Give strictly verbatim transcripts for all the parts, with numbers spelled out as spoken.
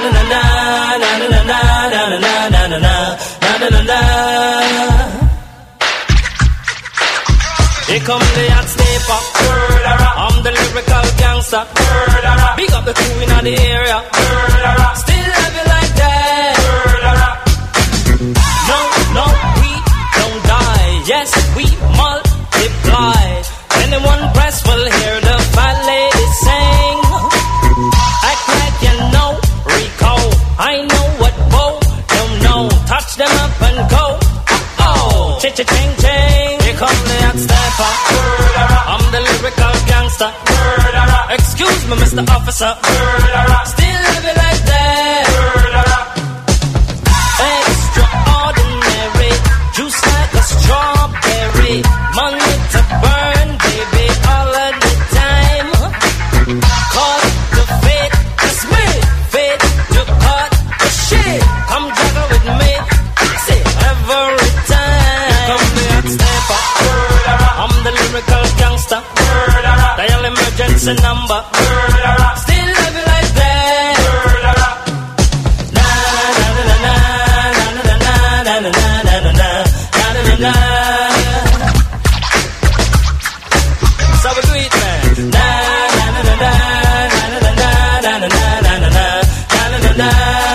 Here come the hot stepper. I'm the lyrical gangster. Big up the crew in the area. Still love you like that. No, no, we don't die. Yes, we multiply. Anyone press will hear the fat lady sing. Act like you know Rico. I know what Bo don't know. Touch them up and go. Oh, cha-cha-ching-ching. Here come the hot stepper. I'm the lyrical gangster. Excuse me, Mister Officer. Still love you like that. Extraordinary. Juice like a strawberry. Money to burn, baby, all of the time. Caught the fate, that's me. Fate, you caught the shit. Come juggle with me. See, every time. Come the hot stepper. I'm the lyrical gangster. Dial emergency number. Still love you like that. Na na na na na na na na na na na na na. So we do it, man. Na na na na na na na na na na na na na.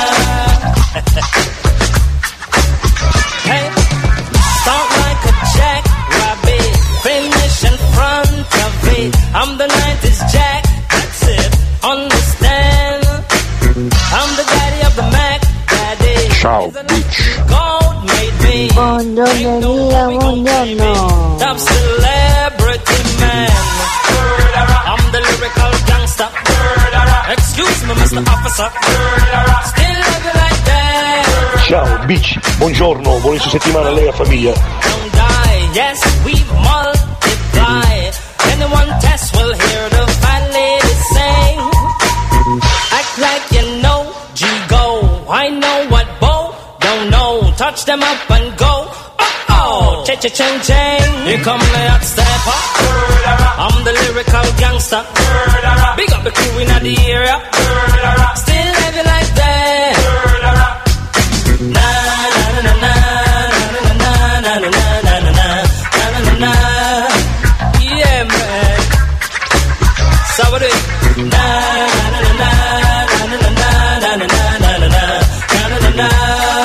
Hey, start like a jackrabbit, finish in front of it. I'm the nineties Jack, that's it. Understand? I'm the daddy of the Mac, daddy. Ciao, bitch. Gold made me. Buongiorno Elia, buongiorno. Top celebrity man. I'm the lyrical gangster. Excuse me, Mister Officer. Still love you like that. Ciao, bitch. Buongiorno, buon inizio settimana a lei e a famiglia. Don't die, yes, we multiply. Anyone test will hear the fat lady sing. Act like you know G-Go. I know what Bo don't know. Touch them up and go. Oh, cha-cha-ching-ching. Here come the hot stepper. I'm the lyrical gangster. Big up the crew in the area. Still love you like that. Na na na na na na na na na na na na na. Yeah, man. So what do it? Na na na na na na na na na na na na na.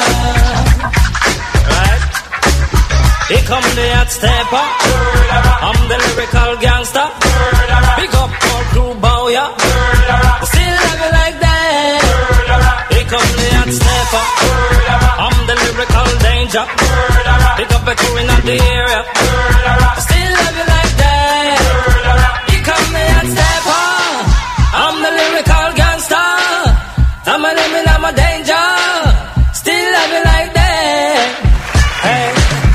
Right? Here come the hot stepper. I'm the lyrical gangster. Big up all crew, bow ya. Still love you like that. Here come the hot stepper. I'm the lyrical danger. Pick up a crew in the area. Still love you like that. Here come the hot stepper. I'm the lyrical gangster. I'm a living, I'm a danger. Still love you like that. Hey.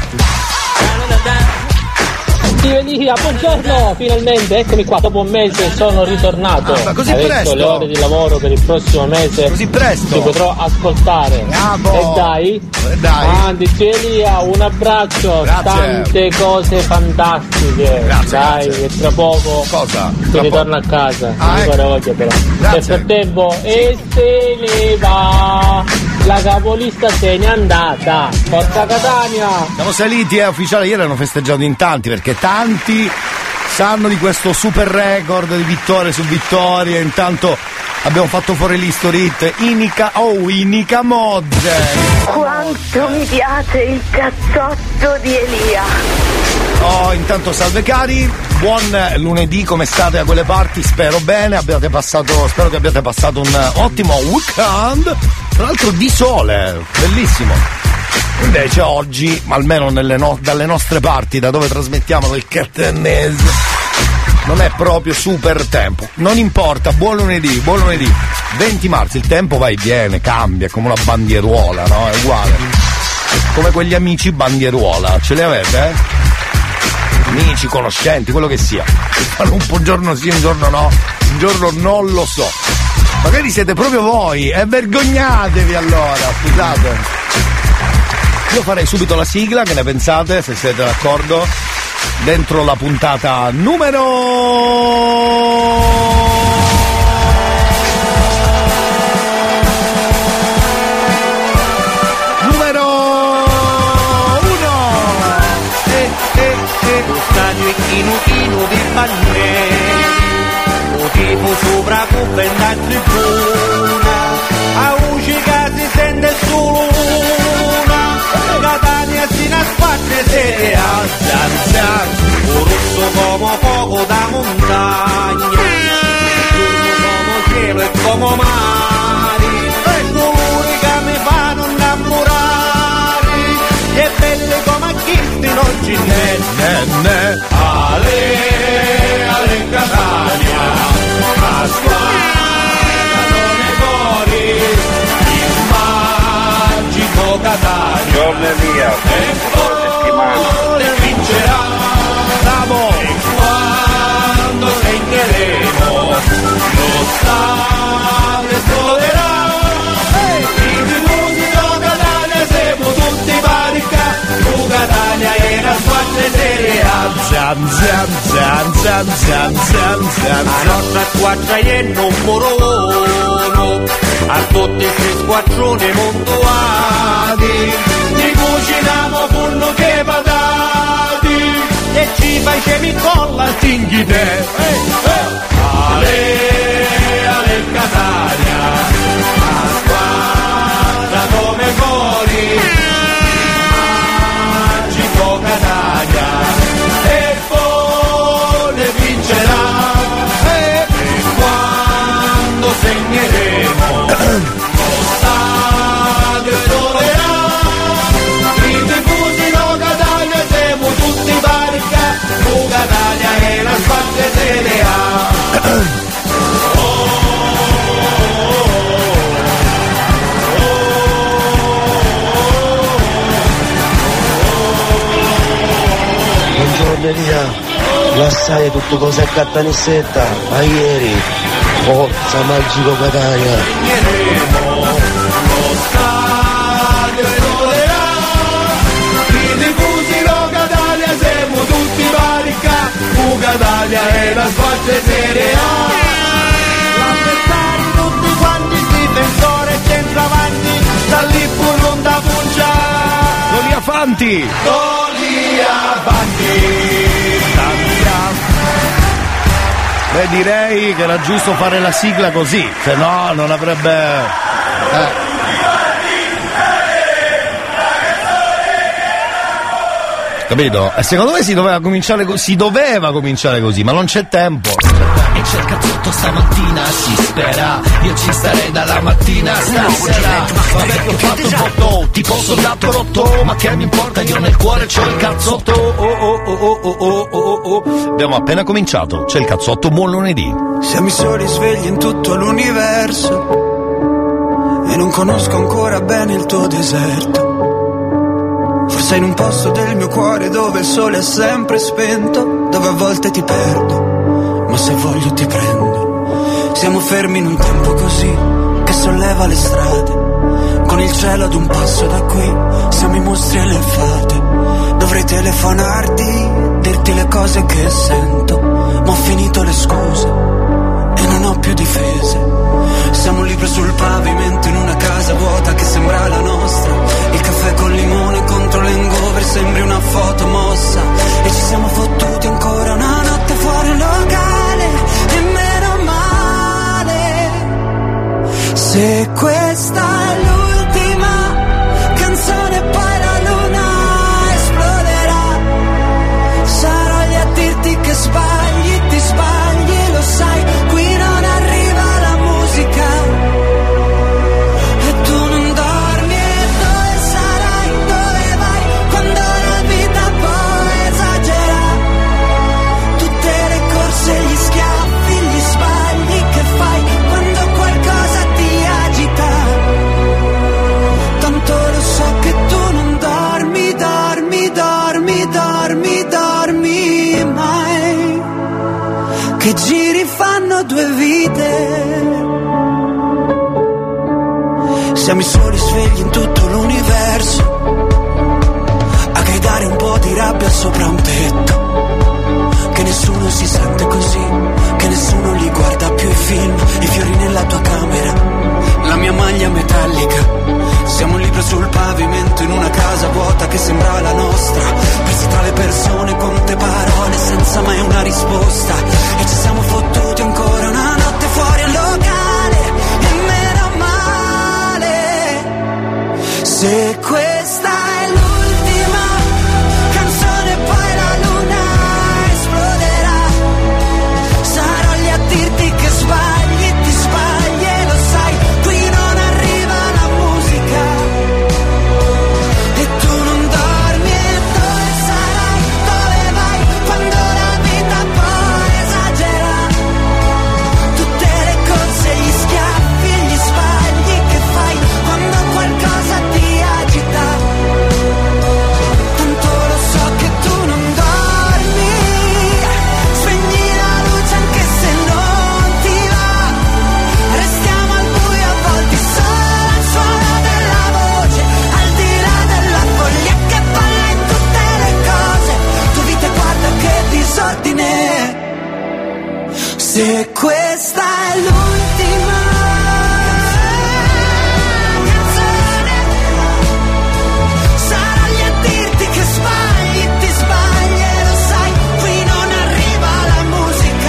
Elia, buongiorno, finalmente eccomi qua, dopo un mese sono ritornato. Ah, ma così Adesso presto? le ore di lavoro per il prossimo mese Così presto? ti potrò ascoltare. Bravo. E dai, E dai. ah, D J Elia, un abbraccio, Grazie. tante cose fantastiche. Grazie, dai, grazie. che tra poco Cosa? ti Tra ritorno poco? a casa. Ah, Non ecco. ancora voglia però. Grazie. Nel frattempo, e se ne va. La capolista se n'è andata. Forza Catania! Siamo saliti, è ufficiale, ieri hanno festeggiato in tanti perché tanti sanno di questo super record di vittorie su vittorie. Intanto abbiamo fatto fuori l'History Hit Inica, oh Inica Mozze. Quanto mi piace il cazzotto di Elia. Oh, intanto salve cari, buon lunedì, come state da quelle parti? Spero bene, abbiate passato, spero che abbiate passato un ottimo weekend, tra l'altro di sole, bellissimo. Invece oggi, almeno nelle no- dalle nostre parti, da dove trasmettiamo dal Catanese, non è proprio super tempo. Non importa, buon lunedì, buon lunedì. venti marzo, il tempo va e viene, cambia, è come una bandieruola, no? È uguale. Come quegli amici bandieruola, ce li avete, eh? Amici, conoscenti, quello che sia. Fanno un po' un giorno sì, un giorno no, un giorno non lo so. Magari siete proprio voi, e vergognatevi allora, scusate. Io farei subito la sigla, che ne pensate, se siete d'accordo? Dentro la puntata numero bannè, o tipo sopra cuppa in da tribuna, a voce che si sente solo una, Catania si nasconde se a zan zan, o rosso come fuoco da montagna, come cielo e come mari, e colori che mi fanno innamorare, e belle come chisti non ci n'è, n'è, n'è. Ale, ale Catania, a squadra non è cori, il magico Catania, giorno mia, e poi vincerà, bravo, e quando segneremo, lo stadio esploderà, i tifosi di Catania siamo tutti parica, tu Catania è la squadra serie A. Zan zan zan zan zan zan zan. La nostra squadra è il numero uno, a tutti questi squadroni montuati, ti cuciniamo funno che patati, e ci facciamo in colla stinghi te. Ale, ale Catania, la squadra come cori, magico Catania, e poi ne vincerà, e quando segneremo lo stadio esploderà, i tifosi no Catania siamo tutti parica, tu Catania è la squadra serie A. Buongiorno Elia, la sai tutto cos'è Cattanissetta, a ieri, forza magico Catania. Lo stadio esploderà, i tifosi no Catania siamo tutti parica, tu Catania è la squadra serie A. L'avversario tutti quanti, difensore e centravanti, da lì pure non da puncia. Golia Fanti. Golia Fanti. Beh, direi che era giusto fare la sigla così, se no non avrebbe... Eh. Capito? E secondo me si doveva cominciare così, si doveva cominciare così, ma non c'è tempo. E c'è il cazzotto stamattina, si spera, io ci starei dalla mattina stasera. Vabbè che ho fatto foto, tipo soldato rotto, ma che mi importa, io nel cuore c'ho il cazzotto. Oh oh oh oh oh oh oh oh. Abbiamo appena cominciato, c'è il cazzotto, buon lunedì. Siamo i soli svegli in tutto l'universo e non conosco ancora bene il tuo deserto. Forse in un posto del mio cuore dove il sole è sempre spento, dove a volte ti perdo, ma se voglio ti prendo. Siamo fermi in un tempo così che solleva le strade, con il cielo ad un passo da qui, siamo i mostri e le fate. Dovrei telefonarti, dirti le cose che sento, ma ho finito le scuse e non ho più difese. Siamo libri sul pavimento in una casa vuota che sembra la nostra, il caffè con limone contro l'hangover sembri una foto mossa, e ci siamo fottuti ancora una notte fuori un locale, e meno male. Se questa è l'ultima canzone poi la luna esploderà, sarò lì a dirti che sbagli, ti sbagli, lo sai, qui non arriva la musica e tu non dormi, e dove sarai, dove vai, quando la vita poi esagera, tutte le corse, gli schiaffi, gli sbagli che fai quando qualcosa ti agita, tanto lo so che tu non dormi, dormi, dormi, dormi, dormi mai, che giri fanno due vite. Siamo i soli svegli in tutto l'universo a gridare un po' di rabbia sopra un tetto, che nessuno si sente così, che nessuno li guarda più i film, i fiori nella tua camera, la mia maglia metallica. Siamo libri sul pavimento in una casa vuota che sembra la nostra, persi tra le persone, quante parole senza mai una risposta, Se questa è l'ultima canzone poi la luna esploderà, sarò lì a dirti che sbagli, ti sbagli e lo sai, qui non arriva la musica e tu non dormi e dove sarai, dove vai, quando la vita poi esagera, tutte le corse, gli schiaffi e gli sbagli che fai quando qualcosa ti agita, tanto lo so che tu non dormi, spegni la luce anche se non ti va, restiamo al buio avvolti solo al suono della voce, al di là della follia che balla in tutte le cose, tua vita guarda che disordine, se questa è l'ultima sarò lì a dirti che sbagli, ti sbagli e lo sai, qui non arriva la musica,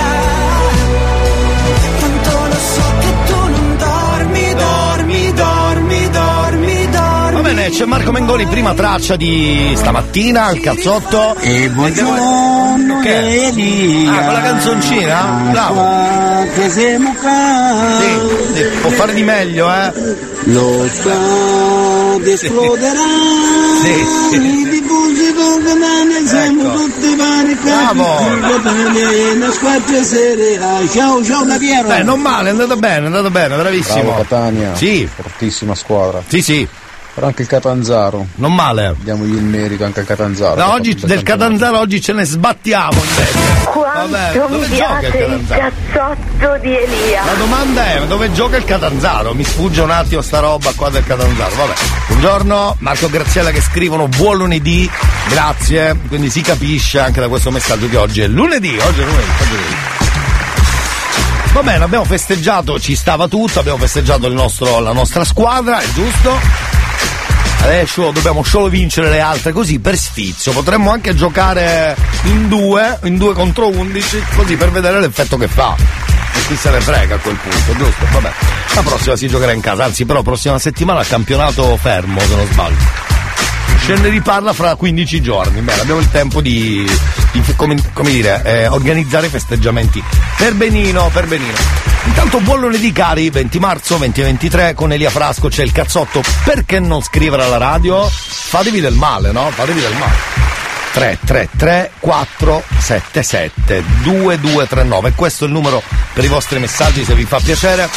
tanto lo so che tu non dormi, dormi, dormi, dormi, dormi. Va bene, c'è Marco Mengoni, prima traccia di stamattina al cazzotto. E buongiorno Che? Elia. Ah, quella canzoncina? Bravo. Che siamo qua. Sì, sì, può fare di meglio, eh. Lo stato esploderà. Sì, sì. I tifosi tornano, siamo Ecco. tutti barricati. Bravo. Una squadra seria. Ciao, ciao da Piero. Beh, non male, è andato bene, è andato bene, bravissimo. Bravo Catania. Sì. Fortissima squadra. Sì, sì. Però anche il Catanzaro. Non male. Diamogli il merito anche al Catanzaro. No, oggi del Catanzaro oggi ce ne sbattiamo invece. Quanto Vabbè, dove mi gioca il piace il Catanzaro? cazzotto di Elia. La domanda è dove gioca il Catanzaro? Mi sfugge un attimo sta roba qua del Catanzaro. Vabbè. Buongiorno, Marco Graziella che scrivono buon lunedì, grazie. Quindi si capisce anche da questo messaggio che oggi è lunedì, oggi è lunedì, oggi è lunedì. Va bene, abbiamo festeggiato, ci stava tutto, abbiamo festeggiato il nostro, la nostra squadra, è giusto? Adesso dobbiamo solo vincere le altre, così per sfizio. Potremmo anche giocare in due, in due contro undici, così per vedere l'effetto che fa. E chi se ne frega a quel punto, giusto? Vabbè. La prossima si giocherà in casa, anzi però prossima settimana campionato fermo, se non sbaglio. Ce ne riparla fra quindici giorni. Bene, abbiamo il tempo di, di come, come dire, eh, organizzare i festeggiamenti. Per benino, per benino. Intanto buon lunedì cari, venti marzo duemilaventitré con Elia Frasco c'è il cazzotto, perché non scrivere alla radio? Fatevi del male, no? Fatevi del male. tre tre tre quattro sette sette due due tre nove, questo è il numero per i vostri messaggi se vi fa piacere.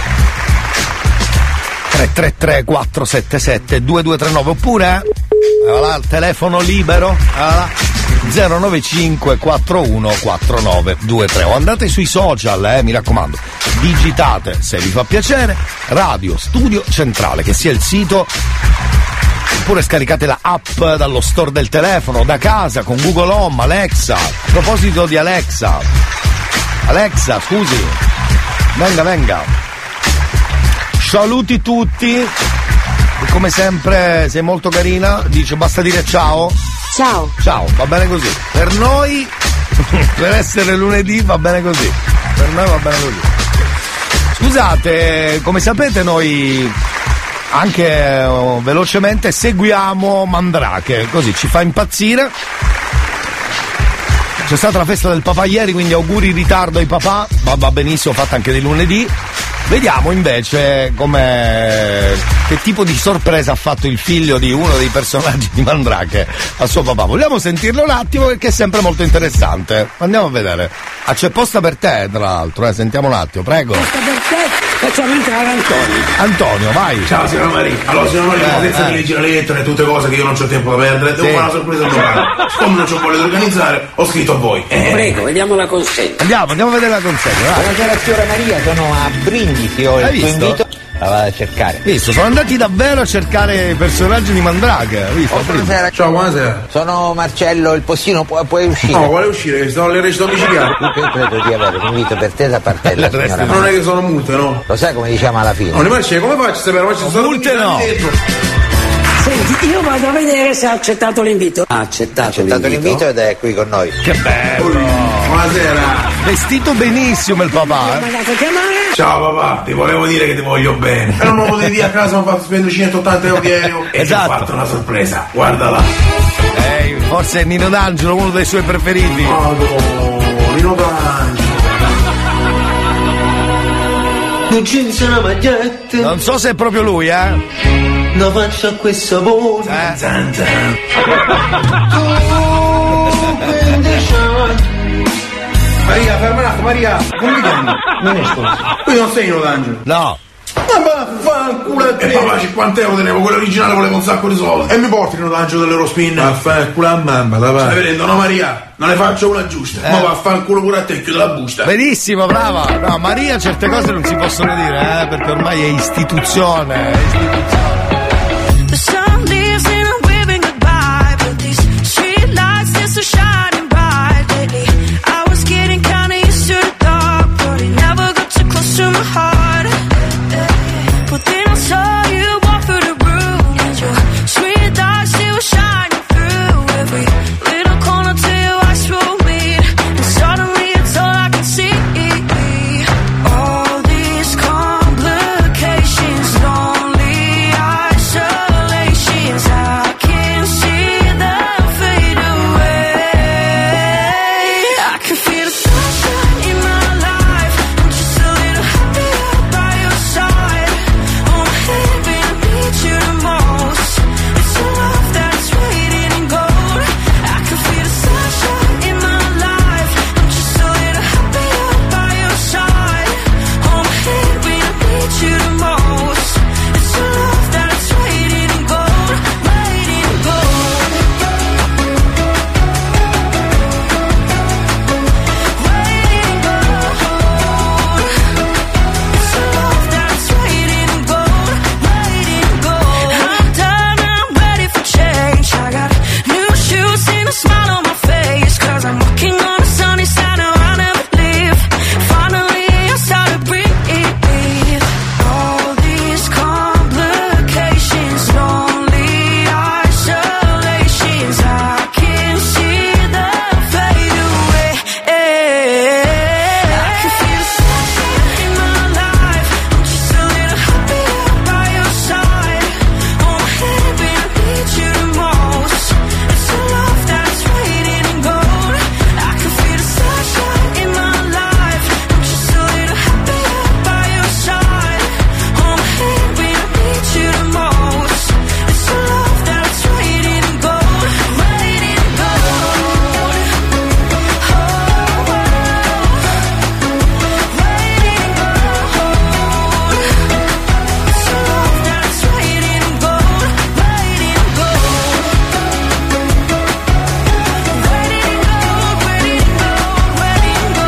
tre tre tre quattro sette sette due due tre nove oppure eh, là, il telefono libero eh, zero nove cinque quattro uno quattro nove due tre o andate sui social, eh, mi raccomando, digitate se vi fa piacere Radio Studio Centrale, che sia il sito, oppure scaricate la app dallo store del telefono, da casa con Google Home, Alexa. A proposito di Alexa, Alexa scusi, venga venga, saluti tutti, e come sempre sei molto carina, dice basta dire ciao. Ciao. Ciao, va bene così. Per noi, per essere lunedì va bene così. Per noi va bene così. Scusate, come sapete noi anche oh, velocemente seguiamo Mandrake, così ci fa impazzire. C'è stata la festa del papà ieri, quindi auguri in ritardo ai papà, va, va benissimo, fatta anche di lunedì. Vediamo invece come che tipo di sorpresa ha fatto il figlio di uno dei personaggi di Mandrake al suo papà. Vogliamo sentirlo un attimo perché è sempre molto interessante. Andiamo a vedere. Ah, c'è posta per te, tra l'altro, eh. Sentiamo un attimo, prego. Posta per te, facciamo entrare Antonio. Antonio, vai. Ciao signora Maria. Allora signora Maria, Eh, senza eh. di leggere le lettere e tutte cose che io non c'ho tempo da perdere, devo Sì. fare una sorpresa al domani. Siccome non c'ho voglia di organizzare, ho scritto a voi. Eh. Prego, vediamo la consegna. Andiamo, andiamo a vedere la consegna, vai. Buonasera signora Maria, sono a Brindisi, ho Hai il tuo visto? invito. La vado a cercare. Visto, sono andati davvero a cercare i personaggi di Mandrake, hai visto? Oh, buonasera. Ciao, buonasera. Sono Marcello, il postino, pu- puoi uscire? No, vuole uscire, che sono le recite domiciliari. Io credo di avere un invito per te da parte della signora Non Maria. è che sono multe, no? Lo sai come diciamo alla fine? Non le marce, come faccio a sapere? Ma ci sono Multe no. dentro. Senti, io vado a vedere se ha accettato l'invito. Ha accettato, Ha accettato l'invito ed è qui con noi. Che bello! Buonasera. Vestito benissimo il Mi ha papà, eh? mandato a chiamare. Ciao papà, ti volevo dire che ti voglio bene. E non me lo potevi dire a casa, mi ho fatto spendere centottanta euro di aereo e Esatto. ti ho fatto una sorpresa. Guardala. Ehi, forse è Nino D'Angelo, uno dei suoi preferiti. Oh, no, Nino D'Angelo. Un jeans e una maglietta. Non so se è proprio lui, eh. Lo faccio a questo punto. Eh. Zan zan. Maria, ferma un attimo, Maria. Come ti chiami? Non è scusa. Tu non sei Nino D'Angelo. No. Ma vaffanculo a te. E papà, cinquanta euro tenevo, quello originale volevo un sacco di soldi. E mi porti Nino D'Angelo dell'Eurospin? Vaffanculo a mamma, la va. Stai vedendo, no Maria? Non ne faccio una giusta. Eh. Ma vaffanculo pure a te, chiudo la busta. Benissimo, brava. No, Maria certe cose non si possono dire, eh, perché ormai è istituzione, è istituzione. The sun leaves and I'm waving goodbye, but these street lights, they're so shining bright lately. I was getting kinda used to the dark, but it never got too close to my heart. But then I saw you walk through the room, and your sweet lights, they were shining through every little corner till your eyes will meet, and suddenly it's all I can see. All these complications, lonely isolations, I can see them fade away. I can feel the sunshine in my life. I'm just a little happier by your side. Oh, baby, I need you the most. It's a love that's waiting in gold. I can feel the sunshine in my life. I'm just a little happier by your side. Oh, baby, I need you the most. It's a love that's waiting in gold, waiting in gold. Waiting in gold. It's a love that's waiting in gold, waiting in gold. I'm done, I'm ready for change. I got new shoes and a smile on my face, 'cause I'm walking on the sunny side, now I never leave. Finally I start to breathe. All these complications, lonely isolations, I can see them fade away. I can feel the sunshine in my life. I'm just a little happier by your side. Oh, baby, I need you the most. It's a love that's waiting in gold. I can feel the sunshine in my life. I'm just a little happier by your side. Oh, baby, I need you the most. It's a love that's waiting in gold, waiting in gold. Oh, waiting in gold. It's a love that's waiting in gold, waiting in gold. Waiting in gold, waiting in gold, waiting in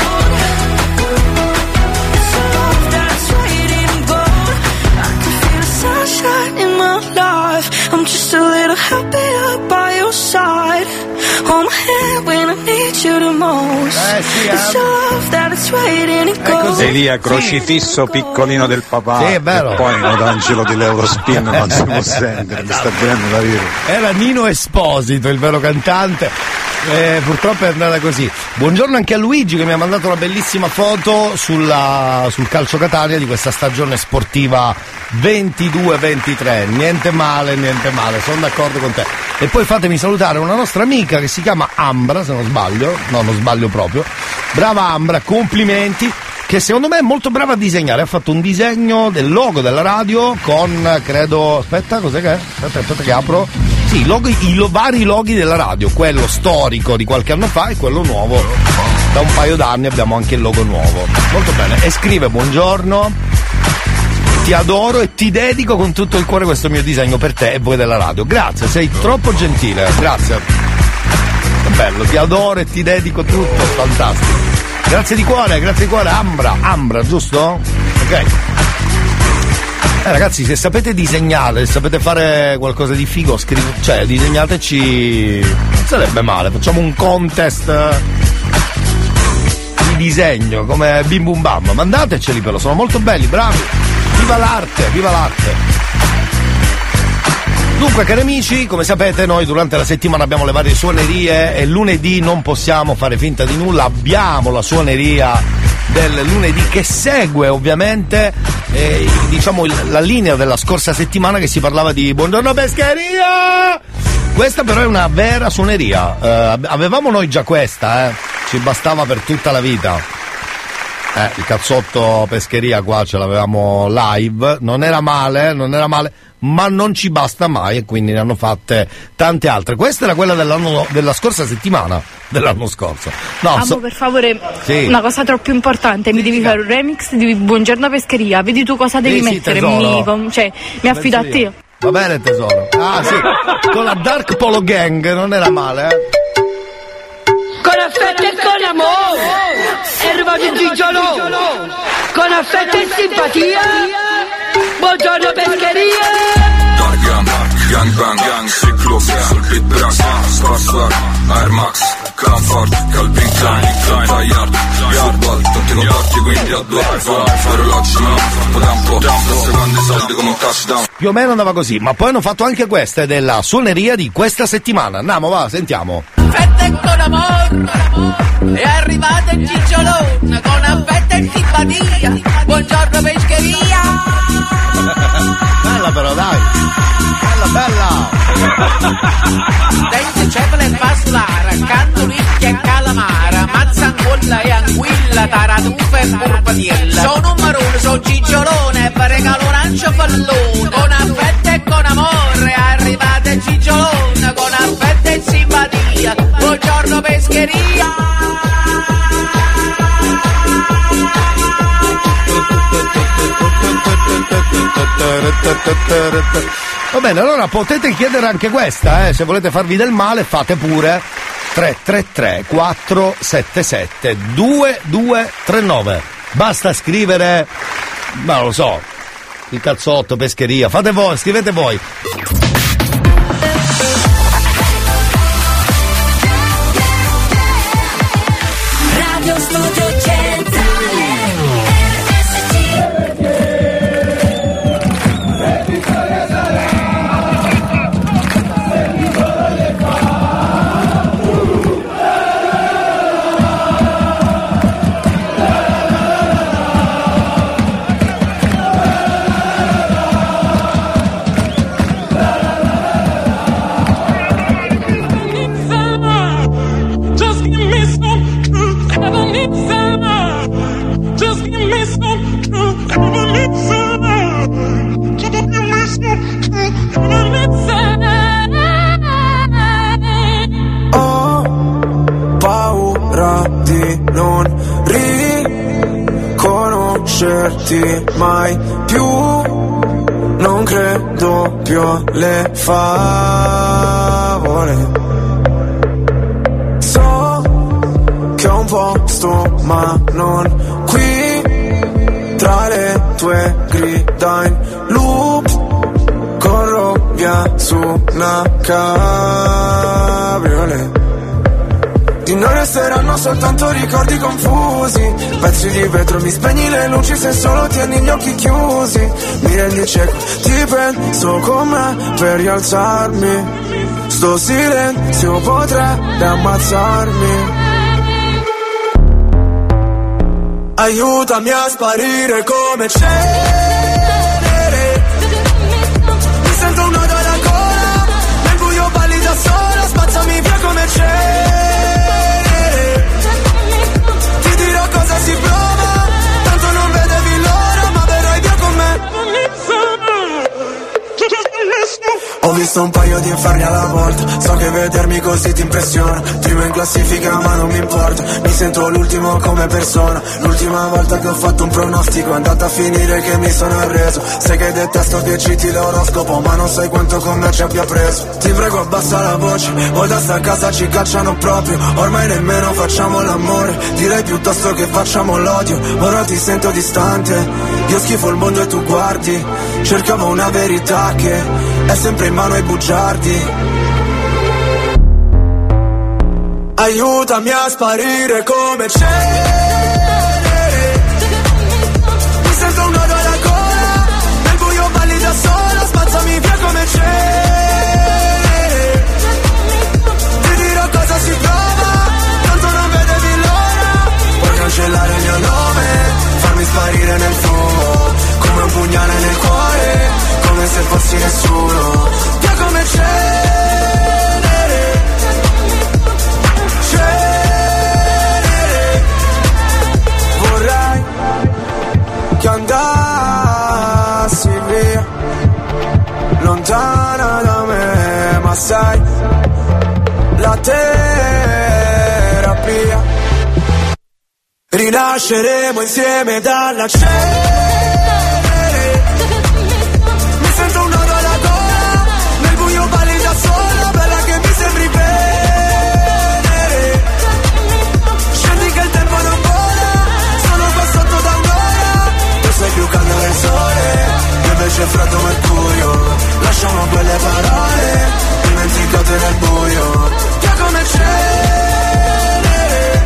gold. It's a love that's waiting in gold. I can feel the sunshine in my life. I'm just a little happier by your side. Hold my hand when I need you the most. Eh, sì, eh. It's a love that is waiting in gold. Elia, crocifisso piccolino del papà. Sì, è vero. E poi Nino D'Angelo di l'Eurospin non si può sentere, mi sta venendo da dire. Era Nino Esposito, il vero cantante. Eh, purtroppo è andata così. Buongiorno anche a Luigi che mi ha mandato una bellissima foto sulla, sul Calcio Catania di questa stagione sportiva ventidue ventitré. Niente male, niente male, sono d'accordo con te. E poi fatemi salutare una nostra amica che si chiama Ambra, se non sbaglio, no, non sbaglio proprio. Brava Ambra, complimenti. Che secondo me è molto brava a disegnare, ha fatto un disegno del logo della radio con, credo, aspetta, cos'è che è? Aspetta, aspetta che apro. Sì, logo, i lo, vari loghi della radio, quello storico di qualche anno fa e quello nuovo. Da un paio d'anni abbiamo anche il logo nuovo. Molto bene. E scrive: buongiorno, ti adoro e ti dedico con tutto il cuore questo mio disegno per te e voi della radio. Grazie, sei troppo gentile, grazie. Che bello, ti adoro e ti dedico tutto, fantastico. Grazie di cuore, grazie di cuore, Ambra, Ambra, giusto? Ok. Eh ragazzi, se sapete disegnare, se sapete fare qualcosa di figo, scrive, cioè disegnateci, non sarebbe male, facciamo un contest di disegno come Bim Bum Bam, mandateceli però, sono molto belli, bravi. Viva l'arte, viva l'arte. Dunque, cari amici, come sapete noi durante la settimana abbiamo le varie suonerie e lunedì non possiamo fare finta di nulla, abbiamo la suoneria del lunedì che segue ovviamente eh, diciamo il, la linea della scorsa settimana che si parlava di Buongiorno Pescheria. Questa però è una vera suoneria, eh, avevamo noi già questa, eh, ci bastava per tutta la vita. Eh, il cazzotto Pescheria qua ce l'avevamo live, non era male, non era male, ma non ci basta mai e quindi ne hanno fatte tante altre. Questa era quella dell'anno, della scorsa settimana, dell'anno scorso. No, Amo, so... per favore, sì. Una cosa troppo importante, mi devi fare un remix di Buongiorno Pescheria, vedi tu cosa devi sì, mettere, sì, mi, cioè, mi affido a te. Va bene tesoro. Ah sì, con la Dark Polo Gang non era male, eh. Con affetto e con amore, erba di Gigiolo, con affetto e simpatia, Buongiorno Pescheria. Dark Gang Bang Gang, Ciclo, sul beat brass, Spar Spar, Air Max, Comfort, Calvin Klein, Klein, Yard, Yardball, tanti non parti quindi a due iPhone, fare l'occhio, ma po' tempo, sto seguendo i soldi come un touchdown. Più o meno andava così, ma poi hanno fatto anche questa, è della suoneria di questa settimana. Andiamo, va, sentiamo. Affetto e con amore, è arrivato il Gigiolone, con affetto e simpatia, Buongiorno Pescheria. Bella però, dai. Bella, bella. Dente, cepole e basulare, cantolicchia e calamara, mazzancolla e anguilla, taratufa e burbatiella. Sono un marone, sono Gigiolone, e vi regalo un arancio pallone. Con affetto e con amore, è arrivato il Gigiolone, con affetto e simpatia, Buongiorno Pescheria. Va bene, allora potete chiedere anche questa, eh, se volete farvi del male fate pure. Tre tre tre quattro sette sette due due tre nove. Basta scrivere, ma non lo so, il cazzotto Pescheria, fate voi, scrivete voi. Radio Studio Centrale. Non riconoscerti mai più, non credo più alle favole. So che ho un posto ma non qui, tra le tue grida in loop, corro via su una cabriolet. Di noi resteranno soltanto ricordi confusi, pezzi di vetro, mi spegni le luci se solo tieni gli occhi chiusi. Mi rendi cieco, ti penso con me per rialzarmi, sto silenzio potrebbe ammazzarmi. Aiutami a sparire come cenere, mi sento un nodo alla gola, nel buio balli da sola, spazzami via come cenere. Cosa si prova, tanto non vedevi l'ora, ma verrai via con me. Ho visto un paio di inferni alla volta, so che vedermi così ti impressiona. Primo in classifica ma non mi importa, mi sento l'ultimo come persona. L'ultima volta che ho fatto un pronostico è andata a finire che mi sono arreso. Sai che detesto che citi l'oroscopo, ma non sai quanto con me ci abbia preso. Ti prego abbassa la voce, o da sta casa ci cacciano proprio. Ormai nemmeno facciamo l'amore, direi piuttosto che facciamo l'odio. Ora ti sento distante, io schifo il mondo e tu guardi. Cercavo una verità che è sempre in mano ai bugiardi. Aiutami a sparire come cenere, mi sento un nodo alla gola, nel buio balli da sola, spazzami via come cenere. Ti dirò cosa si prova, tanto non vedevi l'ora, puoi cancellare il mio nome, sai, la terapia. Rinasceremo insieme dalla cenere. Mi sento un nodo alla gola, nel buio balli da sola, bella che mi sembri venere. Scendi che il tempo non vola, sono qua sotto da un'ora. Tu sei più caldo del sole, io invece freddo mercurio. Lasciamo quelle parole dimenticate nel buio. Che come cenere,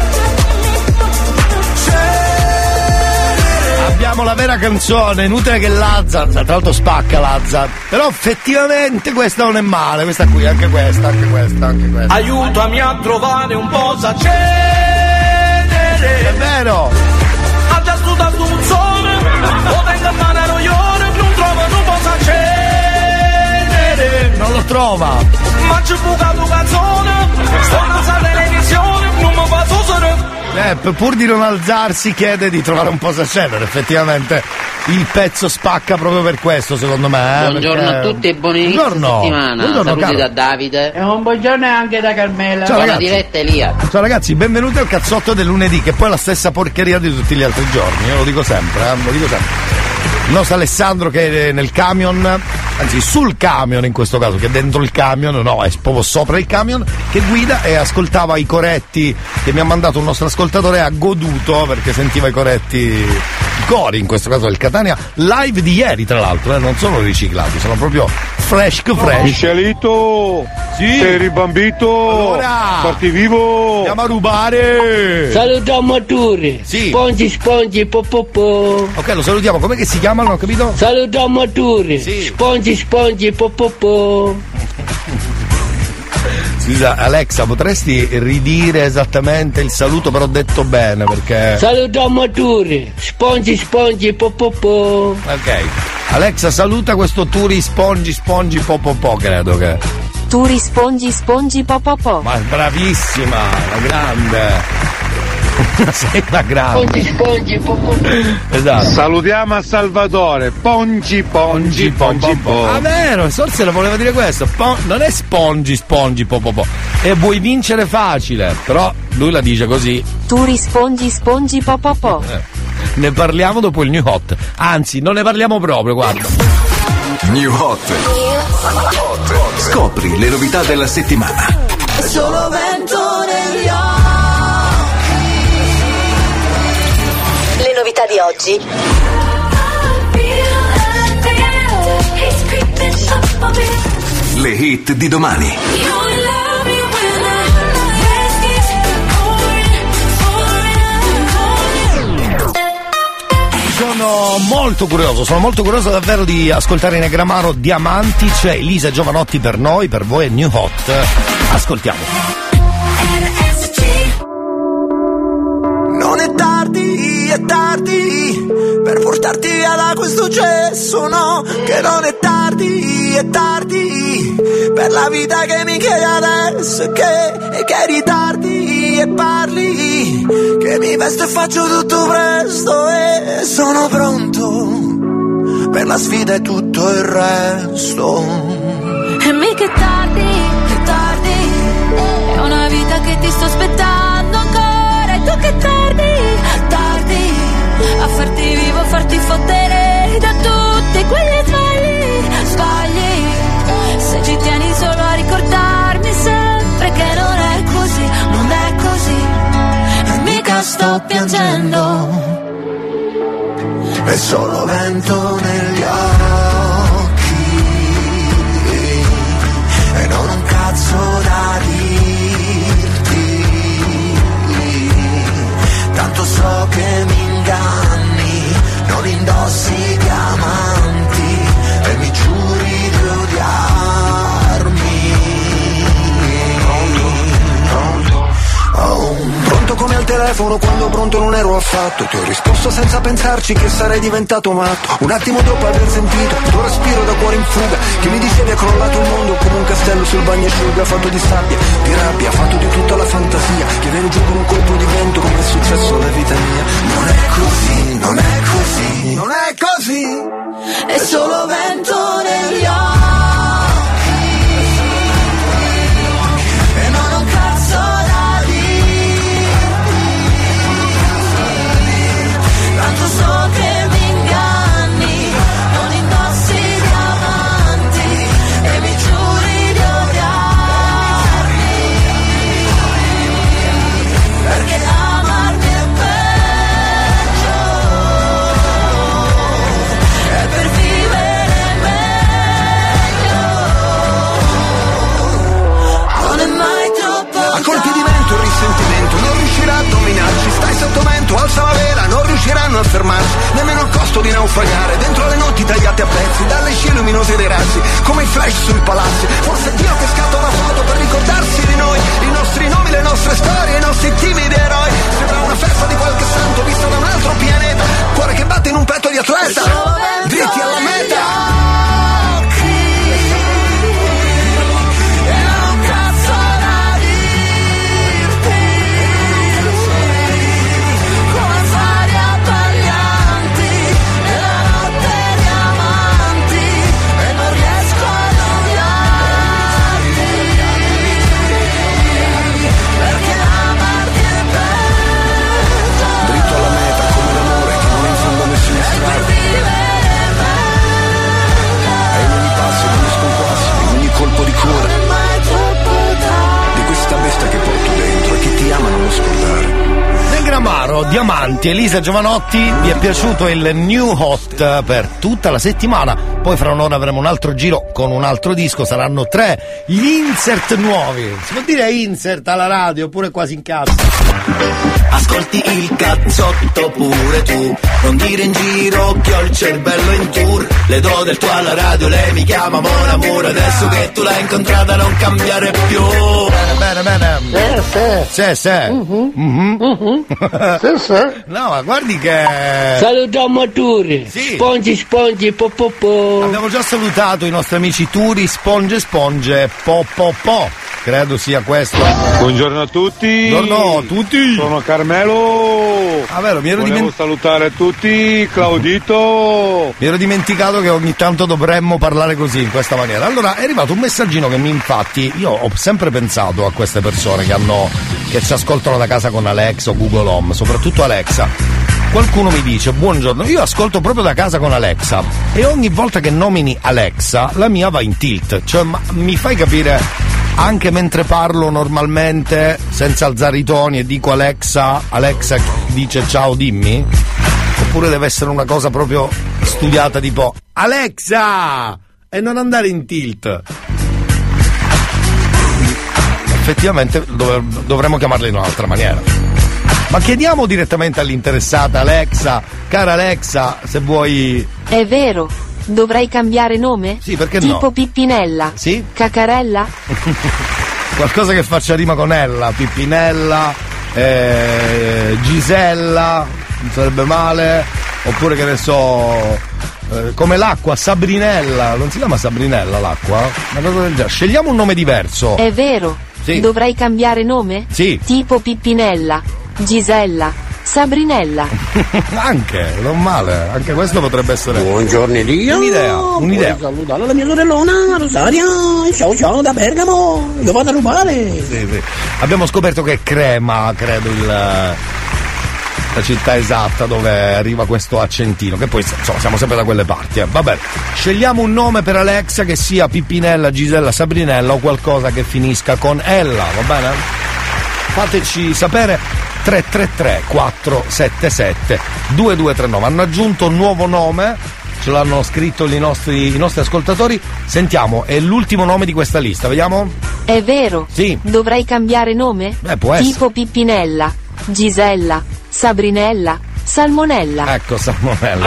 cenere. Abbiamo la vera canzone, inutile che Lazza, tra l'altro spacca Lazza, però effettivamente questa non è male, questa qui, anche questa, anche questa, anche questa. Aiutami a trovare un posacenere. È vero. Ha già studiato un sole, o venga a mano roione, non trovano un posacenere. Non lo trova. Ma c'è bucato canzone, sto a televisione, non mi fa susare. Eh, pur di non alzarsi chiede di trovare un posacenere, effettivamente il pezzo spacca proprio per questo, secondo me. Eh, buongiorno perché... a tutti e buon inizio buongiorno. settimana. Buongiorno, saluti caro. da Davide E un buongiorno anche da Carmela. Ciao, buona ragazzi. diretta Elia. Ciao ragazzi, benvenuti al cazzotto del lunedì, che poi è la stessa porcheria di tutti gli altri giorni, io lo dico sempre, eh, lo dico sempre. Il nostro Alessandro che è nel camion, anzi sul camion in questo caso, che è dentro il camion, no, è proprio sopra il camion, che guida e ascoltava i coretti che mi ha mandato un nostro ascoltatore, ha goduto perché sentiva i coretti, i cori in questo caso del Catania, live di ieri tra l'altro, eh, non sono riciclati, sono proprio fresh che fresh. Michelito, sì. Sei ribambito, Allora, parti vivo, andiamo a rubare. Salutiamo a tutti. Sì. Spongi, spongi, po po po. Ok, lo salutiamo, com'è che si chiama? Non ho capito? Salutiamo a tutti. Sì. Spongi, spongi, po po po. Scusa Alexa, potresti ridire esattamente il saluto però detto bene perché... Salutiamo a tutti. Spongi, spongi, po po po. Ok. Alexa saluta questo Turi Spongi Spongi po po po, credo che... Turi Spongi Spongi po po po. Ma bravissima, la grande. Sei la grande. Spongi, spongi, po po po. Esatto. salutiamo a Salvatore, Pongi Pongi Pongi Po. Ah vero, forse lo voleva dire questo. Po- non è Spongi Spongi po po po. E vuoi vincere facile, però lui la dice così. Turi Spongi Spongi po po po. Eh. Ne parliamo dopo il New Hot. Anzi, non ne parliamo proprio, guarda. New Hot. Scopri le novità della settimana. Solo vento negli occhi. Le novità di oggi. Le hit di domani. Sono molto curioso, sono molto curioso davvero di ascoltare in Negramaro Diamanti. C'è Elisa Giovanotti per noi, per voi è New Hot. Ascoltiamo. Non è tardi, è tardi per portarti via da questo gesso, no, che non è tardi, è tardi per la vita che mi chiedi adesso e che, e che ritardi e parli, che mi vesto e faccio tutto presto e sono pronto per la sfida e tutto il resto. E mica è tardi, è tardi, è una vita che ti sto aspettando ancora. E tu che tardi, tardi a farti vivo, a farti fottere da tutti quegli sbagli, sbagli. Se ci tieni solo a ricordarmi sempre che non è così, non è così. E mica sto piangendo, è solo vento negli occhi e non un cazzo da dirti, tanto so che mi inganni, non indossi diamanti e mi giuri di odiarmi. Oh, pronto come al telefono quando pronto non ero affatto. Ti ho risposto senza pensarci che sarei diventato matto. Un attimo dopo aver sentito il tuo respiro da cuore in fuga, che mi dicevi è crollato il mondo come un castello sul bagnasciuga, fatto di sabbia, di rabbia, fatto di tutta la fantasia, che viene giù con un colpo di vento come è successo alla vita mia. Non è così, non è così, non è così, è solo vento negli occhi. naufragare dentro le notti tagliate a pezzi dalle scie luminose dei razzi, come i flash sui palazzi. Forse Dio che scatta una foto per ricordarsi di noi, i nostri nomi, le nostre storie, i nostri timidi eroi. Sembra una festa di qualche santo vista da un altro pianeta, cuore che batte in un petto di atleta, dritti alla meta. Di questa bestia che porto dentro e che ti ama non lo scordare. Negramaro, Diamanti, Elisa Giovanotti, vi è piaciuto il New Hot per tutta la settimana? Poi fra un'ora avremo un altro giro con un altro disco, saranno tre gli insert nuovi. Si può dire insert alla radio oppure quasi in casa? Ascolti il cazzotto pure tu, non dire in giro che ho il cervello in tour. Le do del tuo alla radio, lei mi chiama Mon Amour. Adesso che tu l'hai incontrata non cambiare più. Bene, bene, bene. Sì, sì. Sì, sì. Uh-huh. Mm-hmm. Uh-huh. Sì, sì. No, ma guardi che... Salutiamo Turi. Sì. Spongi, spongi, po po po. Abbiamo già salutato i nostri amici Turi, Sponge, Sponge, po po po. Credo sia questo. Buongiorno a tutti. Buongiorno a tutti. Sono Carmelo. Ah, vero, mi ero Volevo dimenticato. salutare tutti. Claudito. Mi ero dimenticato che ogni tanto dovremmo parlare così, in questa maniera. Allora, è arrivato un messaggino che mi infatti, io ho sempre pensato a queste persone che hanno, che ci ascoltano da casa con Alexa o Google Home, soprattutto Alexa. Qualcuno mi dice, buongiorno, io ascolto proprio da casa con Alexa e ogni volta che nomini Alexa, la mia va in tilt. Cioè, ma mi fai capire... Anche mentre parlo normalmente, senza alzare i toni e dico Alexa, Alexa dice ciao dimmi? Oppure deve essere una cosa proprio studiata tipo Alexa! E non andare in tilt. Effettivamente dov- dovremmo chiamarla in un'altra maniera. Ma chiediamo direttamente all'interessata Alexa, cara Alexa, se vuoi... È vero. Dovrei cambiare nome? Sì, perché tipo no? Tipo Pippinella? Sì? Cacarella? Qualcosa che faccia rima con Ella, Pippinella, eh, Gisella, non sarebbe male, oppure che ne so, eh, come l'acqua, Sabrinella, non si chiama Sabrinella l'acqua? Una cosa del genere. Scegliamo un nome diverso. È vero. Sì. Dovrei cambiare nome? Sì. Tipo Pippinella, Gisella, Sabrinella. Anche, non male, anche questo potrebbe essere. Buongiorno Elia. Un'idea, un'idea. Vuoi salutare la mia sorellona Rosaria. Ciao ciao da Bergamo. Io vado a rubare. Sì, sì. Abbiamo scoperto che è Crema, credo il la città esatta dove arriva questo accentino, che poi insomma siamo sempre da quelle parti. Eh. Vabbè, scegliamo un nome per Alexa che sia Pippinella, Gisella, Sabrinella o qualcosa che finisca con Ella, va bene? Fateci sapere. tre tre tre quattro sette sette due due tre nove. Hanno aggiunto un nuovo nome, ce l'hanno scritto i nostri, i nostri ascoltatori. Sentiamo, è l'ultimo nome di questa lista, vediamo? È vero? Sì. Dovrei cambiare nome? Beh, può essere. Tipo Pippinella, Gisella, Sabrinella, Salmonella. Ecco, Salmonella.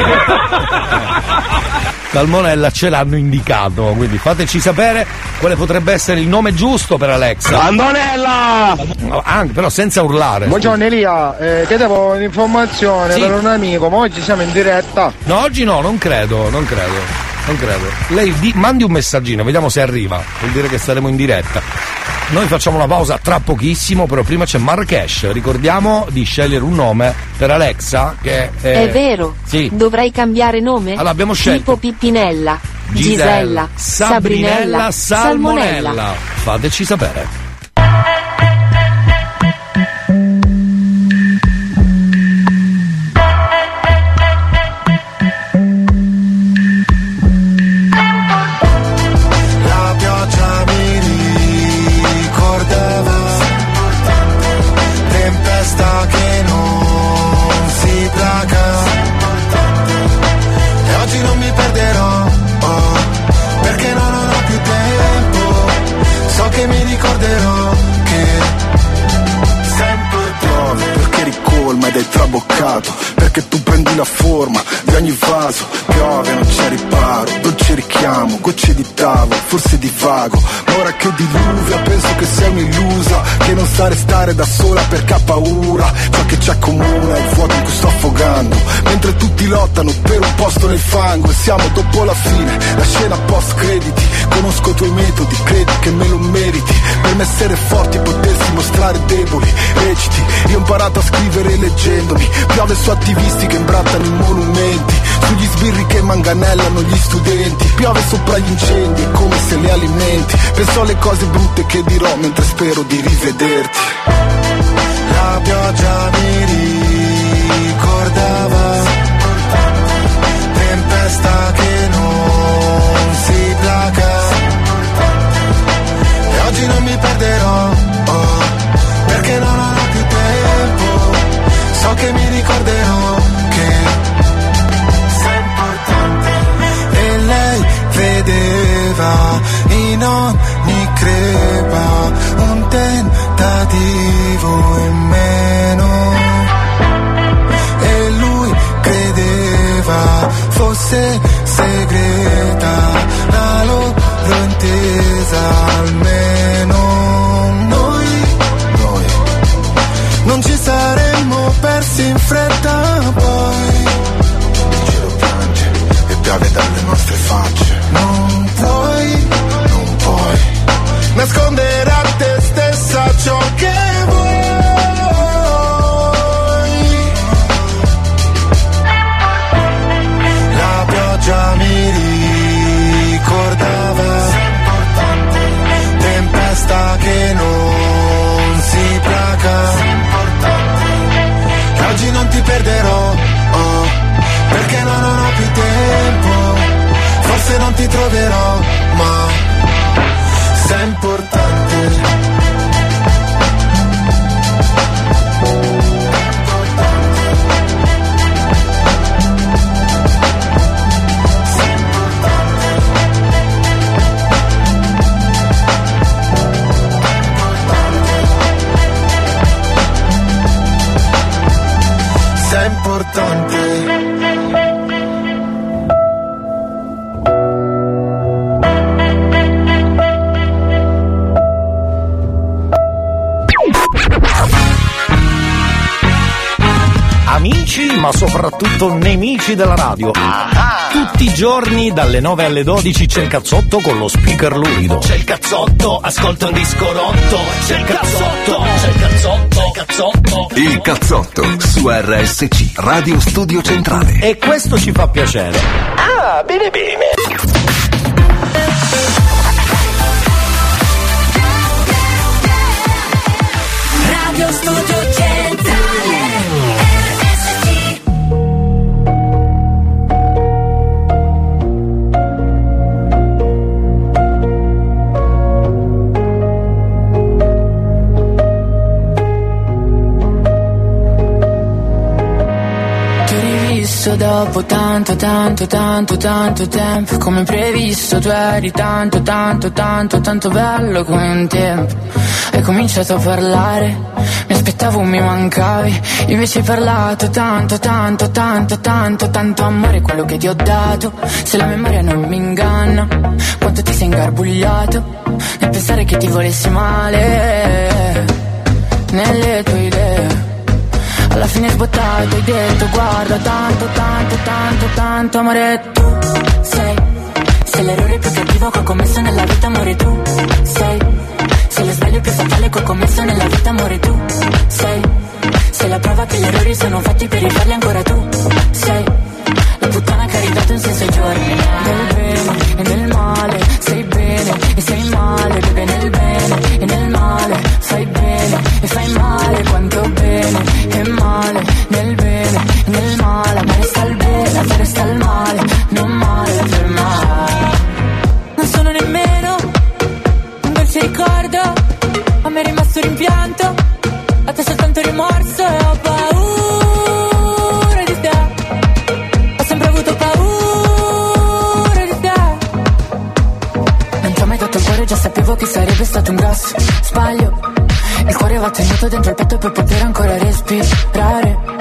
Salmonella ce l'hanno indicato, quindi fateci sapere quale potrebbe essere il nome giusto per Alexa. Antonella! Anche, però senza urlare. Buongiorno Elia, eh, chiedevo un'informazione Sì. per un amico, ma oggi siamo in diretta. No, oggi no, non credo, non credo, non credo. Lei di, mandi un messaggino, vediamo se arriva, vuol dire che saremo in diretta. Noi facciamo una pausa tra pochissimo, però prima c'è Marrakesh. Ricordiamo di scegliere un nome per Alexa che è... È vero? Sì. Dovrei cambiare nome? Allora abbiamo scelto Tipo Pippinella, Gisella, Sabrinella, Salmonella. Salmonella. Fateci sapere. La pioggia mi ricordava, tempesta che non si placa, e oggi non mi perderò, oh, perché non ho più tempo, so che mi ricorderò che sempre piove, perché ricolma ed è traboccato, perché tu prendi la forma di ogni vaso, amo, gocce di tavolo, forse di vago. Ma ora che diluvia penso che sei un'illusa, che non sa restare da sola perché ha paura. Ciò che ci accomuna è il fuoco in cui sto affogando, mentre tutti lottano per un posto nel fango. E siamo dopo la fine, la scena post crediti. Conosco i tuoi metodi, credi che me lo meriti. Per me essere forti, potersi mostrare deboli. Reciti, io ho imparato a scrivere leggendomi. Piove su attivisti che imbrattano i monumenti, sugli sbirri che manganellano gli studenti. Piove sopra gli incendi, è come se li alimenti. Penso alle cose brutte che dirò mentre spero di rivederti. La pioggia mi ricordava, tempesta che non si placa. E oggi non mi perderò, oh, perché non ho più tempo. So che mi ricorderò che sei importante. E lei vedeva in ogni crepa un tentativo in meno, e lui credeva fosse segreta la loro intesa. Almeno noi, noi non ci saremmo persi in fretta. Poi il cielo piange e piove dalle nostre facce. Non puoi, non puoi nascondere a te stessa ciò che vuoi. La pioggia mi ricordava, tempesta che non si placa. Che oggi non ti perderò, oh, perché non ho più tempo. Forse non ti troverò, ma sei importante. Sei importante. Amici, ma soprattutto nemici della radio. Tutti i giorni dalle nove alle dodici c'è il cazzotto con lo speaker lurido. C'è il cazzotto, ascolta un disco rotto. C'è il cazzotto, c'è il cazzotto, il cazzotto. Il cazzotto su R S C, Radio Studio Centrale. E questo ci fa piacere. Ah, bene bene. Radio Studio Centrale. Dopo tanto, tanto, tanto, tanto tempo, come previsto tu eri tanto, tanto, tanto, tanto bello come un tempo. Hai cominciato a parlare, mi aspettavo mi mancavi, invece hai parlato tanto, tanto, tanto, tanto, tanto amore quello che ti ho dato. Se la memoria non mi inganna, quanto ti sei ingarbugliato nel pensare che ti volessi male nelle tue idee. Alla fine sbottato hai detto guarda tanto, tanto, tanto, tanto amore tu sei. Se l'errore più cattivo che ho commesso nella vita amore tu sei. Se lo sbaglio più fatale che ho commesso nella vita amore tu sei. Se la prova che gli errori sono fatti per rifarli ancora tu sei. La puttana che ha ridato un senso ai giorni. Nel bene e nel male sei bene e sei male. Bebe nel bene e nel male fai bene e fai male. Quanto bene e male nel bene e nel male. Ma resta il bene, a te resta il male. Non male per mai. Non sono nemmeno un dolce ricordo, a me è rimasto rimpianto, a te soltanto rimorso e ho paura di te. Ho sempre avuto paura di te. Non ti ho mai dato il cuore, già sapevo che sarebbe stato un grosso sbaglio. Il cuore va tenuto dentro il petto per poter ancora respirare.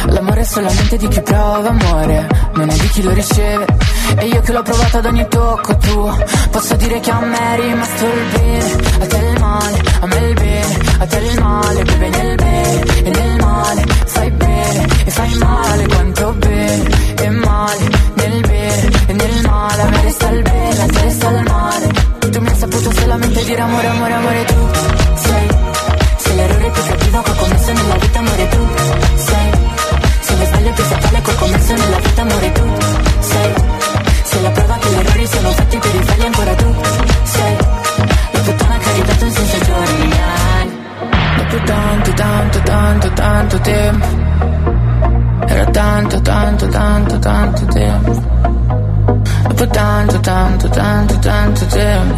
L'amore è solamente di chi prova amore, non è di chi lo riceve. E io che l'ho provato ad ogni tocco tuo, posso dire che a me è rimasto il bene. A te il male, a me il bene. A te il male, bevi nel bene e nel male. Fai bene e fai male, quanto bene e male. Nel bene e nel male, a me resta il bene, a te resta il male. Tu mi hai saputo solamente dire amore, amore, amore. Tu sei, sei l'errore più cattivo che ho commesso nella vita, amore. Tu sei, sei lo sbaglio più fatale che ho commesso nella vita, amore. Tu sei, sei la prova che gli errori sono fatti per i falli, ancora tu sei la puttana che ha ridato in senza giorni. Dopo tanto, tanto, tanto, tanto tempo, era tanto, tanto, tanto, tanto tempo. Dopo tanto, tanto, tanto, tanto tempo,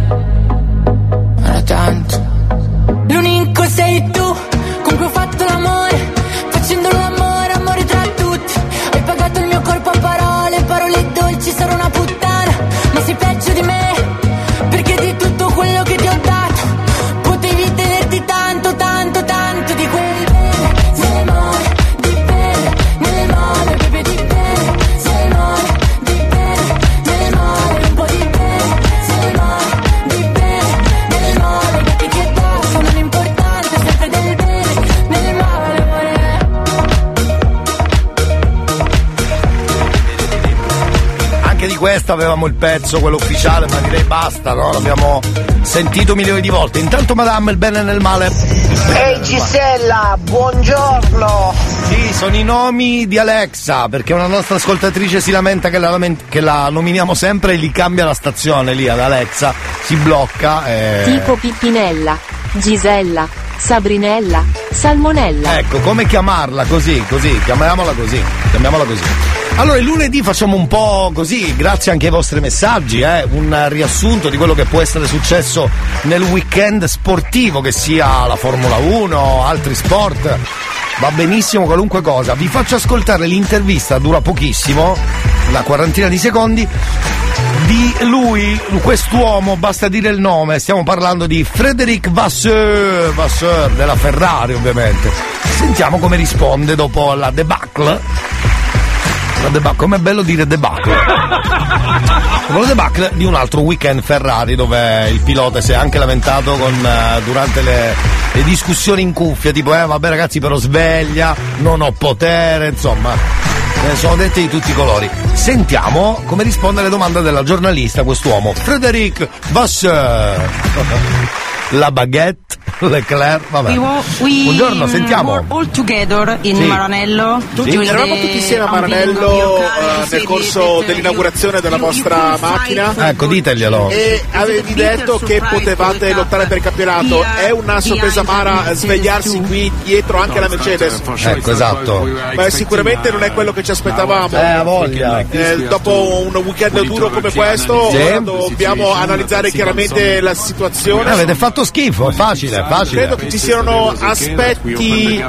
era tanto. L'unico sei tu con cui ho fatto l'amore, facendo l'amore, amore tra tutti. Hai pagato il mio corpo a parole, parole dolci, sarò una puttana, ma sei peggio di me, perché di tutto quello che ti ho dato potevi tenerti tanto, tanto, tanto di quel bene, nel male, di bene, nel male, bebe di bene, nel male, di bene, nel male, un po' di bene, nel male, di bene, nel male, che ti chiedo, non importante, sempre del bene, nel male, amore. Anche di questa avevamo il pezzo, quello ufficiale, ma direi basta, no? L'abbiamo sentito milioni di volte. Intanto Madame, il bene e nel male. Ehi Gisella, buongiorno. Sì, sono i nomi di Alexa, perché una nostra ascoltatrice si lamenta che la, lament- che la nominiamo sempre e gli cambia la stazione lì ad Alexa, si blocca e... Tipo Pippinella, Gisella, Sabrinella, Salmonella. Ecco, come chiamarla così, così, chiamiamola così, chiamiamola così. Allora, il lunedì facciamo un po' così, grazie anche ai vostri messaggi, eh, un riassunto di quello che può essere successo nel weekend sportivo, che sia la Formula uno, altri sport, va benissimo qualunque cosa. Vi faccio ascoltare l'intervista, dura pochissimo, una quarantina di secondi, di lui, quest'uomo, basta dire il nome, stiamo parlando di Frédéric Vasseur, Vasseur della Ferrari ovviamente. Sentiamo come risponde dopo la debacle. La debacle, com'è bello dire debacle. Dopo la debacle di un altro weekend Ferrari, dove il pilota si è anche lamentato con, uh, durante le, le discussioni in cuffia, tipo eh vabbè ragazzi però sveglia, non ho potere, insomma ne sono dette di tutti i colori. Sentiamo come risponde alle domande della giornalista quest'uomo, Frédéric Vasseur. La baguette, Leclerc, vabbè. We were, we Buongiorno, sentiamo. were all together in Sì. Maranello. Tutti- during Eravamo the tutti insieme a unveiling Maranello of your car. eh, You nel said corso that, dell'inaugurazione della you- you vostra could fight macchina. for Ecco, diteglielo. E avevi detto che potevate lottare per il campionato. È una sorpresa amara svegliarsi qui dietro anche alla Mercedes. Ecco, esatto. Ma sicuramente non è quello che ci aspettavamo. Eh, ha voglia. Eh, dopo un weekend duro come questo, Sì. ora dobbiamo analizzare chiaramente la situazione. Eh, avete fatto schifo, è facile, facile. Credo che ci siano aspetti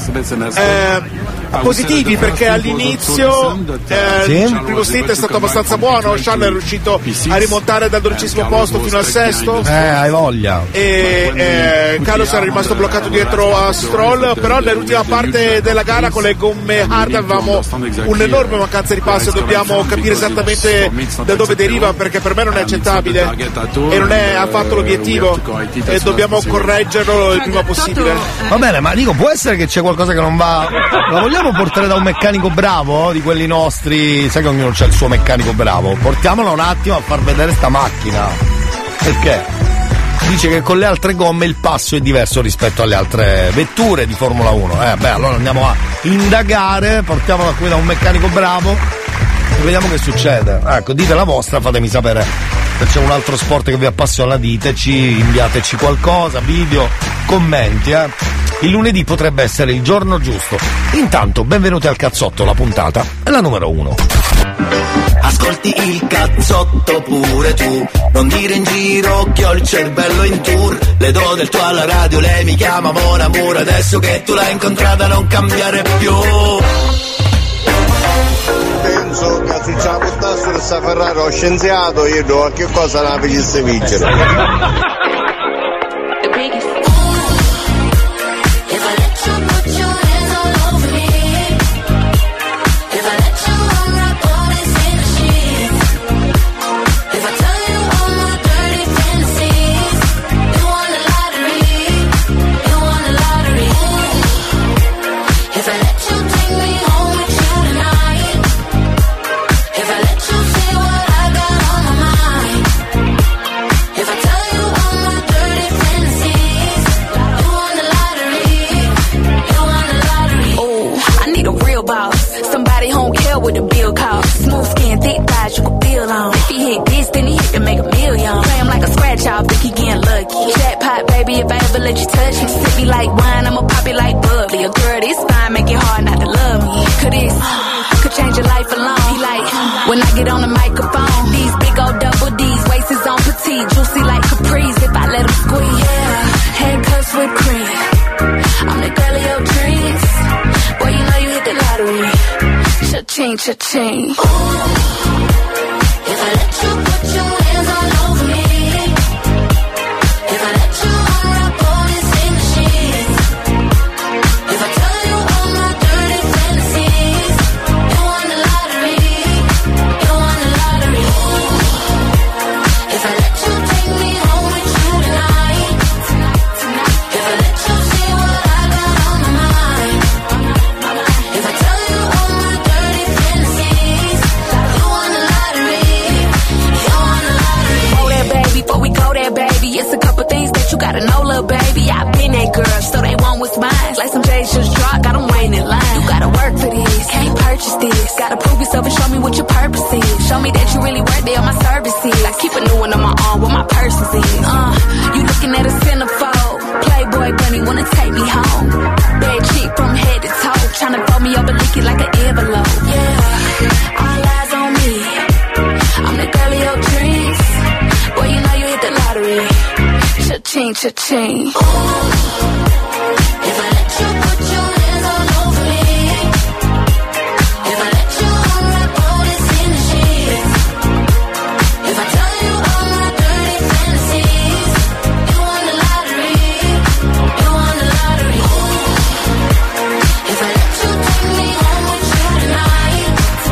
eh, positivi, perché all'inizio eh, Sì. il primo stint è stato abbastanza buono. Charles è riuscito a rimontare dal dodicesimo posto fino al sesto. Eh, hai voglia. E eh, Carlos era rimasto bloccato dietro a Stroll, però nell'ultima parte della gara con le gomme hard avevamo un'enorme mancanza di passo e dobbiamo capire esattamente da dove deriva, perché per me non è accettabile e non è affatto l'obiettivo e dobbiamo correggerlo il prima possibile. Va bene, ma dico, può essere che c'è qualcosa che non va. La vogliamo portare da un meccanico bravo? Di quelli nostri, sai che ognuno c'ha il suo meccanico bravo. Portiamolo un attimo a far vedere sta macchina. Perché? Dice che con le altre gomme il passo è diverso rispetto alle altre vetture di Formula uno. Eh beh, allora andiamo a indagare, portiamola qui da un meccanico bravo e vediamo che succede. Ecco, dite la vostra, fatemi sapere se c'è un altro sport che vi appassiona, diteci, inviateci qualcosa, video, commenti, eh. Il lunedì potrebbe essere il giorno giusto. Intanto, benvenuti al cazzotto, la puntata è la numero uno. Ascolti il cazzotto pure tu, non dire in giro che ho il cervello in tour. Le do del tuo alla radio, lei mi chiama Mon Amour, adesso che tu l'hai incontrata non cambiare più. Penso che se c'è la puttana su questa Ferrari ho scienziato, io do qualche cosa la venisse vincere. happy if I ever let you touch me. Sip me like wine, I'ma pop it like bubbly. A girl this fine, make it hard not to love me. Cause this could change your life alone. He like, when I get on the microphone, these big old double D's, waist is on petite, juicy like Caprice if I let them squeeze. Yeah, handcuffs with cream. I'm the girl of your dreams. Boy, you know you hit the lottery. Cha-ching, cha-ching. Ooh, if I let you put your hands all over me, if I let you unwrap all these same machines, if I tell you all my dirty fantasies, you won the lottery, you won the lottery. Ooh, if I let you take me home with you tonight, if I let you see what I got on my mind, if I tell you all my dirty fantasies, you won the lottery, you won the lottery. Oh, that baby, before we go there, baby, it's a couple things that you gotta know, little baby. I've been that girl, so they want what's mine. Like some J's just dropped, got them waiting in line. You gotta work for this, can't purchase this. Gotta prove yourself and show me what your purpose is. Show me that you really worth it on my services. Like keep a new one on my arm, where my purse is in. Uh, you looking at a centerfold. Playboy bunny wanna take me home. Bad chick from head to toe, tryna fold me up and lick it like an envelope. Yeah, all eyes on me. I'm the girl of your dreams. Boy, you know you hit the lottery. Cha-ching, cha-ching. Ooh, if I let you put your hands all over me, if I let you unwrap all these machines, if I tell you all my dirty fantasies, you won the lottery, you won the lottery. Ooh, if I let you take me home with you tonight,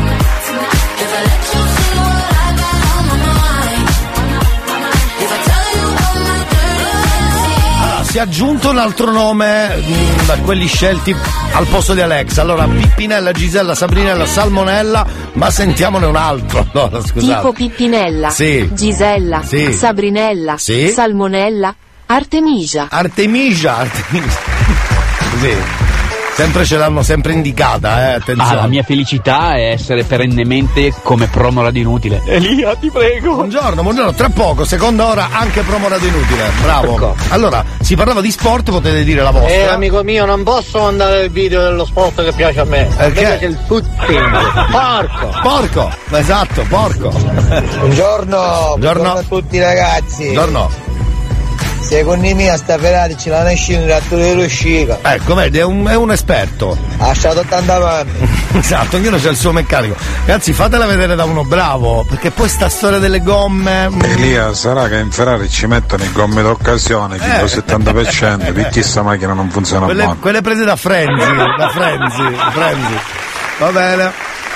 if I let you see what I got on my mind, if I tell you all my dirty fantasies. Si è aggiunto un altro nome mh, da quelli scelti al posto di Alexa. Allora, Pippinella, Gisella, Sabrinella, Salmonella, ma sentiamone un altro. Allora, scusate. Tipo Pippinella, Sì. Gisella, Sì. Sabrinella, Sì. Salmonella, Artemisia. Artemisia, Artemisia. Sì. Sempre ce l'hanno sempre indicata, eh, attenzione. Ah, la mia felicità è essere perennemente come promo radio inutile. Elia, ti prego. Buongiorno, buongiorno, tra poco, seconda ora anche promo radio inutile. Bravo. Ecco. Allora, si parlava di sport, potete dire la vostra. Eh, amico mio, non posso mandare il video dello sport che piace a me. Perché? A me piace il footing. Porco! Porco, esatto, porco. Buongiorno, buongiorno a tutti ragazzi. Buongiorno. Secondo me sta Ferrari ce l'ha nascita in trattore dell'uscita. Ecco, vedi, è un, è un esperto. Ha stato ottanta anni. Esatto, ognuno c'ha il suo meccanico. Ragazzi, fatela vedere da uno bravo, perché poi sta storia delle gomme. Elia, sarà che in Ferrari ci mettono le gomme d'occasione, tipo Eh. il settanta per cento, perché sta macchina non funziona Quelle, buono. quelle prese da Frenzy, da Frenzy, Frenzy. Va bene.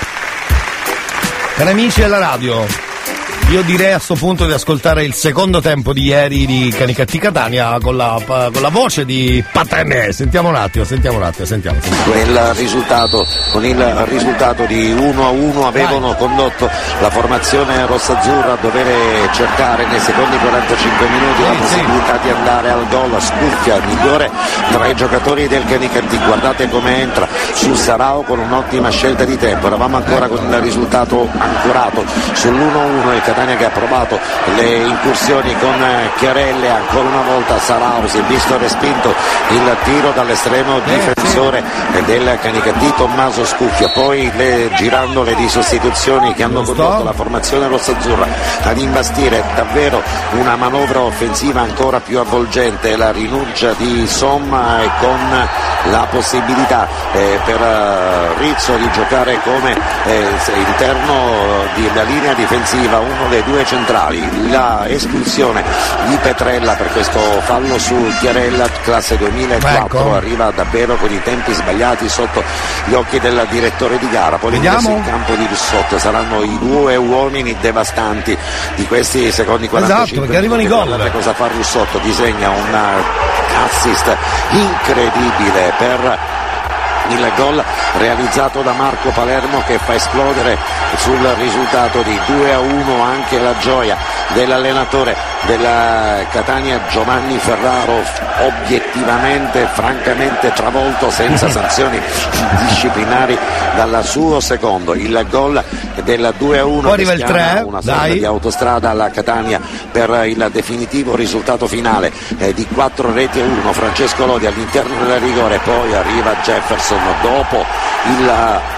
Cari amici della radio, io direi a sto punto di ascoltare il secondo tempo di ieri di Canicattì Catania con la, con la voce di Patanè. Sentiamo un attimo, sentiamo un attimo, sentiamo. sentiamo. Quel risultato, con il risultato di uno a uno avevano condotto la formazione rossazzurra a dover cercare nei secondi quarantacinque minuti la possibilità di andare al gol. Scuffia migliore tra i giocatori del Canicattì, guardate come entra su Sarao con un'ottima scelta di tempo. Eravamo ancora con il risultato ancorato sull'uno a uno, il Catania che ha provato le incursioni con Chiarelle, ancora una volta Sarao si è visto respinto il tiro dall'estremo difensore del Canicattì Tommaso Scuffia, poi le girandole di sostituzioni che hanno condotto la formazione rossazzurra ad imbastire davvero una manovra offensiva ancora più avvolgente, la rinuncia di Somma e con la possibilità eh, per uh, Rizzo di giocare come eh, interno della linea difensiva, uno dei due centrali. La espulsione di Petrella per questo fallo su Chiarella, classe duemilaquattro, ecco. arriva davvero con i tempi sbagliati sotto gli occhi del direttore di gara. Poi l'ingresso in campo di Russotto saranno i due uomini devastanti di questi secondi quarantacinque Esatto, perché arrivano i gol. Guardate cosa fa Russotto, disegna un assist incredibile per il gol realizzato da Marco Palermo, che fa esplodere sul risultato di due a uno anche la gioia dell'allenatore della Catania Giovanni Ferraro, obiettivamente, francamente travolto, senza sanzioni disciplinari dal suo secondo. Il gol del due a uno poi arriva il tre, una sorta di autostrada alla Catania per il definitivo risultato finale eh, di quattro reti a uno. Francesco Lodi all'interno del rigore, poi arriva Jefferson dopo il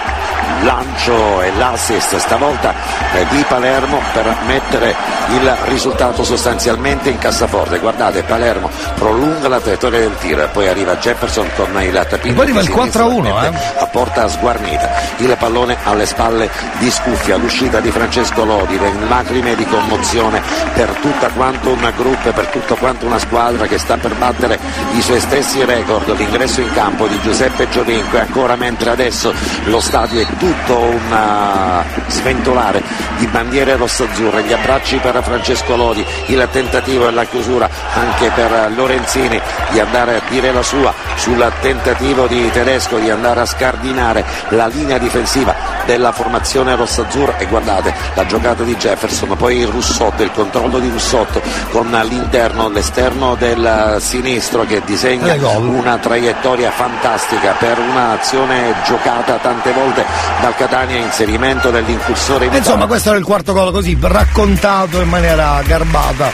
lancio e l'assist stavolta eh, di Palermo per mettere il risultato sostanzialmente in cassaforte. Guardate, Palermo prolunga la traiettoria del tiro e poi arriva Jefferson con il tapino, poi arriva il quattro a uno eh? a porta sguarnita, il pallone alle spalle di Scuffia, l'uscita di Francesco Lodi, le lacrime di commozione per tutta quanto una gruppo, per tutta quanto una squadra che sta per battere i suoi stessi record. L'ingresso in campo di Giuseppe Giovinco e ancora mentre adesso lo stadio è tutto un sventolare di bandiere rossazzurre, gli abbracci per Francesco Lodi, il tentativo e la chiusura anche per Lorenzini di andare a dire la sua sul tentativo di Tedesco di andare a scardinare la linea difensiva della formazione rossazzurra. E guardate la giocata di Jefferson, poi il Russotto, il controllo di Russotto con l'interno, l'esterno del sinistro che disegna una traiettoria fantastica per un'azione giocata tante volte dal Catania, inserimento dell'incursore in insomma questo era il quarto gol, così raccontato in maniera garbata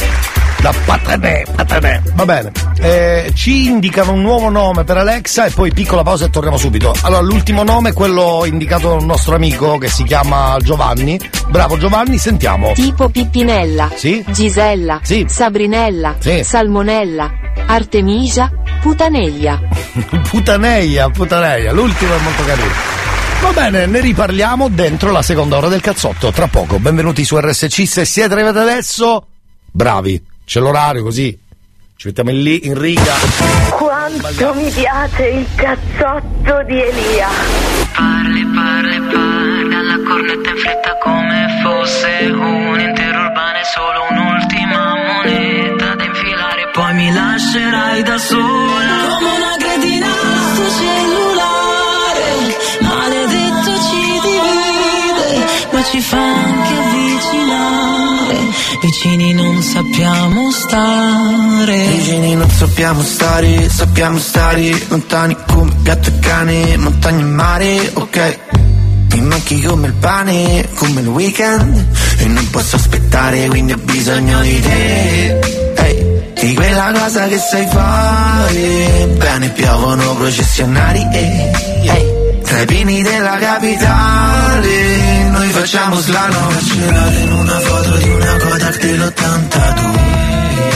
da Patanè, Patanè. Va bene, eh, ci indicano un nuovo nome per Alexa e poi piccola pausa e torniamo subito. Allora l'ultimo nome è quello indicato dal nostro amico che si chiama Giovanni. Bravo Giovanni, sentiamo. Tipo Pippinella, sì? Gisella, sì? Sabrinella, sì? Salmonella, Artemisia, Putaneglia. Putaneglia, Putaneglia, l'ultimo è molto carino. Va bene, ne riparliamo dentro la seconda ora del cazzotto, tra poco. Benvenuti su R S C, se siete arrivati adesso, bravi, c'è l'orario così, ci mettiamo in, lì, in riga. Quanto mi piace il cazzotto di Elia. Parli, parli, parli alla cornetta in fretta come fosse un intero urbano e solo un'ultima moneta da infilare, poi mi lascerai da sola come una cretina sto cellulare, maledetto ci divide ma ci fa anche avvicinare, vicini non sappiamo stare, vicini non sappiamo stare, sappiamo stare lontani come gatto e cane, montagna e mare, ok. Mi manchi come il pane, come il weekend, e non posso aspettare, quindi ho bisogno di te. Hey, di quella cosa che sai fare, bene piovono processionari, hey, hey. Tra i pini della capitale, noi facciamo slalom, celare in una foto di una Kodak dell'ottantadue.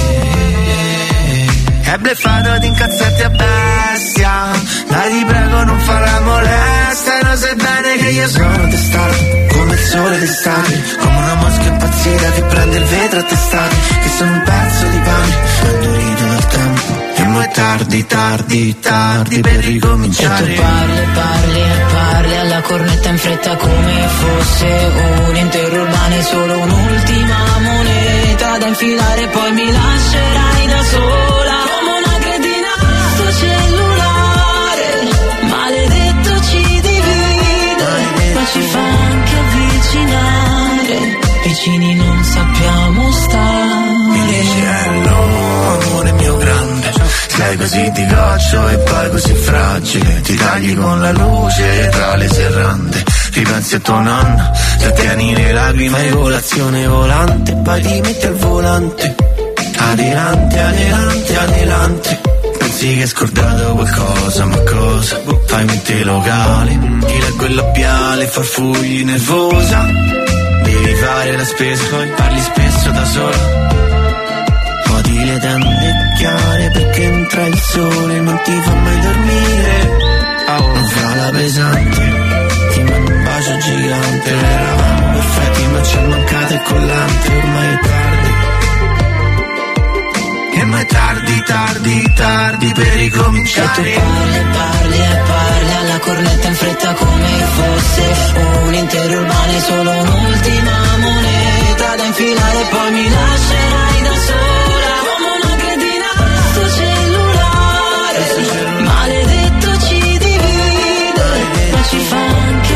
È bleffato di incazzarti a bestia, dai ti prego non fare molestia, lo sai bene che io sono testato come il sole d'estate, come una mosca impazzita che prende il vetro a testate, che sono un pezzo di pane andurito dal tempo, e mo' è tardi, tardi, tardi per ricominciare. E tu parli, parli e parli alla cornetta in fretta come fosse un intero urbano e solo un'ultima moneta da infilare, poi mi lascerai da sola come una cretina sto cellulare, maledetto ci divide ma ci fa anche avvicinare, vicini non sappiamo stare. Mi dici hello, amore mio grande, sei così di goccio e poi così fragile, ti tagli con la luce tra le serrande, ripensi a tua nonna, trattieni le lacrime e colazione volante, poi ti metti al volante, adelante, adelante, adelante, pensi che hai scordato qualcosa, ma cosa? Fai mente locale, ti leggo il labiale, farfugli nervosa, devi fare la spesa, poi parli spesso da sola, odi le tende chiare perché entra il sole, non ti fa mai dormire, non fa la pesante, ti mando un bacio gigante, eravamo perfetti ma ci è mancato il collante, ormai è tardi, e ma è tardi, tardi, tardi per ricominciare. E tu parli, parli e parli alla cornetta in fretta come fosse un intero urbano e solo un'ultima moneta da infilare, poi mi lascerai da sola come una cretina sto cellulare, maledetto ci divide ma ci fa anche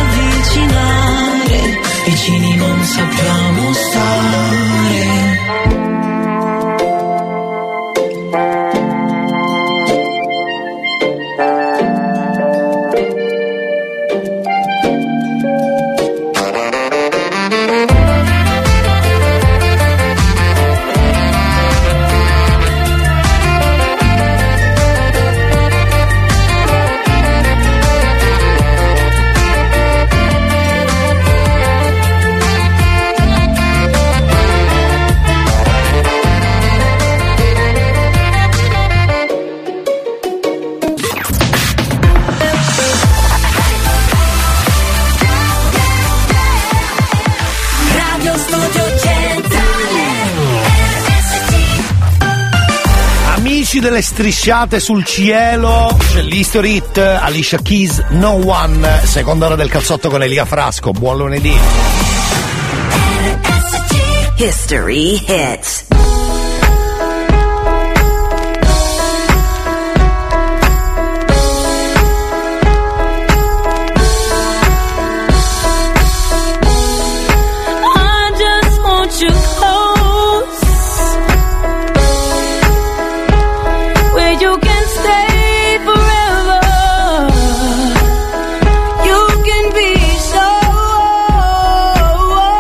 avvicinare, vicini non sappiamo stare. amici delle strisciate sul cielo, c'è l'History Hit, Alicia Keys, No One, seconda ora del cazzotto con Elia Frasco. Buon lunedì. History Hits. You close, where you can stay forever. You can be sure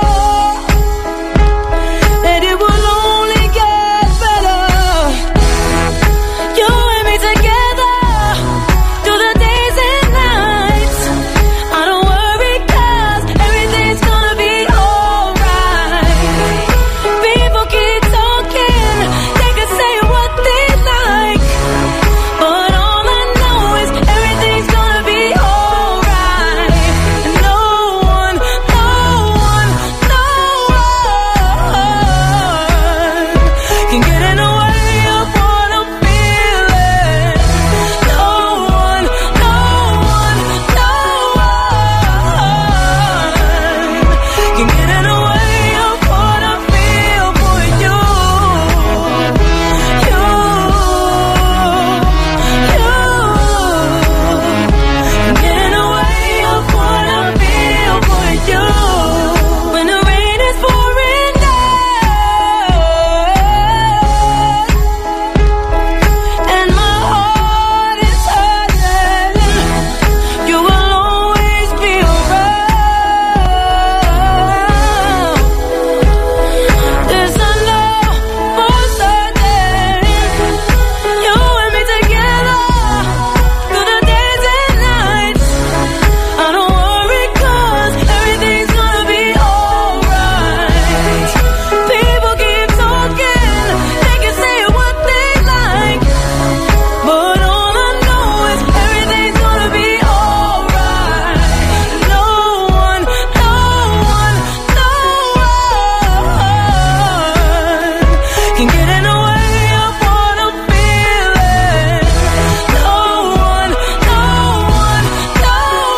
that it will only get better. You and me together through the days and nights. I don't worry 'cause everything's gonna be alright. People keep talking, they can say what they like, but all I know is everything's gonna be alright. No one, no one, no one can get in the way of what I'm feeling. No one, no one, no one can get in the way of what I feel for you. You, you can get in the way of what I feel for you. When the rain is pouring down and my heart is hurting, you will always be around. This I know for certain. You and me together through the days and nights. I don't worry 'cause everything's gonna be alright. People keep talking, they can say what they like, but all I know is everything's gonna be alright. No one, no one, no one can get in the way of what I'm feeling. No one, no one, no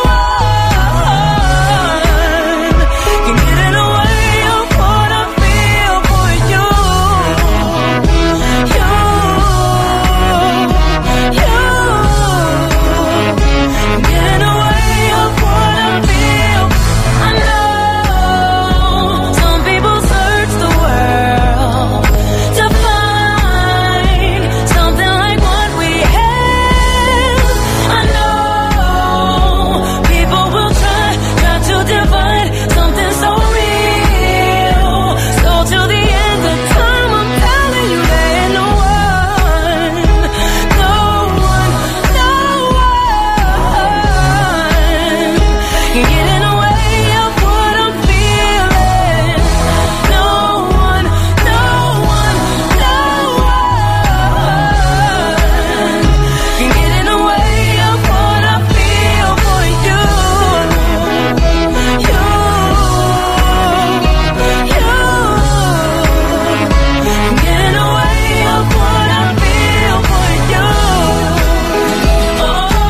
one can get in the way of what I feel for you. You, you can get in the way of what I feel. I know some people search the world to find something like what we have. I know people will try, try to divide something so real. So till the end of time, I'm telling you there ain't no one, no one, no one can get in the way of what I'm feeling. No one, no one, no one can get in the way of what I feel for you. You, you can get in the way of what I feel for you. Oh,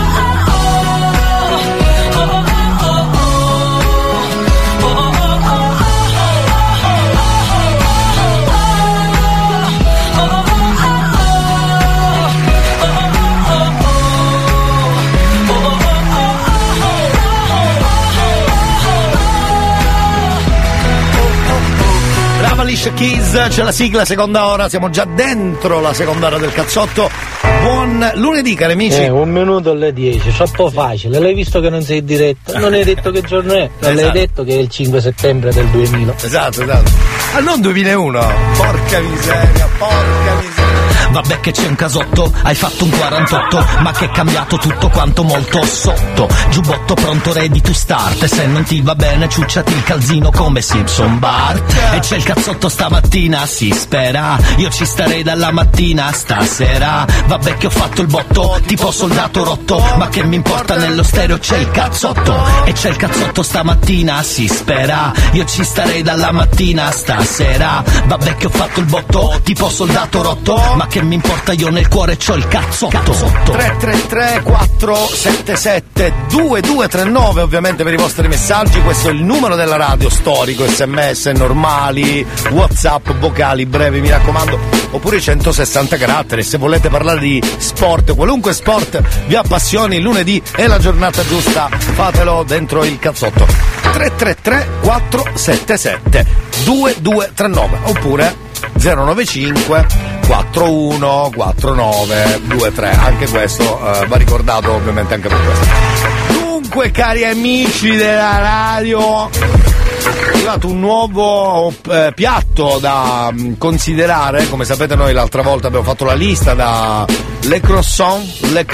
Brava Alicia Keys, c'è la sigla, seconda ora, siamo già dentro la seconda ora del cazzotto. Buon lunedì, cari amici. Eh, un minuto alle dieci, troppo facile. L'hai visto che non sei in diretta? Non hai detto che giorno è? Non Esatto. l'hai detto che è il cinque settembre del duemila. Esatto, esatto. Ah, non duemilauno. Porca miseria, porca miseria. Vabbè che c'è un casotto, hai fatto un quarantotto, ma che è cambiato tutto quanto molto sotto. Giubbotto pronto ready to start, e se non ti va bene ciucciati il calzino come Simpson Bart. E c'è il cazzotto stamattina, si spera, io ci starei dalla mattina stasera. Vabbè che ho fatto il botto, tipo soldato rotto, ma che mi importa, nello stereo c'è il cazzotto. E c'è il cazzotto stamattina, si spera, io ci starei dalla mattina stasera. Vabbè che ho fatto il botto, tipo soldato rotto, ma che mi importa, io nel cuore c'ho il cazzotto. tre tre tre quattro sette sette due due tre nove ovviamente per i vostri messaggi. Questo è il numero della radio, storico, sms normali, whatsapp, vocali brevi, mi raccomando, oppure centosessanta caratteri. Se volete parlare di sport, qualunque sport vi appassioni, lunedì è la giornata giusta, fatelo dentro il cazzotto. Tre tre tre quattro sette sette due due tre nove oppure zero nove cinque quattro uno quattro nove due tre, anche questo eh, va ricordato ovviamente anche per questo. Dunque, cari amici della radio, è arrivato un nuovo eh, piatto da mh, considerare. Come sapete, noi l'altra volta abbiamo fatto la lista da Le Croissant, Le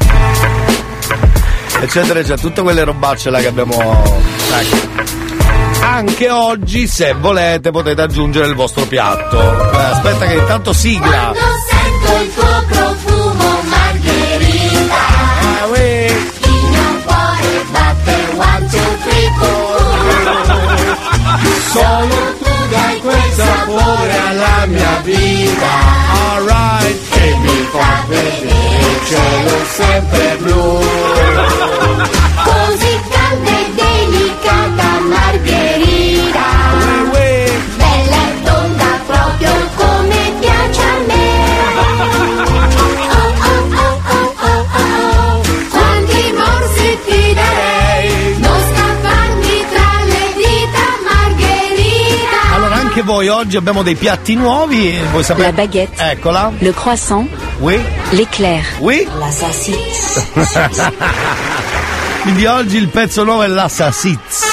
eccetera eccetera, tutte quelle robacce là che abbiamo, ecco. Anche oggi, se volete, potete aggiungere il vostro piatto. Eh, aspetta che intanto sigla. Quando sento il tuo profumo, Margherita, ah, oui. il mio cuore batte one, two, three, four. Solo tu dai quel sapore alla mia vita. Alright. E mi fa vedere il cielo sempre blu. Così calda e delicata Margherita, bella e tonda proprio come piace a me. Oh oh oh oh oh oh, quanti morsi ti darei, non scapparmi tra le dita Margherita. Allora, anche voi oggi abbiamo dei piatti nuovi, voi sapete. La baguette. Eccola. Le croissant. Oui. L'éclair. Oui. La salsiccia. Quindi oggi il pezzo nuovo è la salsiccia.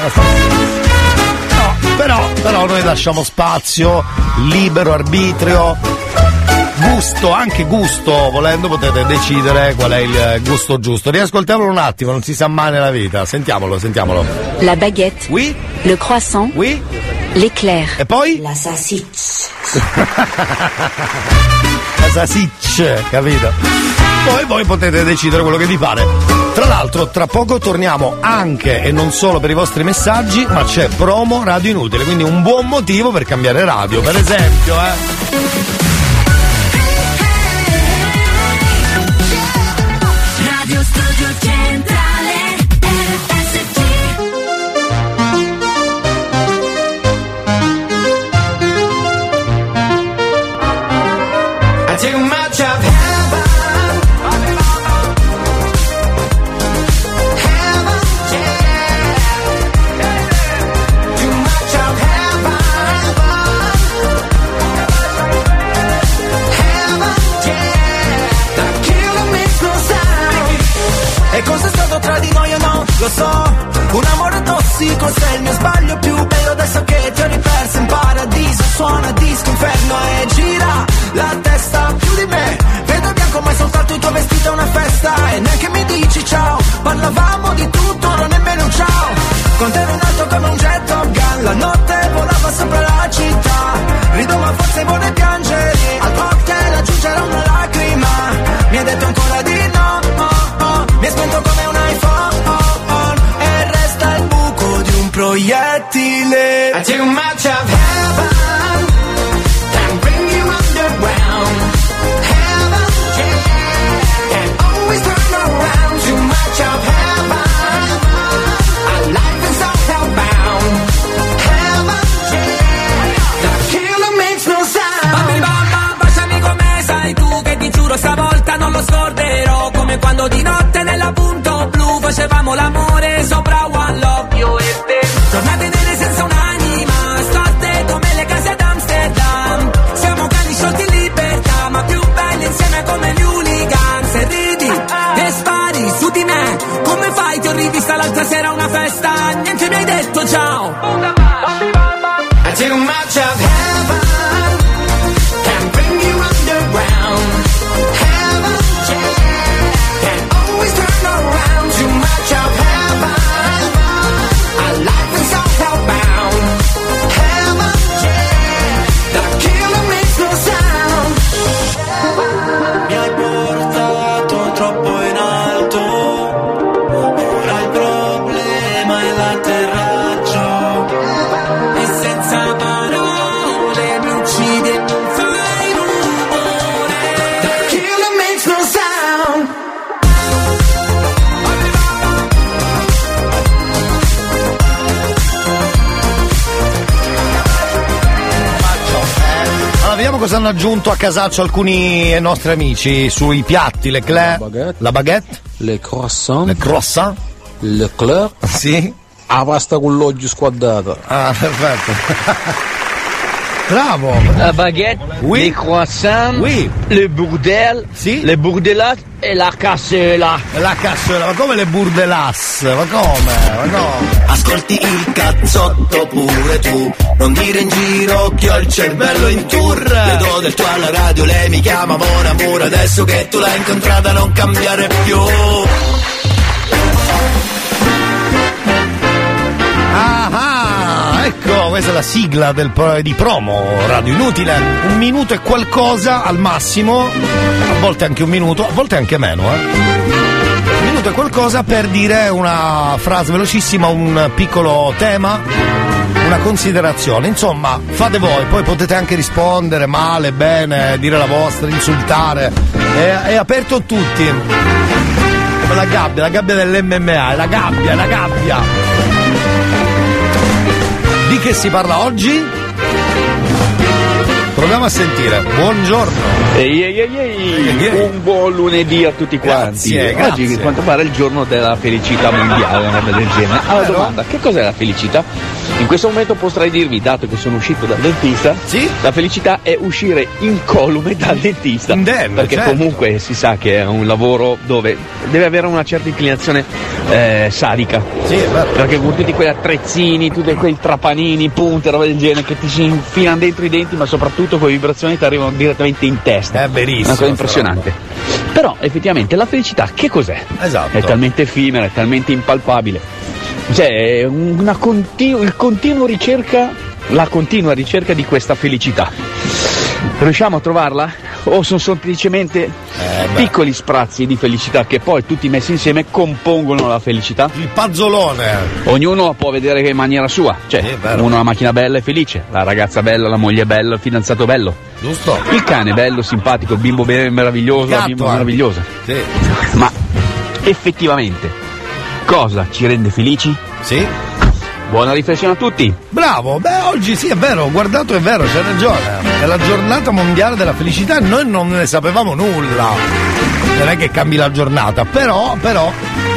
No, però, però noi lasciamo spazio, libero arbitrio, gusto, anche gusto, volendo potete decidere qual è il gusto giusto. Riascoltiamolo un attimo, non si sa mai nella vita. Sentiamolo, sentiamolo. La baguette. Oui. Le croissant. Oui. L'éclair. E poi? La salsiccia. La salsiccia, capito? Poi voi potete decidere quello che vi pare. Tra l'altro, tra poco torniamo anche e non solo per i vostri messaggi, ma c'è promo Radio Inutile, quindi un buon motivo per cambiare radio, per esempio, eh. Radio Studio Centrale R S C. I take much of heaven, heaven, yeah. Too much of heaven, heaven, yeah. The killer makes no sound. E cosa è stato tra di noi o no? Lo so, un amore tossico, sei il mio sbaglio più bello. Adesso che ti ho riperso in paradiso, suona disco inferno e gira la testa più di me. Vedo bianco ma è soltanto il tuo vestito è una festa. E neanche mi dici ciao, parlavamo di tutto, non nemmeno un ciao. Con te ero in alto come un jet Top Gun, la notte volava sopra la città. Rido ma forse vorrei piangere, al cocktail aggiungerò una lacrima. Mi hai detto ancora di no, oh, oh. Mi hai spento come un iPhone, oh, oh. E resta il buco di un proiettile. I take much of heaven and bring you underground. Heaven, yeah. And always turn around. Too much of heaven. Our life is all hellbound. Heaven, yeah. The killer makes no sound. Bambi bamba, baciami come sai tu, che ti giuro stavolta non lo scorderò. Come quando di notte nella punto blu facevamo l'amore sopra One Love, io e te. Tornate nere senza un'anima, storte come le case ad Amsterdam. Siamo cani sciolti in libertà, ma più belli insieme come gli hooligans. E ridi e spari su di me, come fai? Ti ho rivista l'altra sera a una festa, niente mi hai detto ciao. I take much of heaven and bring you underground. Heaven, yeah. And always turn around. Too much of heaven. cosa hanno aggiunto a casaccio alcuni nostri amici sui piatti, le clé, la baguette, la baguette, le croissant, le croissant, le clair, sì, la pasta con l'olio squadrata. Ah, perfetto. Bravo. La baguette, oui. Les croissants, oui. Le bourdel, sì. Le bourdelas e la cassola. La cassola, ma come le burdelas? Ma come? Ma come? Ascolti il cazzotto pure tu, non dire in giro che ho il cervello in tour. Le do del tuo alla radio, lei mi chiama Mon Amour, adesso che tu l'hai incontrata non cambiare più. Ah, ecco, questa è la sigla del, di promo Radio Inutile. Un minuto e qualcosa al massimo, a volte anche un minuto, a volte anche meno, eh. Un minuto e qualcosa per dire una frase velocissima, un piccolo tema, una considerazione. Insomma, fate voi, poi potete anche rispondere male, bene, dire la vostra, insultare. È, è aperto a tutti. Come la gabbia, la gabbia dell'emme emme a, è la gabbia, è la gabbia. Di che si parla oggi? Proviamo a sentire. Buongiorno. Ehi ehi ehi ehi, un buon lunedì a tutti quanti. Grazie, grazie. Oggi, a quanto pare, è il giorno della felicità mondiale, una roba del genere. Allora, domanda, che cos'è la felicità? In questo momento potrei dirvi, dato che sono uscito dal dentista, sì? La felicità è uscire incolume dal dentista. Indenne, perché certo. Comunque si sa che è un lavoro dove deve avere una certa inclinazione eh, sadica. Sì, è vero. Perché con tutti quegli attrezzini, tutti quei trapanini, punte, roba del genere che ti si infilano dentro i denti, ma soprattutto quelle vibrazioni ti arrivano direttamente in testa. È verissimo. Una cosa impressionante. Però effettivamente la felicità che cos'è? Esatto. È talmente effimera, è talmente impalpabile. Cioè, è una continu- il continuo ricerca, la continua ricerca di questa felicità. Riusciamo a trovarla? O sono semplicemente eh piccoli sprazzi di felicità che poi tutti messi insieme compongono la felicità? Il pazzolone. Ognuno può vedere che in maniera sua. Cioè, sì, uno ha la macchina bella e felice, la ragazza bella, la moglie bella, il fidanzato bello. Giusto. Il cane bello, simpatico, il bimbo meraviglioso, la bimba anche. meravigliosa. Sì. Ma effettivamente cosa ci rende felici? Sì. Buona riflessione a tutti. Bravo, beh oggi sì è vero, ho guardato, è vero, c'è ragione. È la giornata mondiale della felicità e noi non ne sapevamo nulla. Non è che cambi la giornata, però, però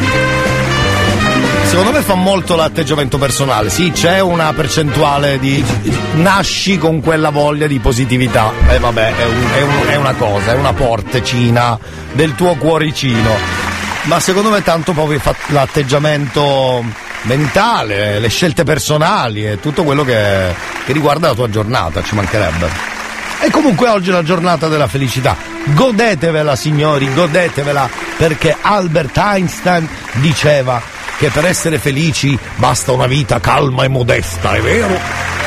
secondo me fa molto l'atteggiamento personale. Sì, c'è una percentuale di nasci con quella voglia di positività. E eh, vabbè, è, un, è, un, è una cosa, è una portecina del tuo cuoricino. Ma secondo me tanto proprio fa l'atteggiamento mentale, le scelte personali e tutto quello che, che riguarda la tua giornata, ci mancherebbe. E comunque oggi è la giornata della felicità. Godetevela, signori, godetevela, perché Albert Einstein diceva che per essere felici basta una vita calma e modesta, è vero?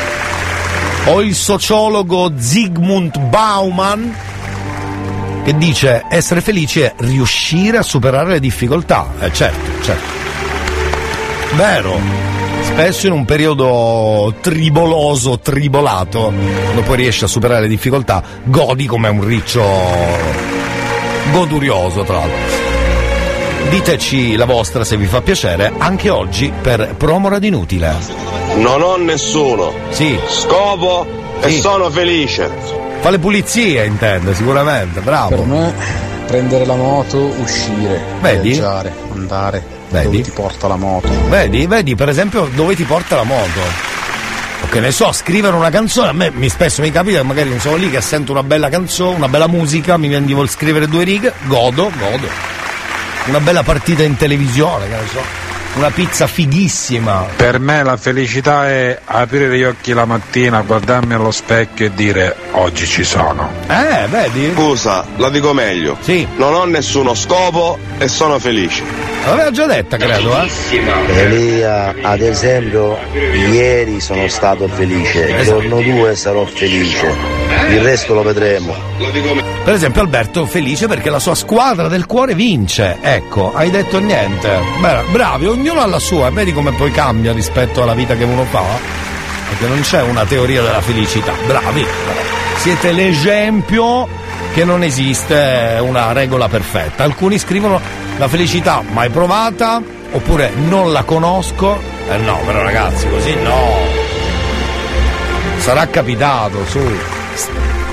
O il sociologo Zygmunt Bauman che dice essere felici è riuscire a superare le difficoltà. Eh certo, certo. Vero. Spesso in un periodo triboloso, tribolato, quando poi riesci a superare le difficoltà, godi come un riccio godurioso, tra l'altro. Diteci la vostra se vi fa piacere, anche oggi per promo Radio Inutile. Non ho nessuno. Sì. Scopo sì. E sono felice. Fa le pulizie, intende, sicuramente, bravo. Per me prendere la moto, uscire, vedi? Viaggiare, andare, vedi? Dove ti porta la moto. Vedi, vedi, per esempio dove ti porta la moto. O che ne so, scrivere una canzone, a me mi spesso mi capita che magari non sono lì che sento una bella canzone, una bella musica, mi viene di voler scrivere due righe, godo, godo. Una bella partita in televisione, che ne so. Una pizza fighissima. Per me la felicità è aprire gli occhi la mattina, guardarmi allo specchio e dire oggi ci sono. Eh, vedi? Scusa, la dico meglio. Sì. Non ho nessuno scopo e sono felice. L'aveva già detta, credo, eh? Elia, ad esempio, ieri sono stato felice, il giorno due sarò felice, il resto lo vedremo. Per esempio Alberto felice perché la sua squadra del cuore vince. Ecco, hai detto niente. Beh, bravi, ognuno ha la sua, vedi come poi cambia rispetto alla vita che uno fa? Perché non c'è una teoria della felicità. Bravi, siete l'esempio che non esiste una regola perfetta. Alcuni scrivono la felicità mai provata, oppure non la conosco. Eh no, però ragazzi, così no. Sarà capitato, su.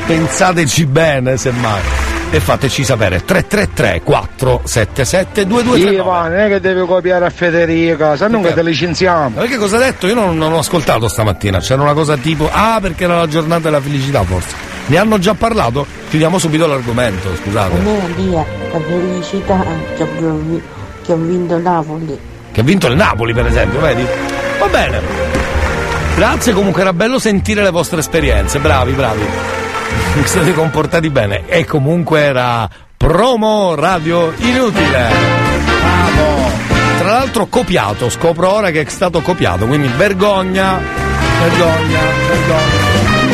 pensateci bene semmai e fateci sapere. Tre tre tre quattro sette sette due due tre nove. Sì, ma non è che devi copiare a Federica, se non che te licenziamo. Ma perché cosa ha detto? Io non, non ho ascoltato stamattina, c'era una cosa tipo ah, perché era la giornata della felicità forse. Ne hanno già parlato? Chiudiamo subito l'argomento, scusate. A me dia la felicità che ho, che ho vinto Napoli. Che ha vinto il Napoli, per esempio, vedi? Va bene. Grazie, comunque era bello sentire le vostre esperienze, bravi, bravi. Vi siete comportati bene. E comunque era promo radio inutile. Bravo. Tra l'altro copiato, scopro ora che è stato copiato, quindi vergogna, vergogna, vergogna.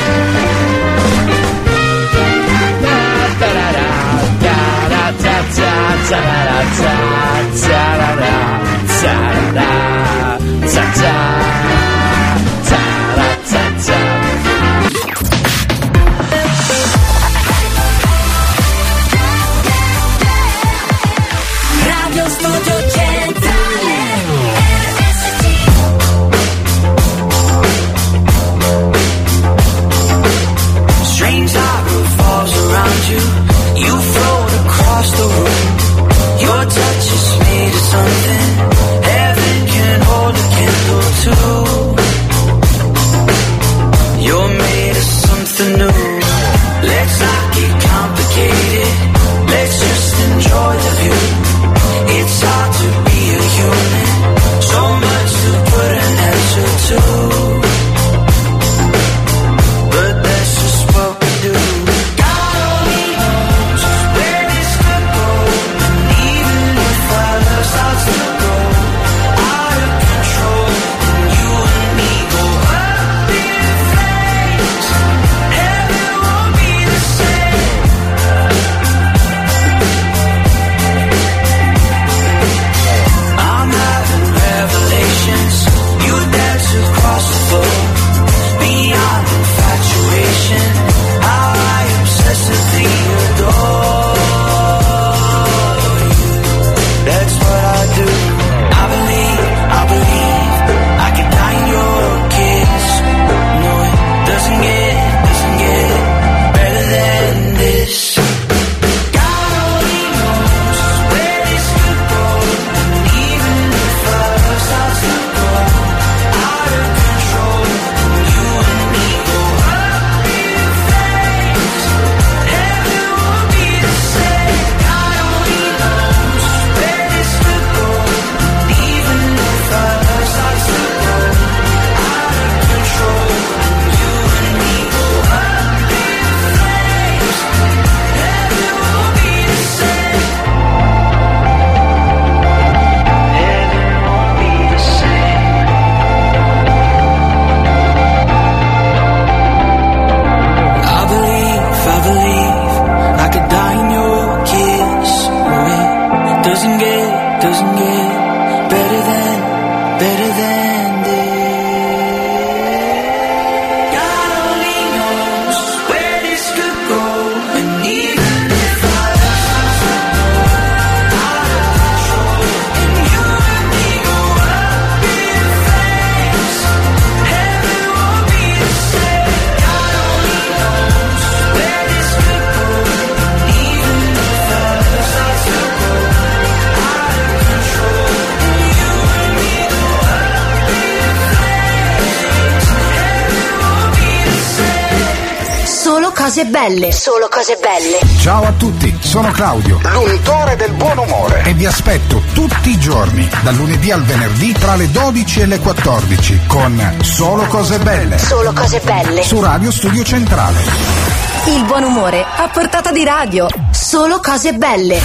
Radio Studio Centrale Strange lava falls around you. You float across the room. Your touch is made of something heaven can hold a candle to. You're made of something new. Let's not get complicated. Let's just enjoy the view. It's hard to be a human. So much to put an answer to. But that's just what we do. God only knows where this could go. And even if our love starts to go out of control, and you and me go up in flames, heaven won't be the same. I'm having revelations. You dance across the floor. Beyond infatuation, how I obsessively adore you. That's what I do. I believe, I believe I can die in your kiss. No, it doesn't get, doesn't get better than this. God only knows where this could go. And even if our love starts to go out of control, and you and me go up in flames, heaven won't be the same. God only knows where this could go. And even if our love starts to go out of control, and you and me go up in flames, heaven won't be the same. Heaven won't be the same. I believe, I believe I could die in your kiss. Oh, it doesn't get, doesn't get better than, better than this. God only knows where this could go. And even if I love starts to go out of control, and you and me go up in flames, heaven won't be the same. God only knows where this could go. And even if our love starts to go out of control, and you and me go up in flames, heaven won't be the same. Solo cose belle, solo cose belle. Ciao a tutti, sono Claudio, l'untore del buon umore, e vi aspetto tutti i giorni, dal lunedì al venerdì tra le dodici e le quattordici, con Solo cose belle, Solo cose belle. su Radio Studio Centrale. Il buon umore a portata di radio. Solo cose belle.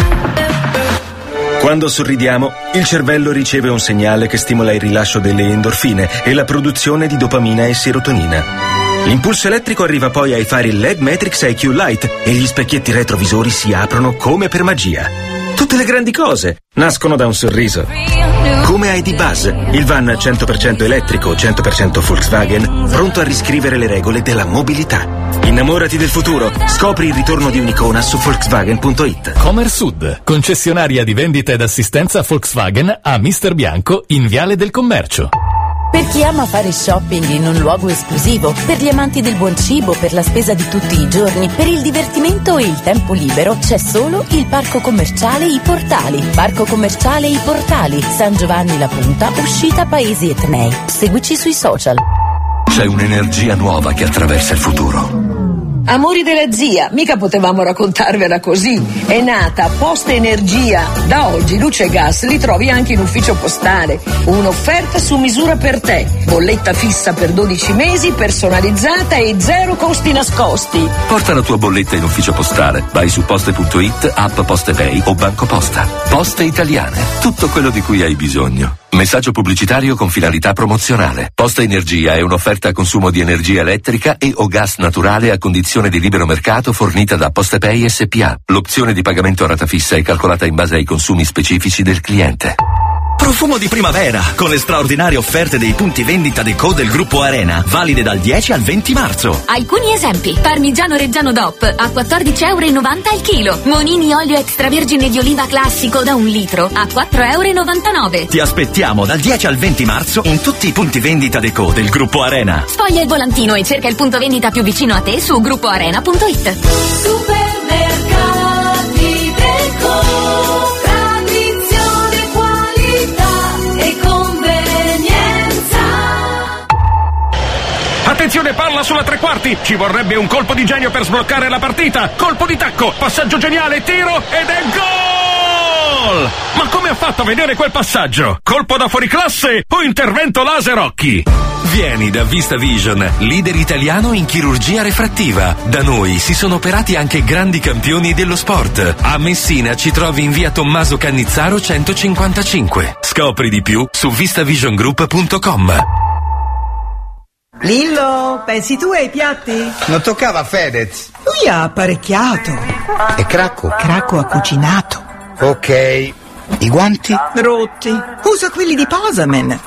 Quando sorridiamo, il cervello riceve un segnale che stimola il rilascio delle endorfine e la produzione di dopamina e serotonina. L'impulso elettrico arriva poi ai fari L E D Matrix I Q Lite e gli specchietti retrovisori si aprono come per magia. Tutte le grandi cose nascono da un sorriso. Come I D Buzz, il van cento per cento elettrico, cento per cento Volkswagen, pronto a riscrivere le regole della mobilità. Innamorati del futuro, scopri il ritorno di un'icona su Volkswagen punto it. Comersud, concessionaria di vendita ed assistenza Volkswagen a Mister Bianco in Viale del Commercio. Per chi ama fare shopping in un luogo esclusivo, per gli amanti del buon cibo, per la spesa di tutti i giorni, per il divertimento e il tempo libero, c'è solo il Parco Commerciale I Portali. Parco Commerciale I Portali, San Giovanni La Punta, uscita Paesi Etnei. Seguici sui social. C'è un'energia nuova che attraversa il futuro. Amori della zia, mica potevamo raccontarvela così. È nata Poste Energia. Da oggi luce e gas li trovi anche in ufficio postale. Un'offerta su misura per te. Bolletta fissa per dodici mesi, personalizzata e zero costi nascosti. Porta la tua bolletta in ufficio postale. Vai su poste punto it, app PostePay o Banco Posta. Poste Italiane. Tutto quello di cui hai bisogno. Messaggio pubblicitario con finalità promozionale. Posta Energia è un'offerta a consumo di energia elettrica e o gas naturale a condizione di libero mercato fornita da PostePay S P A. L'opzione di pagamento a rata fissa è calcolata in base ai consumi specifici del cliente. Profumo di primavera, con le straordinarie offerte dei punti vendita Deco del gruppo Arena, valide dal dieci al venti marzo. Alcuni esempi: Parmigiano Reggiano D O P a quattordici virgola novanta euro al chilo, Monini olio extravergine di oliva classico da un litro a quattro virgola novantanove euro. Ti aspettiamo dal dieci al venti marzo in tutti i punti vendita Deco del gruppo Arena. Sfoglia il volantino e cerca il punto vendita più vicino a te su gruppo arena punto it. Supermercati Deco. Attenzione, palla sulla tre quarti, ci vorrebbe un colpo di genio per sbloccare la partita. Colpo di tacco, passaggio geniale, tiro ed è gol! Ma come ha fatto a vedere quel passaggio? Colpo da fuoriclasse o intervento laser occhi? Vieni da Vista Vision, leader italiano in chirurgia refrattiva. Da noi si sono operati anche grandi campioni dello sport. A Messina ci trovi in via Tommaso Cannizzaro centocinquantacinque. Scopri di più su vistavision group punto com. Lillo, pensi tu ai piatti? Non toccava Fedez. Lui ha apparecchiato. E Cracco? Cracco ha cucinato. Ok. I guanti? Rotti. Usa quelli di Posamen.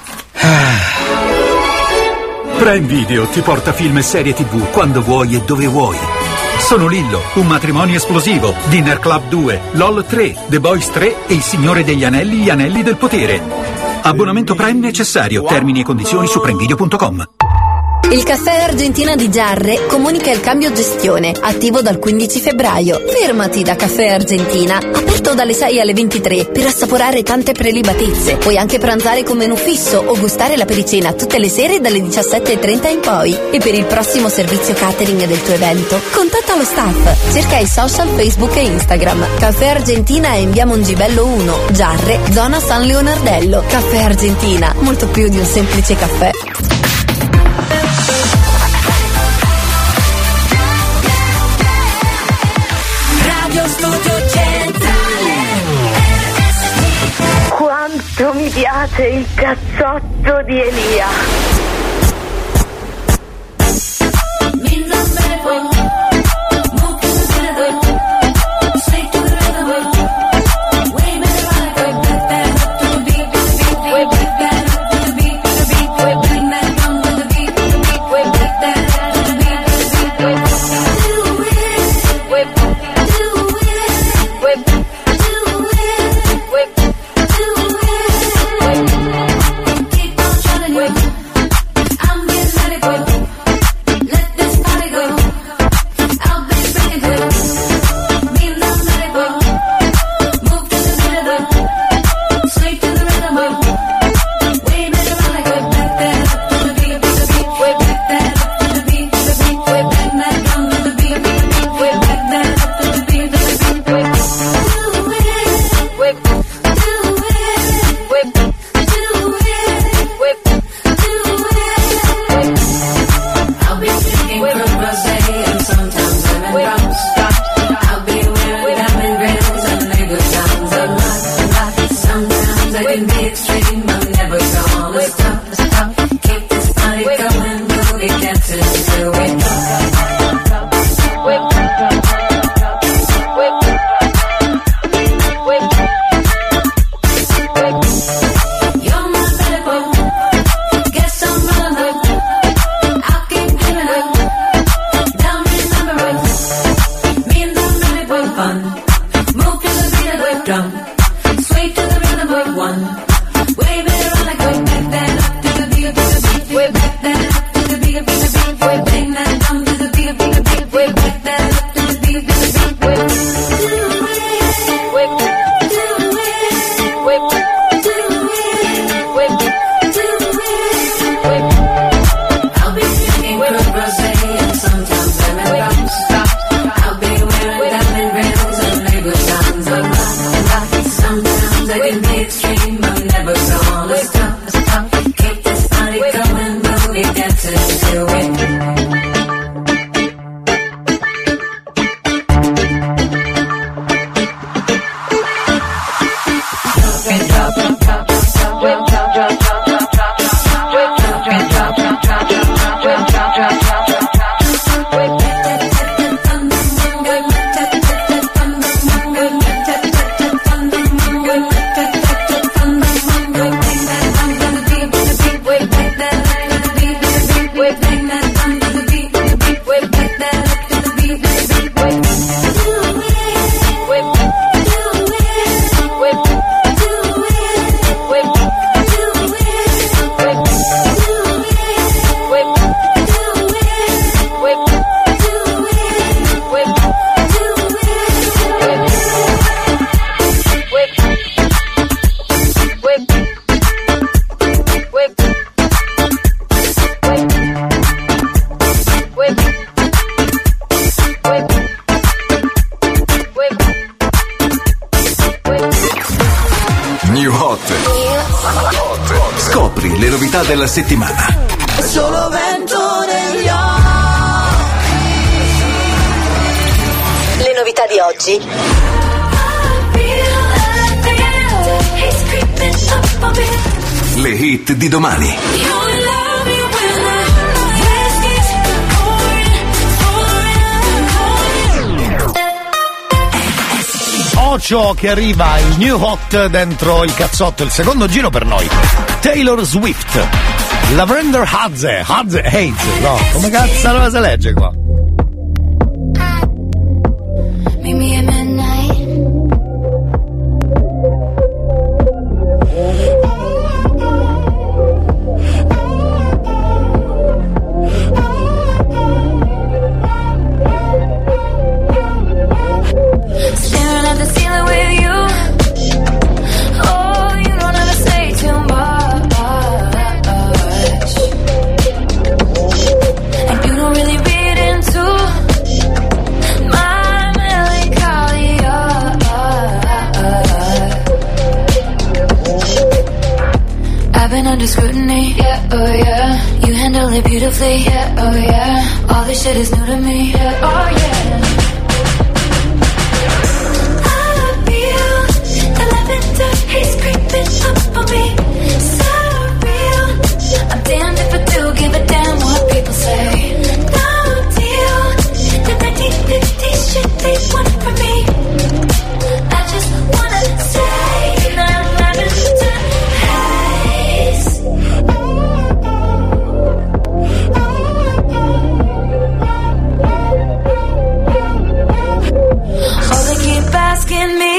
Prime Video ti porta film e serie tivù quando vuoi e dove vuoi. Sono Lillo, Un matrimonio esplosivo, Dinner Club due, LOL tre, The Boys tre e Il Signore degli Anelli, Gli Anelli del Potere. Abbonamento Prime necessario. Termini e condizioni su prime video punto com. Il caffè Argentina di Giarre comunica il cambio gestione, attivo dal quindici febbraio. Fermati da Caffè Argentina, aperto dalle sei alle ventitré per assaporare tante prelibatezze. Puoi anche pranzare con menù fisso o gustare la pericena tutte le sere dalle diciassette e trenta in poi. E per il prossimo servizio catering del tuo evento, contatta lo staff. Cerca i social Facebook e Instagram. Caffè Argentina è in via Mongibello uno, Giarre, zona San Leonardello. Caffè Argentina, molto più di un semplice caffè. Studio Centrale. Quanto mi piace il cazzotto di Elia. Sway to the rhythm of one. Wave it around like a back that up to the beat. Scopri le novità della settimana. Solo vento negli occhi. Le novità di oggi. Le hit di domani. Ocio che arriva il new hot dentro il cazzotto, il secondo giro per noi. Taylor Swift. Lavender Haze. Haze Haze. No, come cazzo si legge qua? Meet me at midnight. Staring at the ceiling with you. Oh, you don't ever say too much. And you don't really read into my melancholia. I've been under scrutiny, yeah, oh yeah. You handle it beautifully, yeah, oh yeah. All this shit is new to me, yeah, oh yeah. He's creeping up on me, so real. I'm damned if I do give a damn what people say. No deal, the nineteen fifties shit they want from me. I just wanna say that I'm having to haze. Oh, they keep asking me.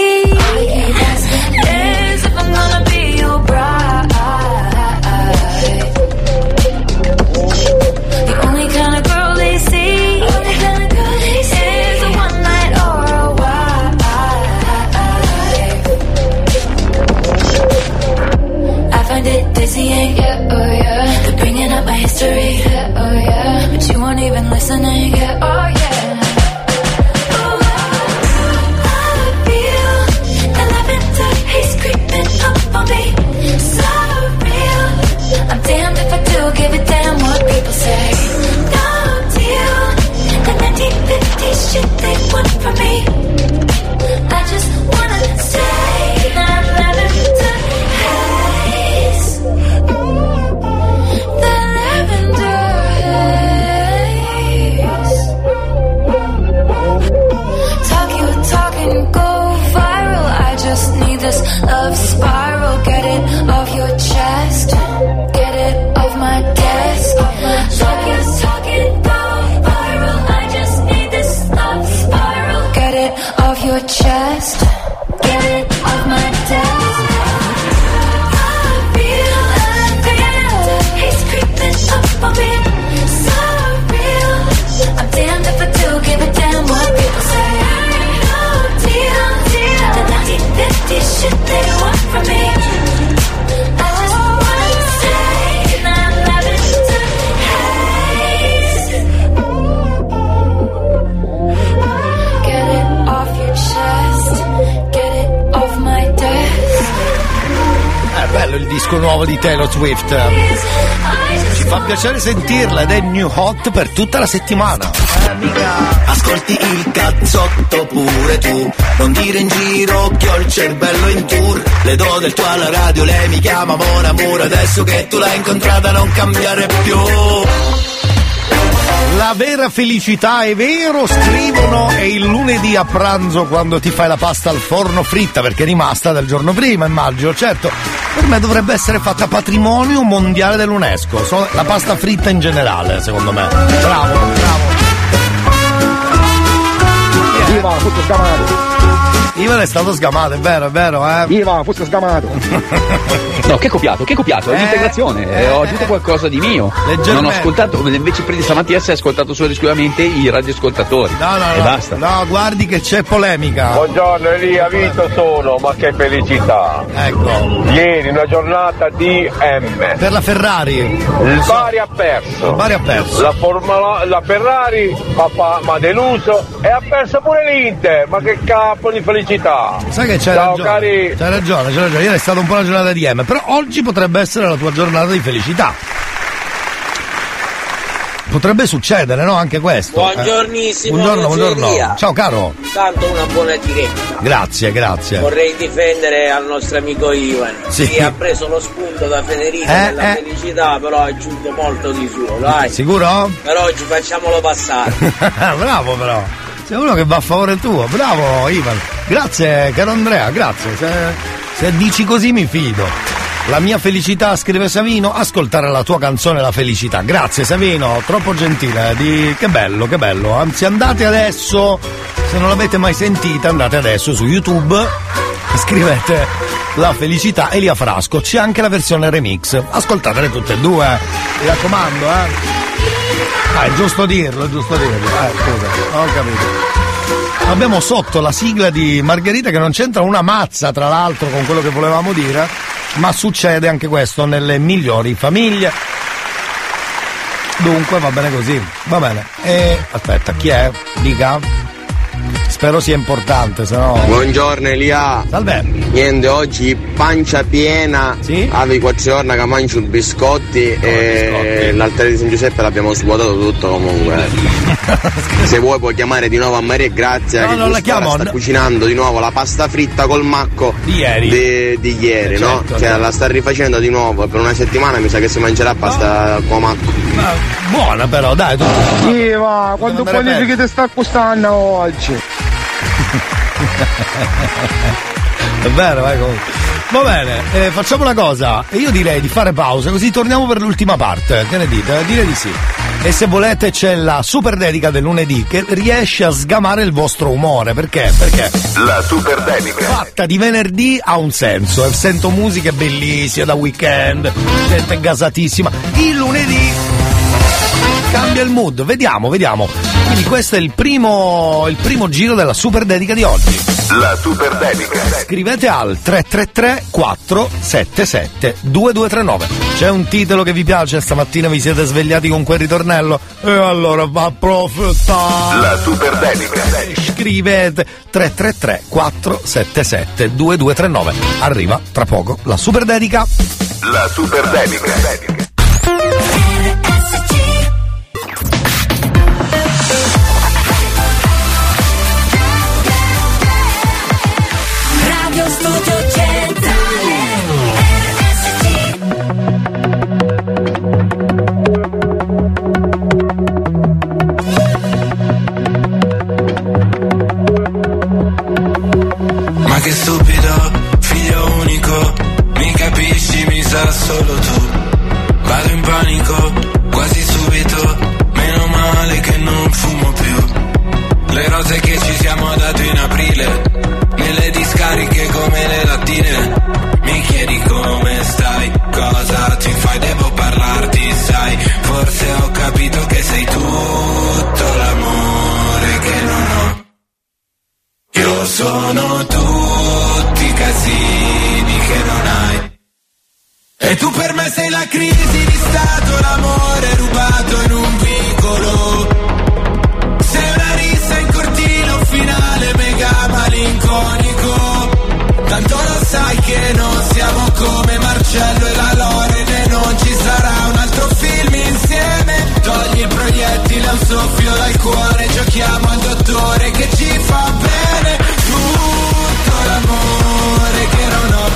Dizzying, yeah, oh yeah. They're bringing up my history, yeah, oh yeah. But you weren't even listening, yeah, oh yeah. Oh, I feel the lavender haze creeping up on me, so real. I'm damned if I do give a damn what people say. No deal, the nineteen fifties shit they want from me. I just wanna say that lavender haze. The lavender haze. Talk you talk and go viral. I just need this love spiral. Get it off your chest. Get it off my desk. Talk you talk and go viral. I just need this love spiral. Get it off your chest. Get it off my desk. Up on me, so real. I'm damned if I do give a damn what people say. No deal, deal. The nineteen fifties shit they want from me. I just wanna say that lavender haze. Get it off your chest. Get it off my desk. È bello il disco nuovo di Taylor Swift. Ci fa piacere sentirla ed è new hot per tutta la settimana. Eh, amica. Ascolti il cazzotto pure tu. Non dire in giro che ho il cervello in tour. Le do del tuo alla radio, lei mi chiama Mon Amour. Adesso che tu l'hai incontrata non cambiare più. La vera felicità è vero, scrivono, è il lunedì a pranzo quando ti fai la pasta al forno fritta perché è rimasta dal giorno prima, immagino. Certo, per me dovrebbe essere fatta patrimonio mondiale dell'UNESCO, so, la pasta fritta in generale, secondo me. Bravo, bravo. Viva, tutto sgamato. Ivan è stato sgamato, è vero, è vero, eh. Ivan, fosse sgamato. No, che copiato, che copiato, è Eh, un'integrazione, eh, ho aggiunto qualcosa di mio. Leggermente. Non ho ascoltato, invece prendi stamattina hai ascoltato solo esclusivamente i radioascoltatori. No, no, e no. basta. No, guardi che c'è polemica. Buongiorno Elia, vinto sono, ma che felicità. Ecco. Ieri una giornata di M. Per la Ferrari. Il Bari ha perso. Il Bari ha perso. La, Formula, la Ferrari mi ha deluso e ha perso pure l'Inter. Ma che capo di felicità felicità. Sai che c'hai Ciao, ragione. cari. C'hai ragione, c'hai ragione. Ieri è stata un po' una giornata di M, però oggi potrebbe essere la tua giornata di felicità. Potrebbe succedere, no? Anche questo. Buongiornissimo, Eh. Buongiorno, buongiorno. Rosseria. Ciao caro. Tanto una buona diretta. Grazie, grazie. Vorrei difendere al nostro amico Ivan, Sì. che ha preso lo spunto da Federico Eh, nella eh. felicità, però ha aggiunto molto di suo, dai. Sicuro? Per oggi facciamolo passare. Bravo però. Sei uno che va a favore tuo. Bravo Ivan. Grazie caro Andrea, grazie. Se, se dici così mi fido. La mia felicità, scrive Savino, ascoltare la tua canzone La Felicità. Grazie Savino, troppo gentile. Di... Che bello, che bello. Anzi andate adesso, se non l'avete mai sentita, andate adesso su YouTube e scrivete La Felicità Elia Frasco. C'è anche la versione remix. Ascoltatele tutte e due, mi raccomando, eh. Ah, è giusto dirlo, è giusto dirlo. Eh, scusa, ho capito. Abbiamo sotto la sigla di Margherita che non c'entra una mazza, tra l'altro, con quello che volevamo dire. Ma succede anche questo nelle migliori famiglie. Dunque va bene così, va bene. E aspetta, chi è? Dica. Spero sia importante, se no. Buongiorno Elia. Salve. Niente, oggi pancia piena. Sì? Avevi quattro giorni che mangio biscotti No, e biscotti. l'altare di San Giuseppe l'abbiamo svuotato tutto comunque. Se vuoi puoi chiamare di nuovo a Maria e Grazia No, che non la quest'ora chiamo, sta no. cucinando di nuovo la pasta fritta col macco Di ieri. di, di ieri, Eh, no? certo, Cioè certo. la sta rifacendo di nuovo, per una settimana mi sa che si mangerà pasta con macco. Ma buona però, dai, tu. Iva, quando andare qualifichi ti sta accostando oggi? È vero, vai comunque. Va bene, eh, facciamo una cosa. Io direi di fare pausa, così torniamo per l'ultima parte. Che ne dite? Direi di sì. E se volete c'è la super dedica del lunedì che riesce a sgamare il vostro umore. Perché? Perché? La super dedica. Fatta di venerdì ha un senso. E sento musiche bellissime da weekend, gente gasatissima. Il lunedì cambia il mood. Vediamo, vediamo. Quindi questo è il primo, il primo giro della super dedica di oggi. La super dedica. Scrivete al tre tre tre quattro sette sette due due tre nove. C'è un titolo che vi piace? Stamattina vi siete svegliati con quel ritornello? E allora va approfittare. La super dedica. Scrivete tre tre tre quattro sette sette due due tre nove. Arriva tra poco la super dedica. La super dedica. Radio Studio Centrale R S C. Ma che stupido, figlio unico, mi capisci, mi sa solo tu. Vado in panico, quasi subito, meno male che non fumo più. Le rose che ci siamo date in aprile, nelle discariche come le lattine. Mi chiedi come stai, cosa ti fai, devo parlarti, sai. Forse ho capito che sei tutto l'amore che non ho. Io sono tutti i casini che non hai. E tu per me sei la crisi di stato, l'amore rubato in un vicolo. Sei una rissa in cortile, un finale mega malinconico. Tanto lo sai che non siamo come Marcello e la Loren e non ci sarà un altro film insieme. Togli il proiettile a un soffio dal cuore, giochiamo al dottore che ci fa bene. Tutto l'amore che non ho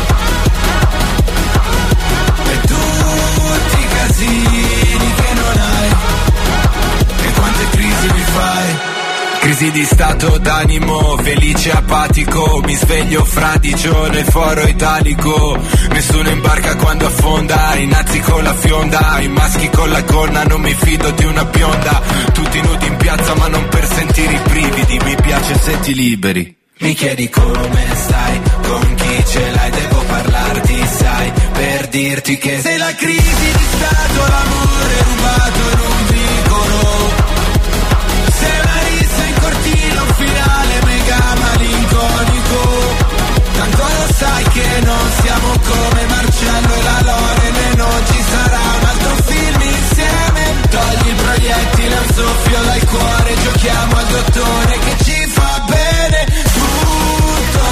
e tutti i casini che non hai. E quante crisi mi fai? Crisi di stato d'animo, felice apatico. Mi sveglio fra di giorno e foro italico. Nessuno imbarca quando affonda, i nazi con la fionda, i maschi con la gonna, non mi fido di una bionda. Tutti nudi in piazza ma non per sentire i brividi, mi piace se ti liberi. Mi chiedi come stai, con chi ce l'hai, devo parlarti, sai, per dirti che sei la crisi di stato, l'amore rubato in un vicolo. Sei una rissa in cortile, un finale mega malinconico. Tanto lo sai che non siamo come Marcello e la Loren e non ci sarà un altro film insieme. Togli il proiettile a un soffio dal cuore, giochiamo al dottore che ci fa bene. Tutto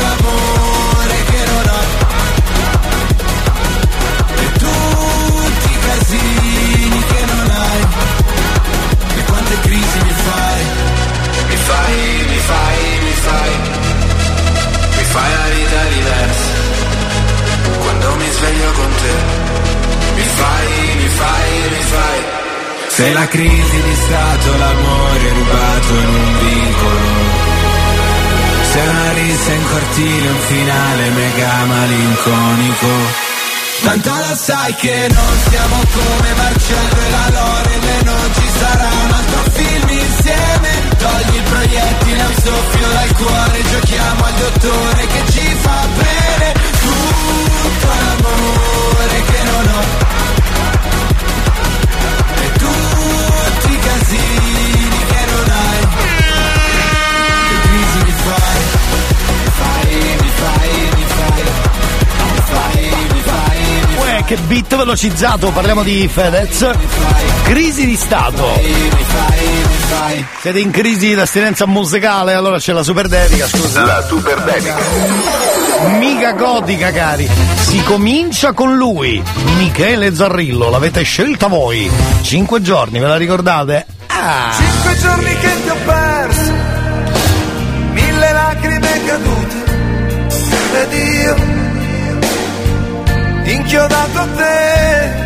Se la crisi di stato, l'amore rubato in un vincolo, se una rissa in cortile, un finale mega malinconico. Tanto lo sai che non siamo come Marcello e la Loren e non ci sarà un altro film insieme. Togli il proiettile, un soffio dal cuore, giochiamo al dottore che ci fa bene. Tutto l'amore che non ho e tutti i casini che non hai. Che crisi mi fai, mi fai, mi fai, mi fai, mi fai, mi fai. Uè, che beat velocizzato, parliamo di Fedez. Crisi di stato. Siete in crisi di astinenza musicale, allora c'è la super dedica, scusa. La super dedica. Mica gotica, cari. Si comincia con lui, Michele Zarrillo, l'avete scelta voi. Cinque giorni, ve la ricordate? Ah. Cinque giorni che ti ho perso, mille lacrime cadute, ed io inchiodato a te.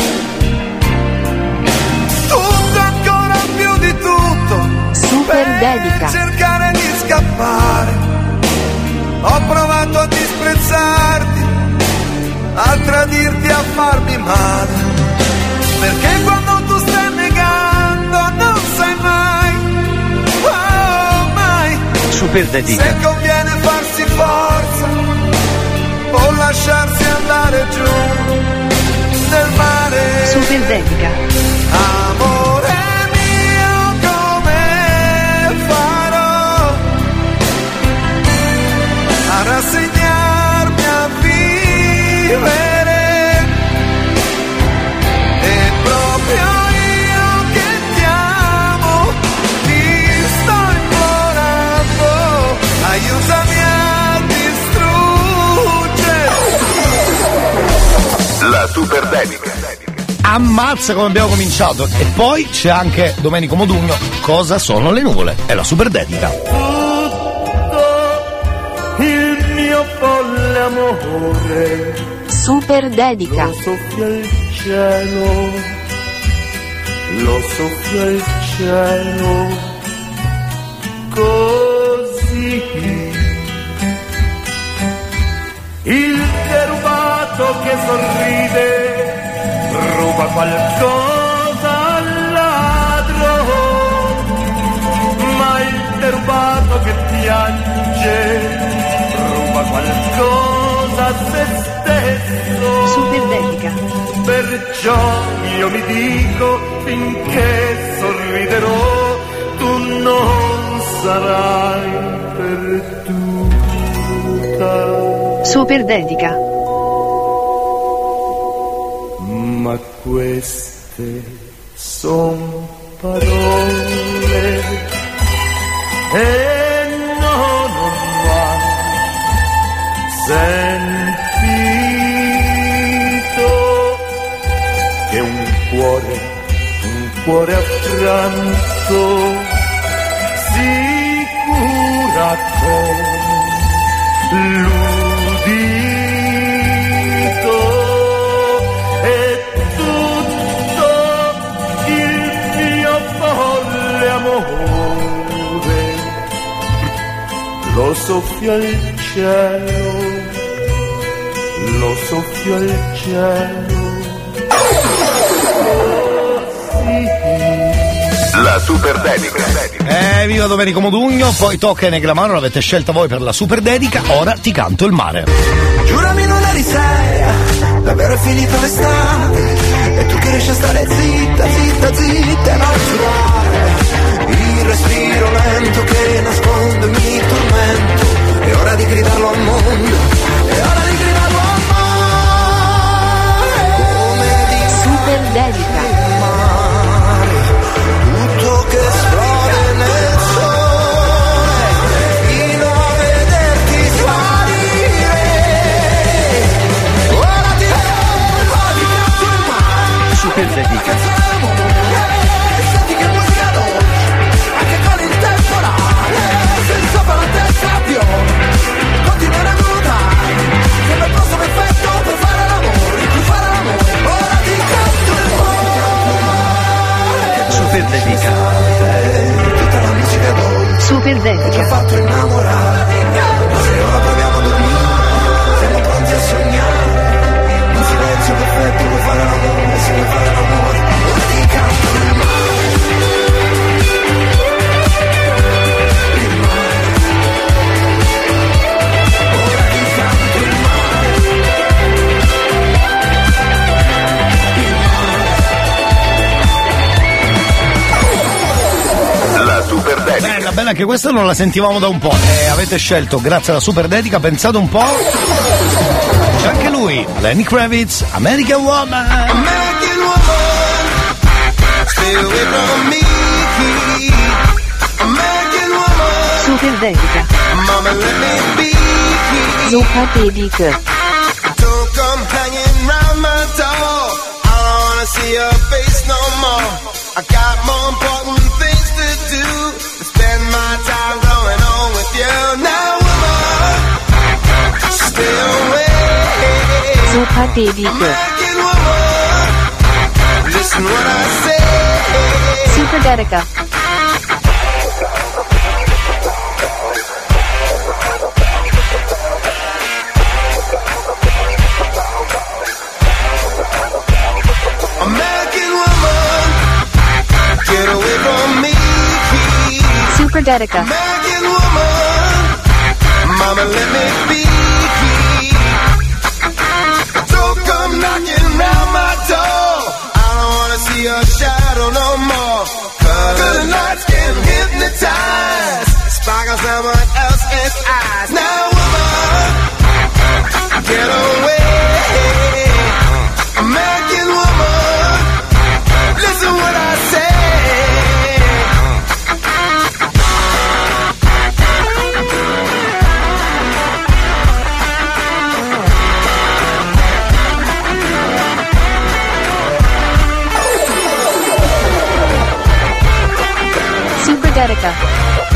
Tutto ancora più di tutto, super dedica. Cercare di scappare, ho provato a disprezzarti, a tradirti, a farmi male, perché quando tu stai negando non sai mai, oh mai, super dedica. se conviene farsi forza o lasciarsi andare giù nel mare. Super dedica. Amore mio, come farò a rassegnarmi a vivere? E proprio io che ti amo, ti sto implorando, aiutami a distruggere. La super dedica. Ammazza come abbiamo cominciato. E poi c'è anche Domenico Modugno, cosa sono le nuvole? È la super dedica. Il mio folle amore, super dedica. lo soffia il cielo, lo soffia il cielo, così. Il derubato che sorride ruba qualcosa al ladro, ma il derubato che piange ruba qualcosa a se stesso. Super dedica. Perciò io mi dico, finché sorriderò, tu non sarai perduta. Super dedica. Ma queste son parole e non ho mai sentito che un cuore, un cuore affranto si cura con l'udito. E tutto il mio folle amore lo soffia il cielo, lo soffia il cielo. La super dedica. Eh, viva Domenico Modugno, poi tocca ai Negramaro, l'avete scelta voi per la super dedica, ora ti canto il mare. Giurami non eri seria, davvero è finita l'estate, e tu che riesci a stare zitta, zitta, zitta e non giurare. Il respiro lento che nasconde mi tormento, è ora di gridarlo al mondo, è ora di gridarlo al mare. Come di super dedica. tutto che esplode nel sole, fino a vederti sparire. Ora ti devo di piatto in mano. Super dedica. Senti che musica dolce, anche con il temporale, senza parole. canto innamorati, ma se ora proviamo a dormire, siamo pronti a sognare, un silenzio perfetto per fare l'amore, se vuoi fare l'amore, ora ti canto il mare. Super dedica. Bella, bella, che questa non la sentivamo da un po'. E avete scelto, grazie alla super dedica, pensate un po'. C'è anche lui, Lenny Kravitz, American Woman. American Woman, stay away from me. American Woman, super dedica. Mama let me be. Super dedica. Don't come hanging round my door. I don't wanna see your face no more. I got more important things to do. Spend my time going on with you. Now, woman, stay away. Super dedica. American woman, listen what I say. Super dedica. American woman, get away from me. Super dedica. American woman, mama let me be. Don't come knocking round my door. I don't wanna see your shadow no more. Cause the lights can hypnotize, sparkle someone else's eyes. Now woman, get away. American woman, listen what I say. Super dedica.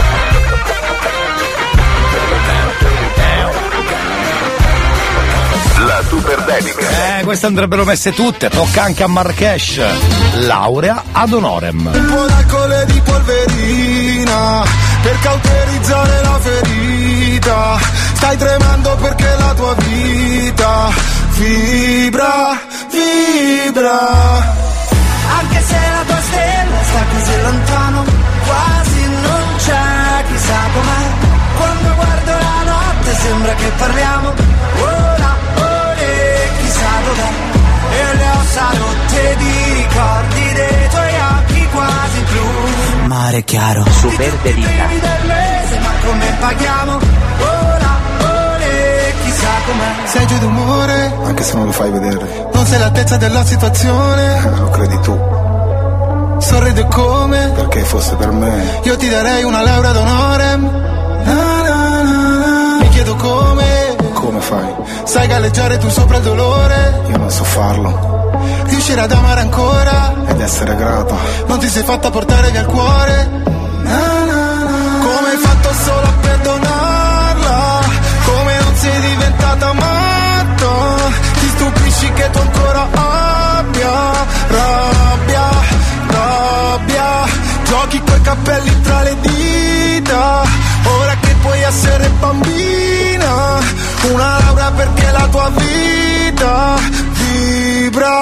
La super dedica. Eh, queste andrebbero messe tutte, tocca anche a Marrakesh. Laurea ad honorem. Un po' d'alcol e di polverina per cauterizzare la ferita. Stai tremando perché la tua vita vibra, vibra. Anche se la tua stella sta così lontano, quasi non c'è, chissà com'è. Quando guardo la notte sembra che parliamo ora, ore, chissà dov'è. E le ossa rotte di ricordi dei tuoi occhi quasi blu. Mare chiaro, super dedica. Del mese, ma come paghiamo ora, ore, chissà com'è. Sei giù d'umore, anche se non lo fai vedere. non sei all'altezza della situazione. Eh, lo credi tu. Sorride come perché fosse per me. Io ti darei una laurea d'onore. Na, na, na, na. Mi chiedo come. Come fai? Sai galleggiare tu sopra il dolore. Io non so farlo. Riuscire ad amare ancora ed essere grato. Non ti sei fatta portare via il cuore. Na, na, na. Come hai fatto solo a perdonarla? Come non sei diventata matto? Ti stupisci che tu ancora abbia rabbia, rabbia. Giochi coi capelli tra le dita. Ora che puoi essere bambina. Una laurea perché la tua vita vibra,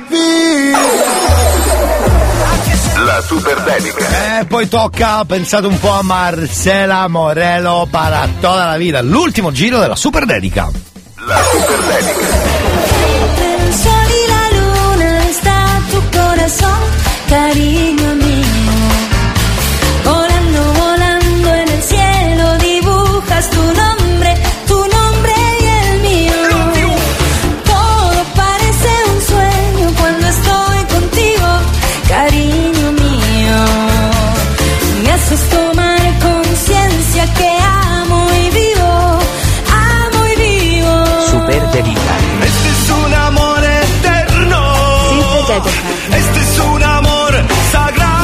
La super dedica. E poi tocca, pensate un po' a Marcela Morelo para toda la vida. L'ultimo giro della super dedica. La super dedica. El sol y la luna está tu corazón, cariño mío. Volando, volando en el cielo, dibujas tu nombre, tu nombre y el mío. Todo parece un sueño cuando estoy contigo, cariño mío. Me haces tomar conciencia que amo y vivo, amo y vivo. Super dedica. Este es un amor eterno. Super dedica. Este es un amor sagrado.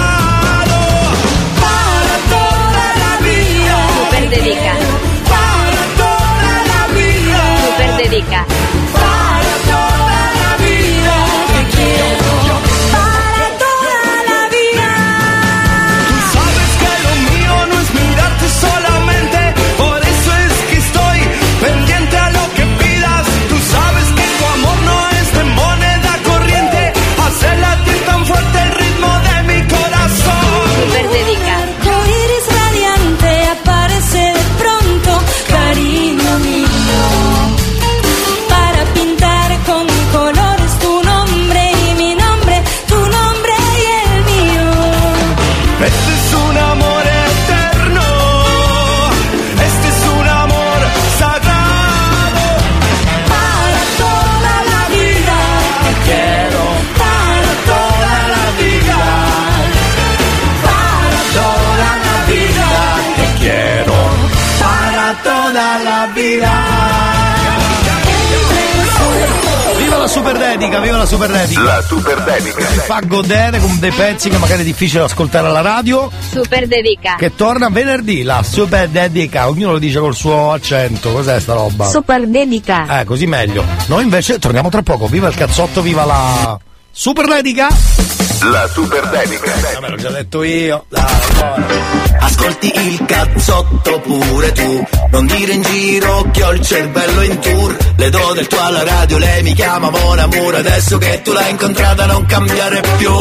tratto dalla vita. Viva la super dedica, viva la super dedica. La super dedica. Che fa godere con dei pezzi che magari è difficile ascoltare alla radio. Super dedica. Che torna venerdì, la super dedica. Ognuno lo dice col suo accento. Cos'è sta roba? Super dedica. Eh, così meglio. Noi invece torniamo tra poco. Viva il cazzotto, viva la super dedica. La super dedica. Vabbè, l'ho già detto io. Dai, ascolti il cazzotto pure tu, non dire in giro che ho il cervello in tour. Le do del tuo alla radio, lei mi chiama Mon Amour. Adesso che tu l'hai incontrata non cambiare più.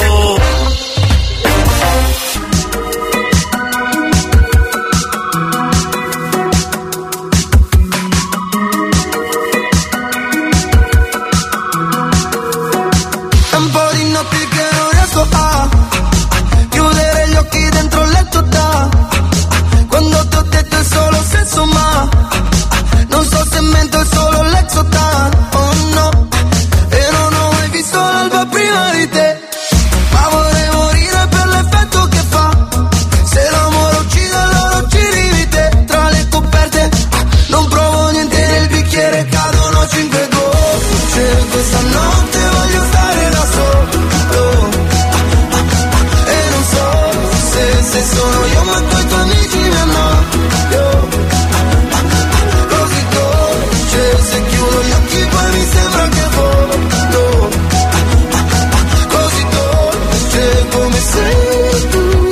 Un po' di notti che non riesco a chiudere gli occhi dentro il letto da quando ti ho detto il solo senso, ma non so se mento, è solo l'exotan. Oh no, e non ho mai visto l'alba prima di te, ma vorrei morire per l'effetto che fa. Se l'amore uccide allora ci rivite tra le coperte. Non provo niente nel bicchiere, cadono cinque gocce. Questa notte voglio stare da solo e non so se, se sono io ma coi tuoi amici mi annoio. Così dolce, se chiudo gli occhi poi mi sembra che volo. Così dolce come sei tu.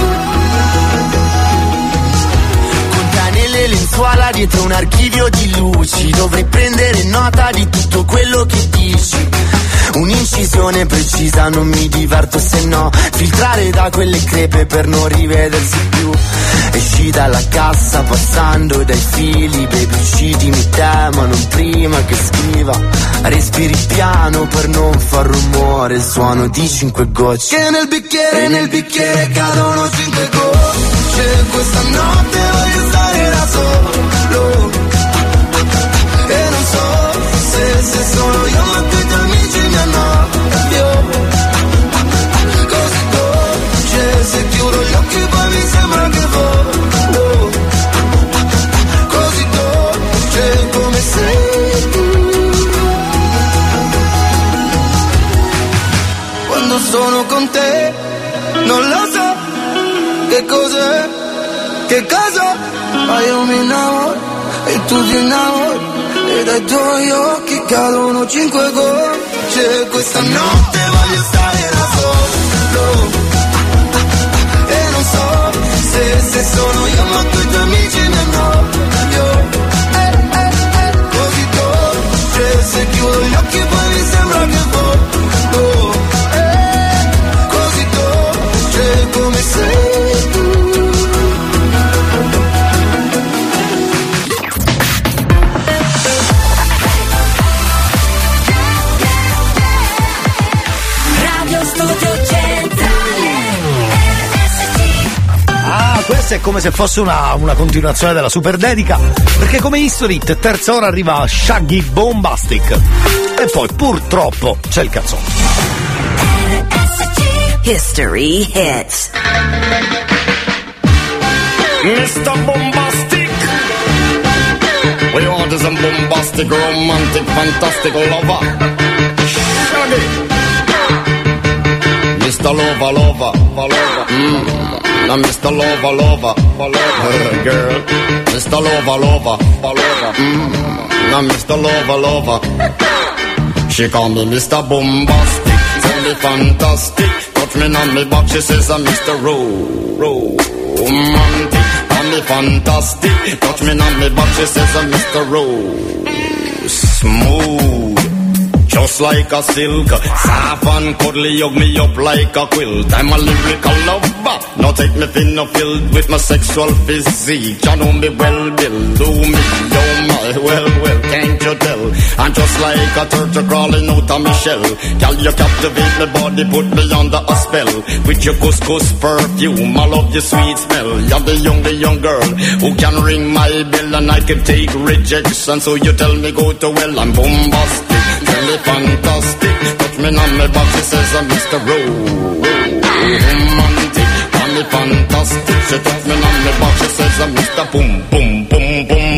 Conta nelle lenzuola dietro un archivio di luci, dovrei prendere nota di tutto quello che dici. Un'incisione precisa, non mi diverto se no. Filtrare da quelle crepe per non rivedersi più. Esci dalla cassa passando dai fili. Baby uccidimi te ma non prima che scriva. Respiri piano per non far rumore. Il suono di cinque gocce che nel bicchiere, nel bicchiere cadono cinque gocce. Questa notte voglio stare da solo e non so se, se sono io ma tu i tuoi amici mi annoio. Così dolce, se chiudo gli occhi poi mi sembra che volo. Così dolce come sei tu. Quando sono con te non lo so che cos'è, che cosa, ma io mi innamoro e tu ti innamori. E dai tuoi occhi cadono cinque gocce. Questa notte voglio stare da solo e non so se, se sono io ma tu i tuoi amici mi annoio. Eh, eh, eh. Così dolce, se chiudo gli occhi poi mi sembra che volo. Eh, così dolce come sei tu. Questa è come se fosse una, una continuazione della super dedica, perché come History Hit terza ora arriva Shaggy Bombastic e poi purtroppo c'è il cazzotto. History Hits. mister Bombastic, we want is a bombastic, romantic, fantastic lover. Shaggy, mister Lover, Lover, Lover. Mm. Now mister Lover, Lover, Lover, girl. mister Lover, Lover, Lover. Mm. Now mister Lover, Lover. She call me mister Bombastic, tell me fantastic. Touch me on me back, she says I'm mister Ro, Ro, romantic. Call me fantastic, touch me on me back, she says I'm mister Ro, smooth. Just like a silk, soft and cuddly, hug me up like a quilt. I'm a lyrical lover, now take me thin or filled with my sexual physique. You know me well, Bill, do me, oh my, well, well, can't you tell? I'm just like a turtle crawling out of my shell. Girl, you captivate my body, put me under a spell. With your couscous perfume, I love your sweet smell. You're the young, the young girl who can ring my bell and I can take rejection. So you tell me go to well, I'm bombastic. Tell me fantastic, touch me on my back, she says I'm mister Romantic. Call me fantastic, she touch me on my back, she says I'm mister Boom, Boom, Boom, Boom.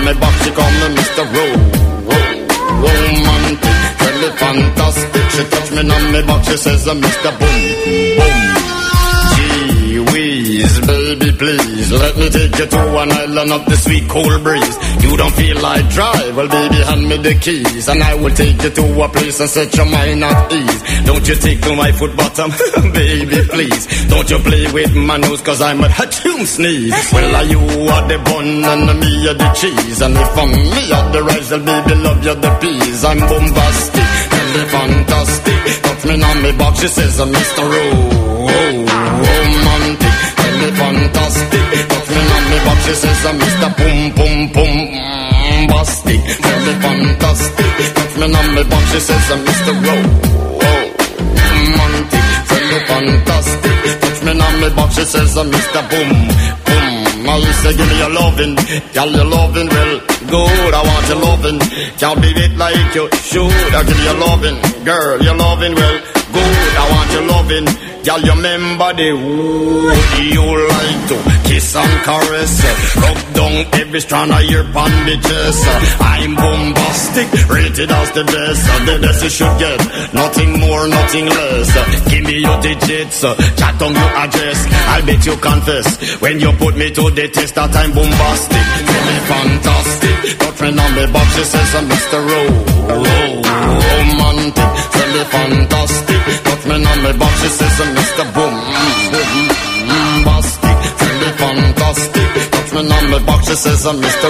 on me back, she call me Mister Ro- Romantic, really fantastic. She touch me on me back, she says I'm Mister Boom, boom. Gee whiz, baby please, let me take you to an island of the sweet cool breeze. You don't feel like drive, well baby hand me the keys, and I will take you to a place and set your mind at ease. Don't you take to my foot bottom, baby please. Don't you play with my nose, cause I'm a hatchoon sneeze. Well are you are the bun and me are the cheese, and if I'm me are the rice, well baby love you the peas. I'm bombastic, really fantastic. Touch me on me box, she says I'm Mister Ro- Romantic, really fantastic. Touch me on me box, she says I'm Mister Boom Boom Boom Bastic, really fantastic. Touch me on me box, she says I'm Mister Ro- Romantic, really fantastic. Touch me on me box, she says I'm Mister Boom Boom. I used to give me your lovin', girl your lovin' well good. I want your lovin', can't beat it like you should. I give you your lovin', girl your lovin' well good. I want your lovin', girl you remember the wood you like to kiss and caress, rub down every strand of your bandages. I'm bombastic, rated as the best, the best you should get, nothing more, nothing less. Give me your digits, chat on your address, I'll bet you confess when you put me to the test that I'm bombastic, really fantastic. Touch me on me box, she says I'm Mister Ro- Romantic, really fantastic. Touch me on me box, she says I'm Mister Boom Bastic, really fantastic. Touch me on me box, she says I'm Mister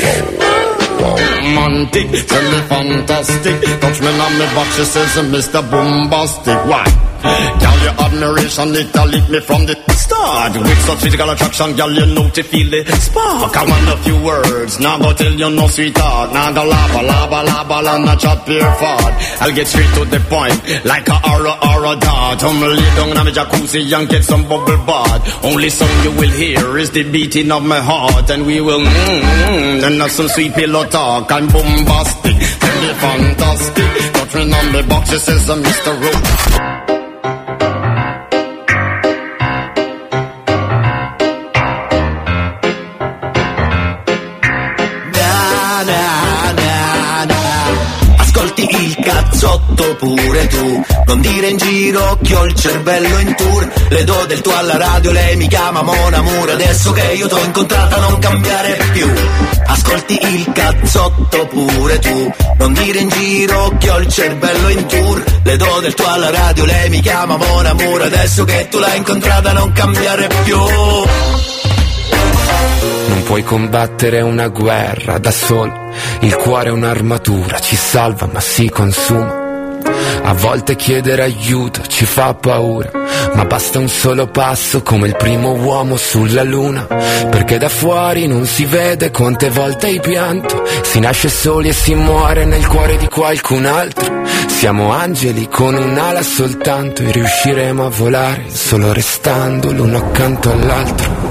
Ro- Romantic, really fantastic. Touch me on me box, she says I'm Mister Bombastic. Why? Girl, your admiration, it a lit me from the start. With such physical attraction, girl, you know to feel the spark. I want a few words, now go tell you no sweetheart. Now go lava, lava, lava, la, not chat pure fart. I'll get straight to the point, like a aura, aura dart. I'm lay down in my jacuzzi and get some bubble bath. Only song you will hear is the beating of my heart. And we will mmm, and have some sweet pillow talk. I'm bombastic, really fantastic. Touch me on the box, she says I'm Mister Ro- Il cazzotto pure tu, non dire in giro che ho il cervello in tour. Le do del tuo alla radio, lei mi chiama Mon Amour. Adesso che io t'ho incontrata non cambiare più. Ascolti il cazzotto pure tu, non dire in giro che ho il cervello in tour. Le do del tuo alla radio, lei mi chiama Mon Amour. Adesso che tu l'hai incontrata non cambiare più. Non puoi combattere una guerra da solo, il cuore è un'armatura, ci salva ma si consuma. A volte chiedere aiuto ci fa paura, ma basta un solo passo come il primo uomo sulla luna. Perché da fuori non si vede quante volte hai pianto, si nasce soli e si muore nel cuore di qualcun altro. Siamo angeli con un'ala soltanto e riusciremo a volare solo restando l'uno accanto all'altro.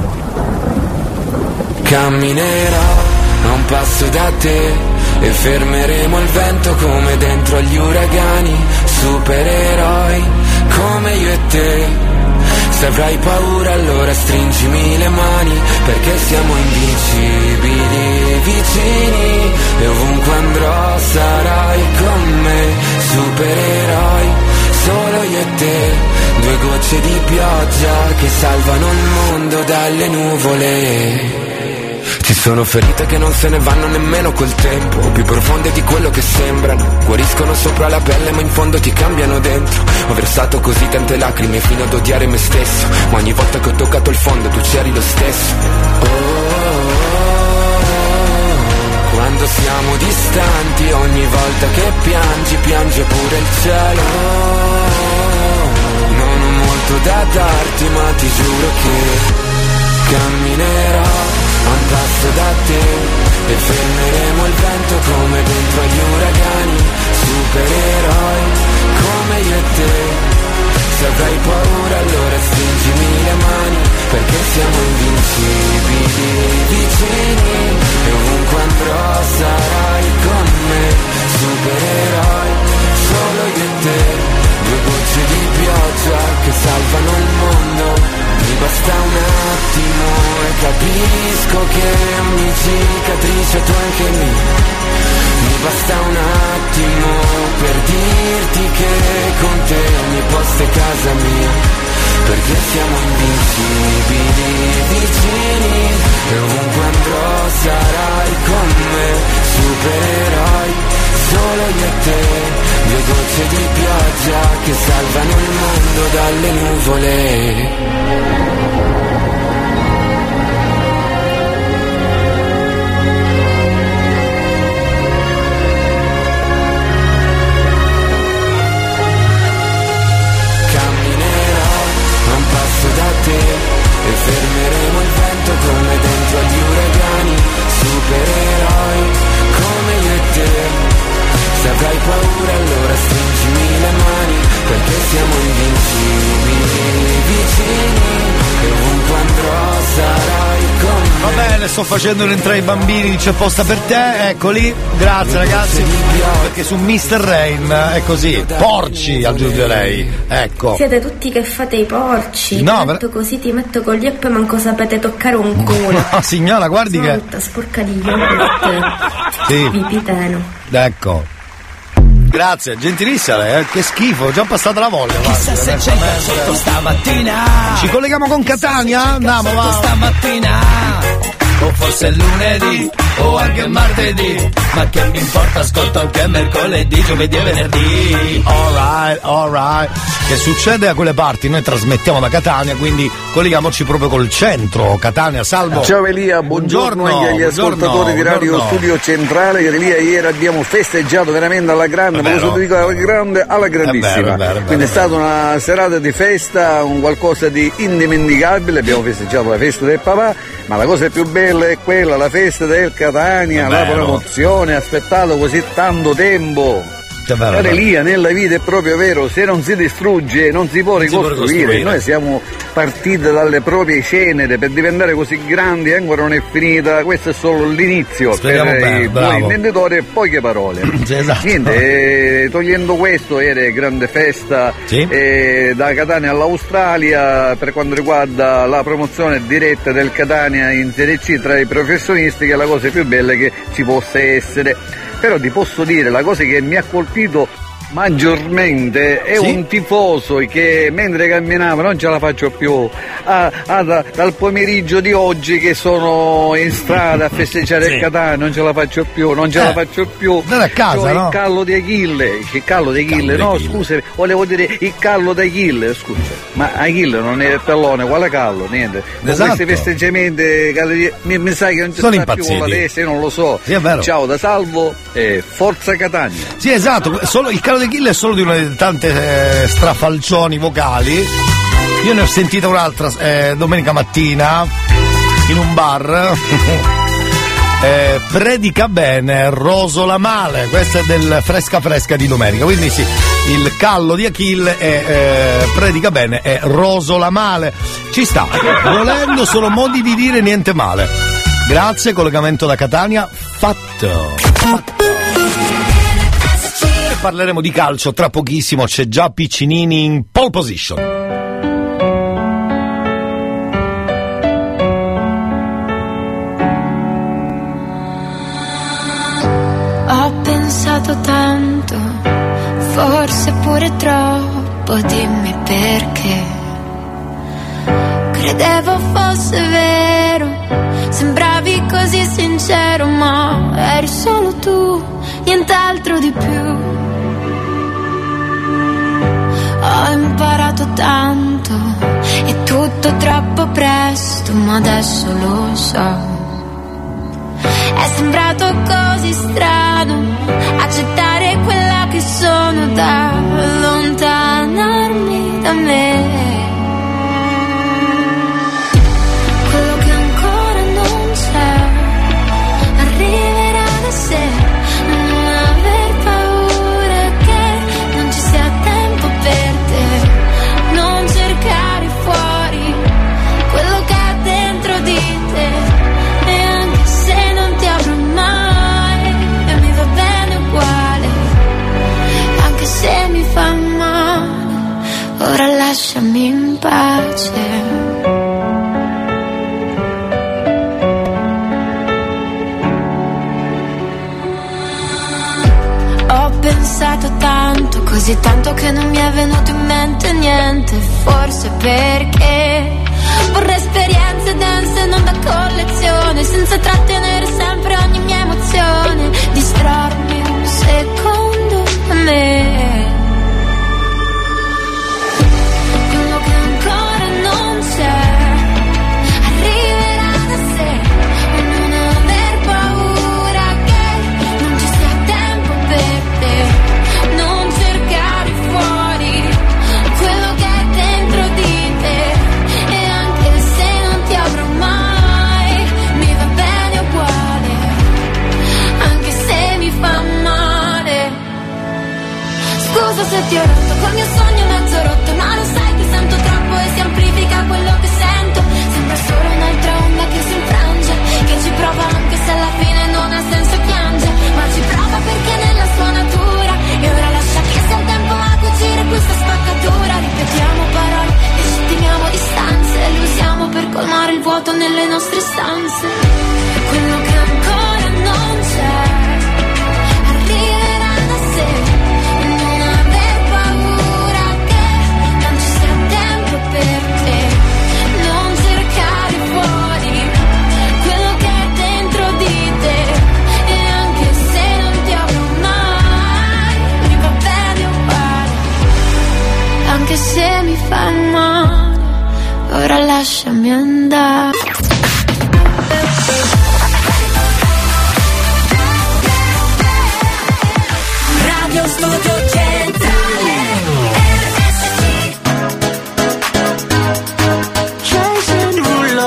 Camminerò a un passo da te e fermeremo il vento come dentro agli uragani. Supereroi come io e te. Se avrai paura allora stringimi le mani, perché siamo invincibili vicini e ovunque andrò sarai con me. Supereroi solo io e te, due gocce di pioggia che salvano il mondo dalle nuvole. Ci sono ferite che non se ne vanno nemmeno col tempo, più profonde di quello che sembrano. Guariscono sopra la pelle ma in fondo ti cambiano dentro. Ho versato così tante lacrime fino ad odiare me stesso, ma ogni volta che ho toccato il fondo tu c'eri lo stesso. Oh, oh, oh. Quando siamo distanti, ogni volta che piangi, piange pure il cielo. Oh, non ho molto da darti ma ti giuro che camminerò a un passo da te e fermeremo il vento come dentro agli uragani. Supereroi come io e te. Se avrai paura allora stringimi le mani, perché siamo invincibili vicini e ovunque andrò sarai con me. Supereroi solo io e te, due gocce di pioggia che salvano il mondo. Mi basta un attimo e capisco capisco che ogni cicatrice tu anche mia. Mi basta un attimo per dirti che con te ogni posto è casa mia, perché siamo invincibili, vicini, e ovunque andrò sarai con me, supereroi, solo io e te, due gocce di pioggia che salvano il mondo dalle nuvole. Da te e fermeremo il vento come dentro agli uragani, supereroi come io e te. Se avrai paura allora stringimi le mani, perché siamo invincibili, vicini, e ovunque andrò sarai con me. Va bene, sto facendo rientrare i bambini di C'è posta per te, eccoli, grazie ragazzi, perché su mister Rain è così, porci aggiungerei, ecco. Siete tutti che fate i porci, no, ti metto così, ti metto con gli app e manco sapete toccare un culo. No signora, guardi che... Tutta sporca di yogurt, sì. Pipiteno. Ecco. Grazie, gentilissima lei, eh? Che schifo, ho già passata la voglia. Chissà se c'è il cazzotto stamattina. Ci colleghiamo con Catania? Andiamo, va. Stamattina. O forse il lunedì, o anche il martedì, ma che mi importa, ascolto anche mercoledì, giovedì e venerdì. Alright, alright. Che succede a quelle parti? Noi trasmettiamo da Catania, quindi colleghiamoci proprio col centro. Catania, salvo. Ciao Elia, buongiorno, buongiorno agli ascoltatori di Radio buongiorno. Studio Centrale. Elia, ieri abbiamo festeggiato veramente alla grande, ma lo dico alla grande, alla grandissima. È vero, è vero, è vero, quindi è stata una serata di festa, un qualcosa di indimenticabile. Abbiamo festeggiato la festa del papà, ma la cosa più bella è quella, la festa del Catania, la promozione, aspettato così tanto tempo. Cara Elia, nella vita è proprio vero, se non si distrugge non si può ricostruire. Noi siamo partiti dalle proprie cenere per diventare così grandi e ancora non è finita, questo è solo l'inizio. Speriamo per bene, i buoni intenditori e poche parole. Sì, esatto. Niente, eh, togliendo questo, era grande festa, sì. eh, da Catania all'Australia per quanto riguarda la promozione diretta del Catania in Serie C tra i professionisti, che è la cosa più bella che ci possa essere. Però ti posso dire, la cosa che mi ha colpito maggiormente è sì? un tifoso che mentre camminava non ce la faccio più, ah, ah, da, dal pomeriggio di oggi che sono in strada a festeggiare sì. il Catania, non ce la faccio più, non ce eh, la faccio più. Non a casa, C'ho no? Il callo di Achille, il callo di Achille, callo no di scusa, volevo dire il callo di Achille, scusa, ma Achille non è il tallone, quale callo, niente. Con esatto. questi festeggiamenti mi, mi sa che non ci sono sta impazziti. Più con la testa, io non lo so. Sì, ciao da Salvo e Forza Catania. Sì, esatto, solo il callo di Achille è solo di una delle tante eh, strafalcioni vocali. Io ne ho sentita un'altra eh, domenica mattina in un bar. eh, predica bene, rosola male. Questa è del fresca fresca di domenica. Quindi sì, il callo di Achille è eh, predica bene e rosola male. Ci sta. Volendo sono modi di dire niente male. Grazie, collegamento da Catania fatto. Fatto. Parleremo di calcio tra pochissimo, c'è già Piccinini in pole position. Ho pensato tanto, forse pure troppo, dimmi perché. Credevo fosse vero, sembravi così sincero, ma eri solo tu, nient'altro di più. Ho imparato tanto, è tutto troppo presto, ma adesso lo so. È sembrato così strano accettare quella che sono, da allontanarmi da me. Quello che ancora non c'è arriverà da sé. Non aver paura che non ci sia tempo per te, non cercare fuori quello che è dentro di te, e anche se non ti avrò mai e mi va bene uguale, anche se mi fa male, ora lascia così tanto che non mi è venuto in mente niente. Forse perché vorrei esperienze dense, non da collezione, senza trattenere sempre ogni mia emozione. Distrarmi un secondo a me. Quello che ancora non c'è arriverà da sé. E non aver paura che non ci sia tempo per te. Non cercare fuori quello che è dentro di te. E anche se non ti avrò mai, mi va bene uguale, anche se mi fa male. Scusa se ti ho rotto col mio sogno mezzo rotto, ma lo sai che sento troppo e si amplifica quello che sento. Sembra solo un'altra onda che si infrange, che ci prova anche se alla fine non ha senso piange, ma ci prova perché è nella sua natura. E ora lascia che sia il tempo a cucire questa spaccatura. Ripetiamo parole, legittimiamo distanze, le usiamo per colmare il vuoto nelle nostre stanze. Quello che ancora non c'è arriverà da sé. E non aver paura che non ci sia tempo per te. Non cercare fuori quello che è dentro di te. E anche se non ti avrò mai, mi va bene uguale, anche se mi fa male. Ora lasciami andare. Radio Studio Centrale R S C. Jason Derulo.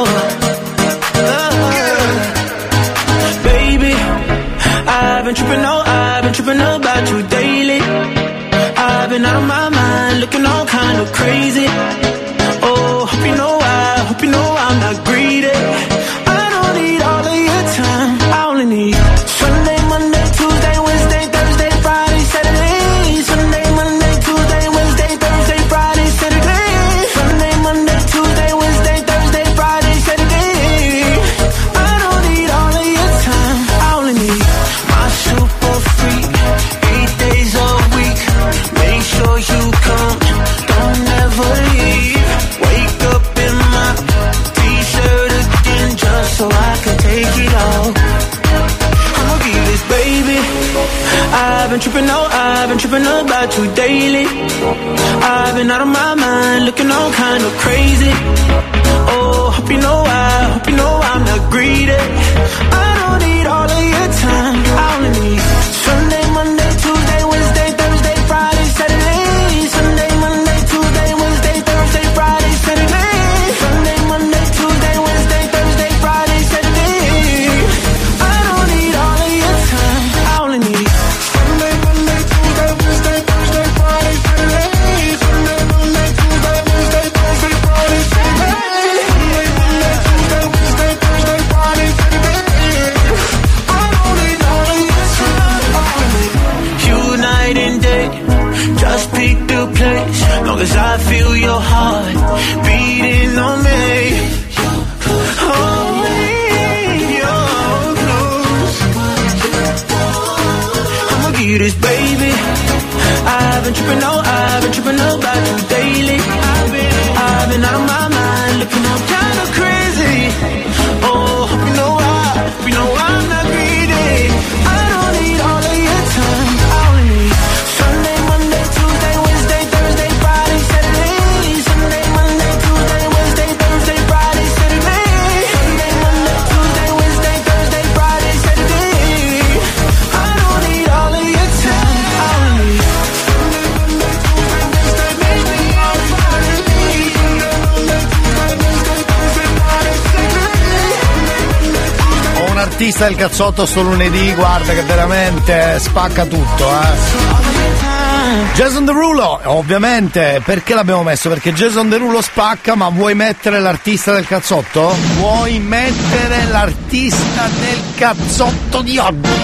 Baby, I've been tripping, oh, I've been tripping about you daily. I've been out of my mind, looking all kind of crazy. Oh, hope you know I, hope you know I'm not greedy. I don't need all of your time, I only need Sunday, Monday, Tuesday, Wednesday, Thursday, Friday, Saturday. Sunday, Monday, Tuesday, Wednesday, Thursday, Friday, Saturday. Sunday, Monday, Tuesday, Wednesday, Thursday, Friday, Saturday. I don't need all of your time, I only need my super freak, eight days a week. Make sure you come, don't ever leave. Wake up in my t-shirt again just so I can take it off. I'ma give this, baby. I've been tripping, oh, I've been tripping about you daily. I've been out of my mind, looking all kind of crazy. Oh, hope you know I, hope you know I'm not greedy. I don't need all of your time, I only need Sunday, Monday, Tuesday, Wednesday, Thursday, Friday, Saturday. Sunday, Monday, Tuesday, Wednesday, Thursday, Friday, Saturday. Sunday, Monday, Tuesday, Wednesday, Thursday, Friday, Saturday. I don't need all of your time, I only need Sunday, Monday, Tuesday, Wednesday, Thursday, Friday, Saturday. Sunday, Monday, Tuesday, Wednesday, Thursday, Friday, Saturday. Sunday, Monday, Tuesday, Wednesday, Thursday, Friday, Saturday. I don't need all of your time, I only need you night and day. Just pick the place, long as I feel your heart beating on me. Oh, you're close. I'ma give you this, baby. I've been tripping, oh, I've been tripping about you daily. I've been, I've been out of my mind, looking all kind of crazy. Oh, hope you know I, hope you know I'm not greedy. I don't need all of your time, I only need Sunday, Monday, Tuesday, Wednesday, Thursday, Friday, Saturday. Sunday, Monday, Tuesday, Wednesday, Thursday, Friday, Saturday. Sunday, Monday, Tuesday, Wednesday, Thursday, Friday, Saturday. I don't need all of your time, I only need Sunday, Monday, Tuesday, Wednesday, Thursday, Friday, Saturday. Ho un artista del cazzotto sto lunedì, guarda che veramente spacca tutto, eh. Jason Derulo, ovviamente, perché l'abbiamo messo? Perché Jason Derulo spacca, ma vuoi mettere l'artista del cazzotto? Vuoi mettere l'artista del cazzotto di oggi?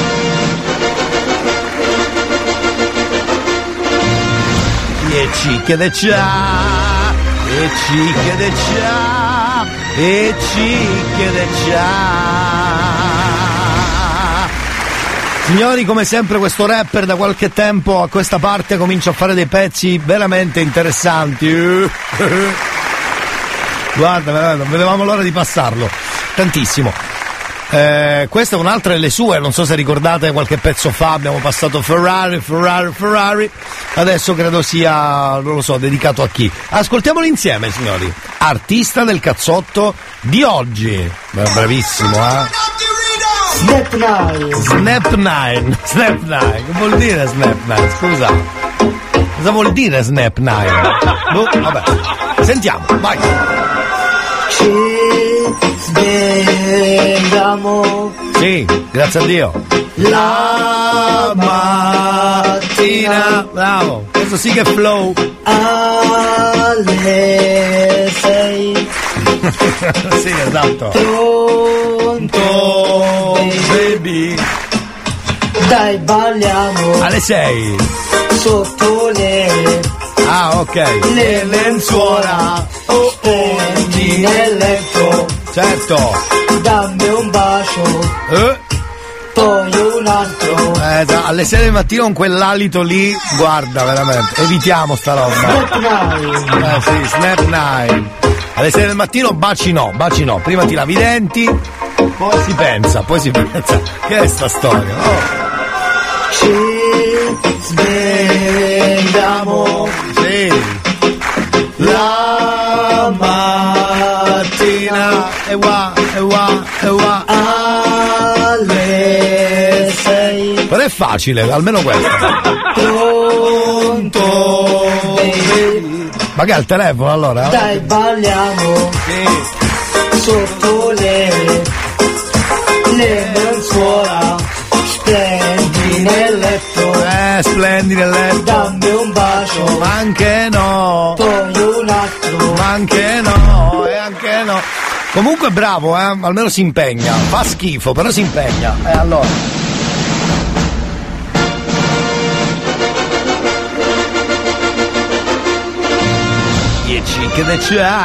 E ci chiede ciao, e ci chiede ciao, e ci chiede ciao. Signori, come sempre questo rapper da qualche tempo a questa parte comincia a fare dei pezzi veramente interessanti. Guarda, veramente, non vedevamo l'ora di passarlo. Tantissimo. Eh, questa è un'altra delle sue, non so se ricordate qualche pezzo fa, abbiamo passato Ferrari, Ferrari, Ferrari. Adesso credo sia, non lo so, dedicato a chi. Ascoltiamolo insieme, signori. Artista del cazzotto di oggi. Bravissimo, eh? Snap Nine. Snap Nine. Snap Nine. Che vuol dire Snap Nine? Scusa. Cosa vuol dire Snap Nine? Boh, vabbè. Sentiamo, vai. Ci svegliamo. Sì, grazie a Dio. La mattina. Bravo. Questo sì che è flow. Alle sei. Sì, esatto. Pronto, baby. Dai, balliamo. Alle sei. Sotto le. Ah, ok. Le lenzuola. Oh, stendi nel letto. Certo. Dammi un bacio. Eh? Poi un altro. Eh, alle sei del mattino con quell'alito lì, guarda, veramente. Evitiamo sta roba. Snap Nine. Eh sì, Snap Nine. Alle sei del mattino baci no, baci no. Prima ti lavi i denti, poi si pensa, poi si pensa. Che è sta storia? Oh. Ci svegliamo. Sì. La mattina. E qua, e qua, e qua. Alle sei. Però è facile, almeno questo. Pronto, baby. Ma che è al telefono allora? Dai, balliamo. Sì. Sotto le. Le lenzuola. Splendi nel letto. Eh, splendi nel letto. Dammi un bacio. Ma anche no. Poi un altro. Ma anche no, e anche no. Comunque bravo, eh, almeno si impegna. Fa schifo, però si impegna. E eh, allora. Che ne c'ha?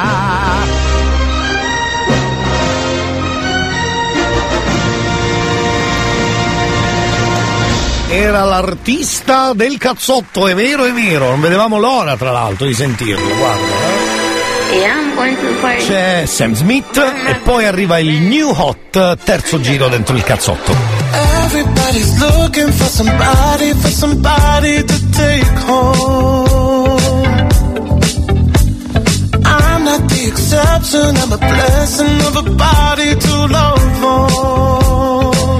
Era l'artista del cazzotto, è vero, è vero, non vedevamo l'ora tra l'altro di sentirlo, guarda. Eh. C'è Sam Smith e poi arriva il New Hot, terzo giro dentro il cazzotto. Everybody's looking for somebody, for somebody to take home. I'm not the exception, I'm a blessing of a body to love on.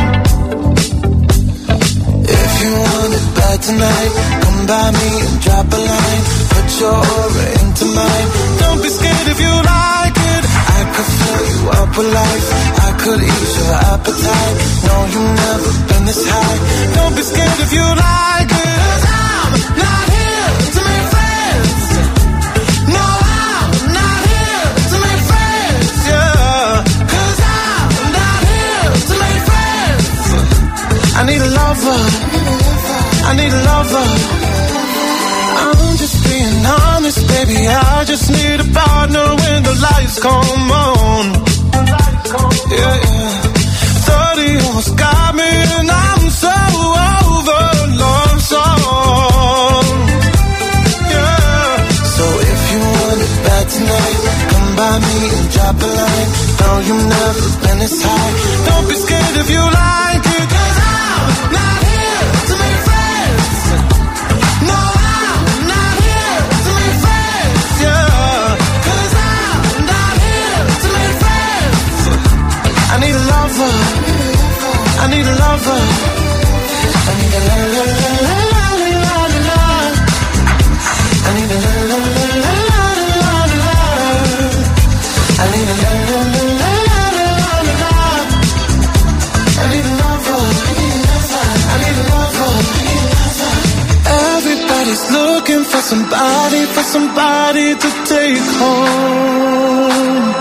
If you want it bad tonight, come by me and drop a line. Put your aura into mine. Don't be scared if you like it. I could fill you up with life. I could ease your appetite. No, you've never been this high. Don't be scared if you like it. 'Cause I'm not here to make friends. No, I'm not here to make friends, yeah. 'Cause I'm not here to make friends. I need a lover. I need a lover. I'm just being honest, baby. I just need a partner when the lights come on. Yeah, yeah. thirty almost got me and I'm so over love song. Yeah. So if you want it bad tonight, come by me and drop a line. No, you've never been this high. Don't be scared if you like it. 'Cause I'm not here to make friends. No, I'm not here to make friends, yeah. 'Cause I'm not here to make friends. I need a lover. I need a lover. I need a la la la la la la la. I need a la la la la la la la. I need a la la la la la la la. I need a lover. I need a lover. Everybody's looking for somebody, for somebody to take home.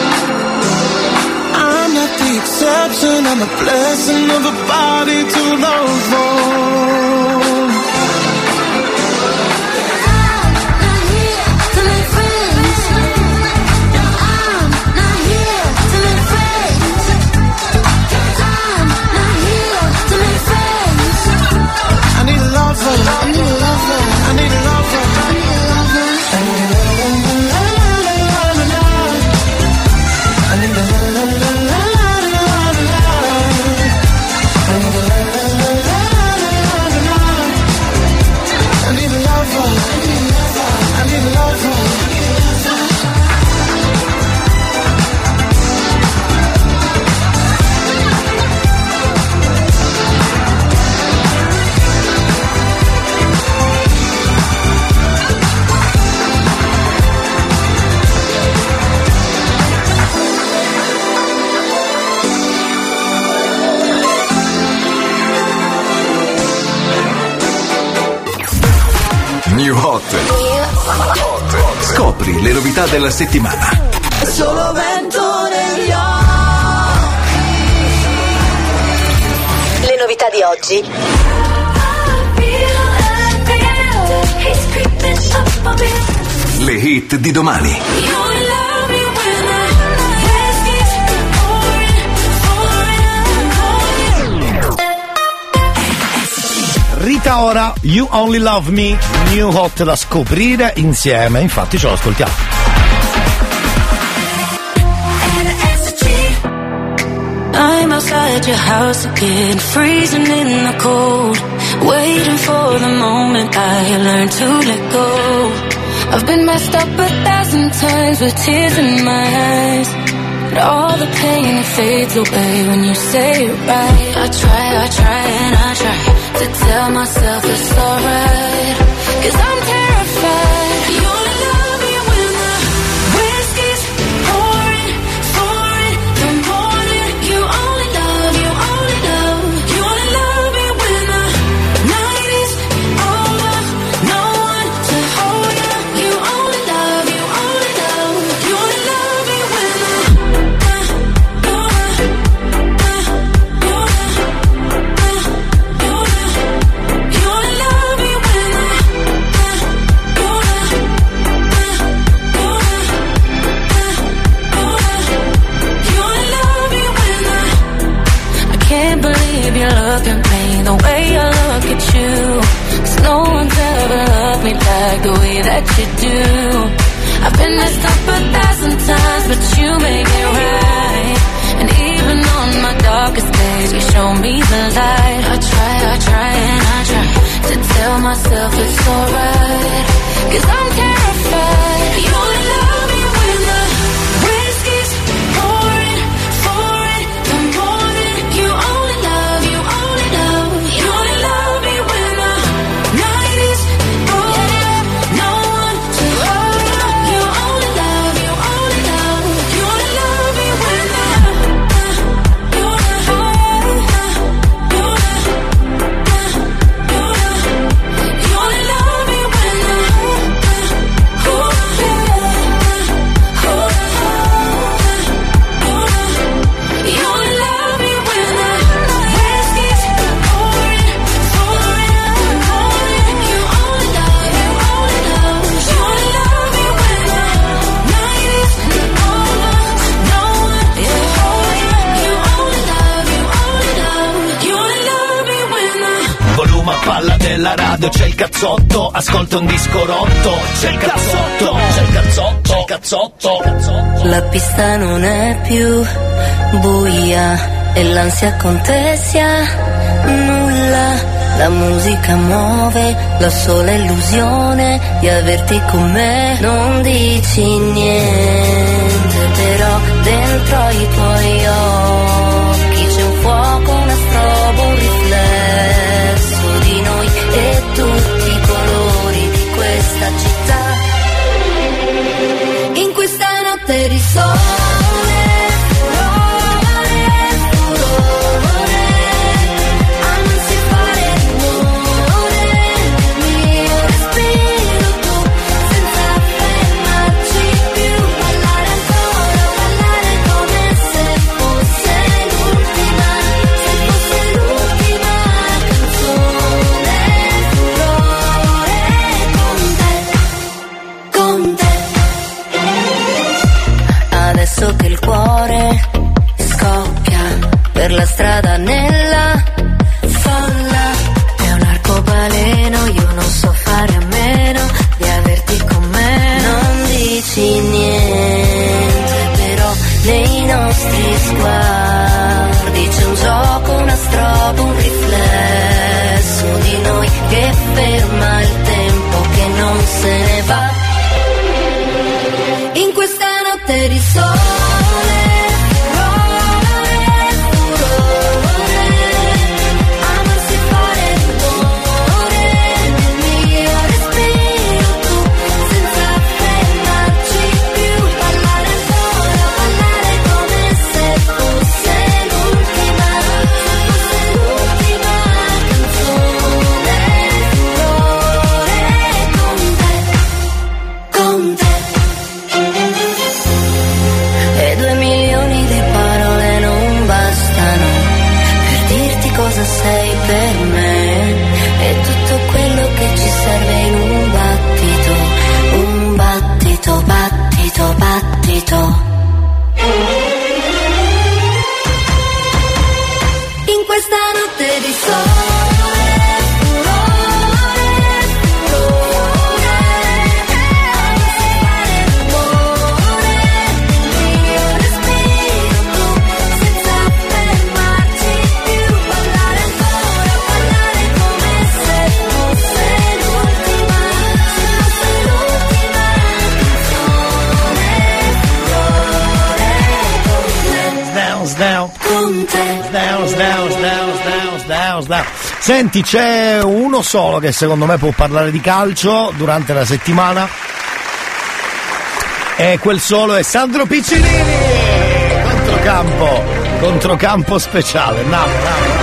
I'm not the exception, I'm a blessing of a body to love on. To make friends. Hot. Scopri le novità della settimana. Solo vento negli occhi. Le novità di oggi. Le hit di domani. Rita Ora, You Only Love Me, new hot da scoprire insieme, infatti ce lo ascoltiamo. I'm outside your house again, freezing in the cold, waiting for the moment I learn to let go. I've been messed up a thousand times with tears in my eyes, but all the pain it fades away when you say it right. I try, I try and I try to tell myself it's alright, 'cause I'm terrified. You only love me when the whiskey's pouring, pouring the morning. You only love, you only love, you only love me when the night is over. No one to hold you. You only love, you only love, you only love me when the you look at me the way I look at you, 'cause no one's ever loved me like the way that you do. I've been messed up a thousand times, but you make it right. And even on my darkest days, you show me the light. I try, I try and I try to tell myself it's alright, 'cause I'm terrified. You only love me when the whiskey's pouring, pouring the morning. You only love, you only love, you only love me when the night is over. No one to hold you. You only love, you only love, you only love me when the you only love, you only love me when the you only love me when the whiskey's pouring, pouring the morning. You only love, you only love, you only love me when the night is over. No one to hold you. You only love, you only love, you only love me when the Volume a palla della radio, c'è il cazzotto, ascolta un disco rotto, c'è il cazzotto, c'è il cazzotto, c'è il cazzotto. La pista non è più buia e l'ansia contesia nulla. La musica muove la sola illusione di averti con me. Non dici niente, però dentro i tuoi occhi c'è un fuoco, una strobo, un riflesso di noi e tutti i colori di questa città. In questa notte di sole, furore, furore, a non si fare rumore, nel mio respiro tu, senza fermarci più, ballare ancora, ballare come se fosse l'ultima, se fosse l'ultima canzone, furore, con te, con te. Adesso che il cuore scoppia per la strada nella folla, è un arcobaleno, io non so fare a meno di averti con me. Non dici niente, però nei nostri sguardi c'è un gioco, una strobo, un riflesso di noi che ferma il tempo, che non se ne va. In questa notte di sole, furore, furore, a non si fare rumore, nel mio respiro tu, senza fermarci più, ballare ancora, ballare come se fosse l'ultima Snow, snow. Con te. Snow, snow, snow, snow, snow, snow. Senti, c'è uno solo che secondo me può parlare di calcio durante la settimana. E quel solo è Sandro Piccinini! Controcampo, controcampo speciale. No, no, no.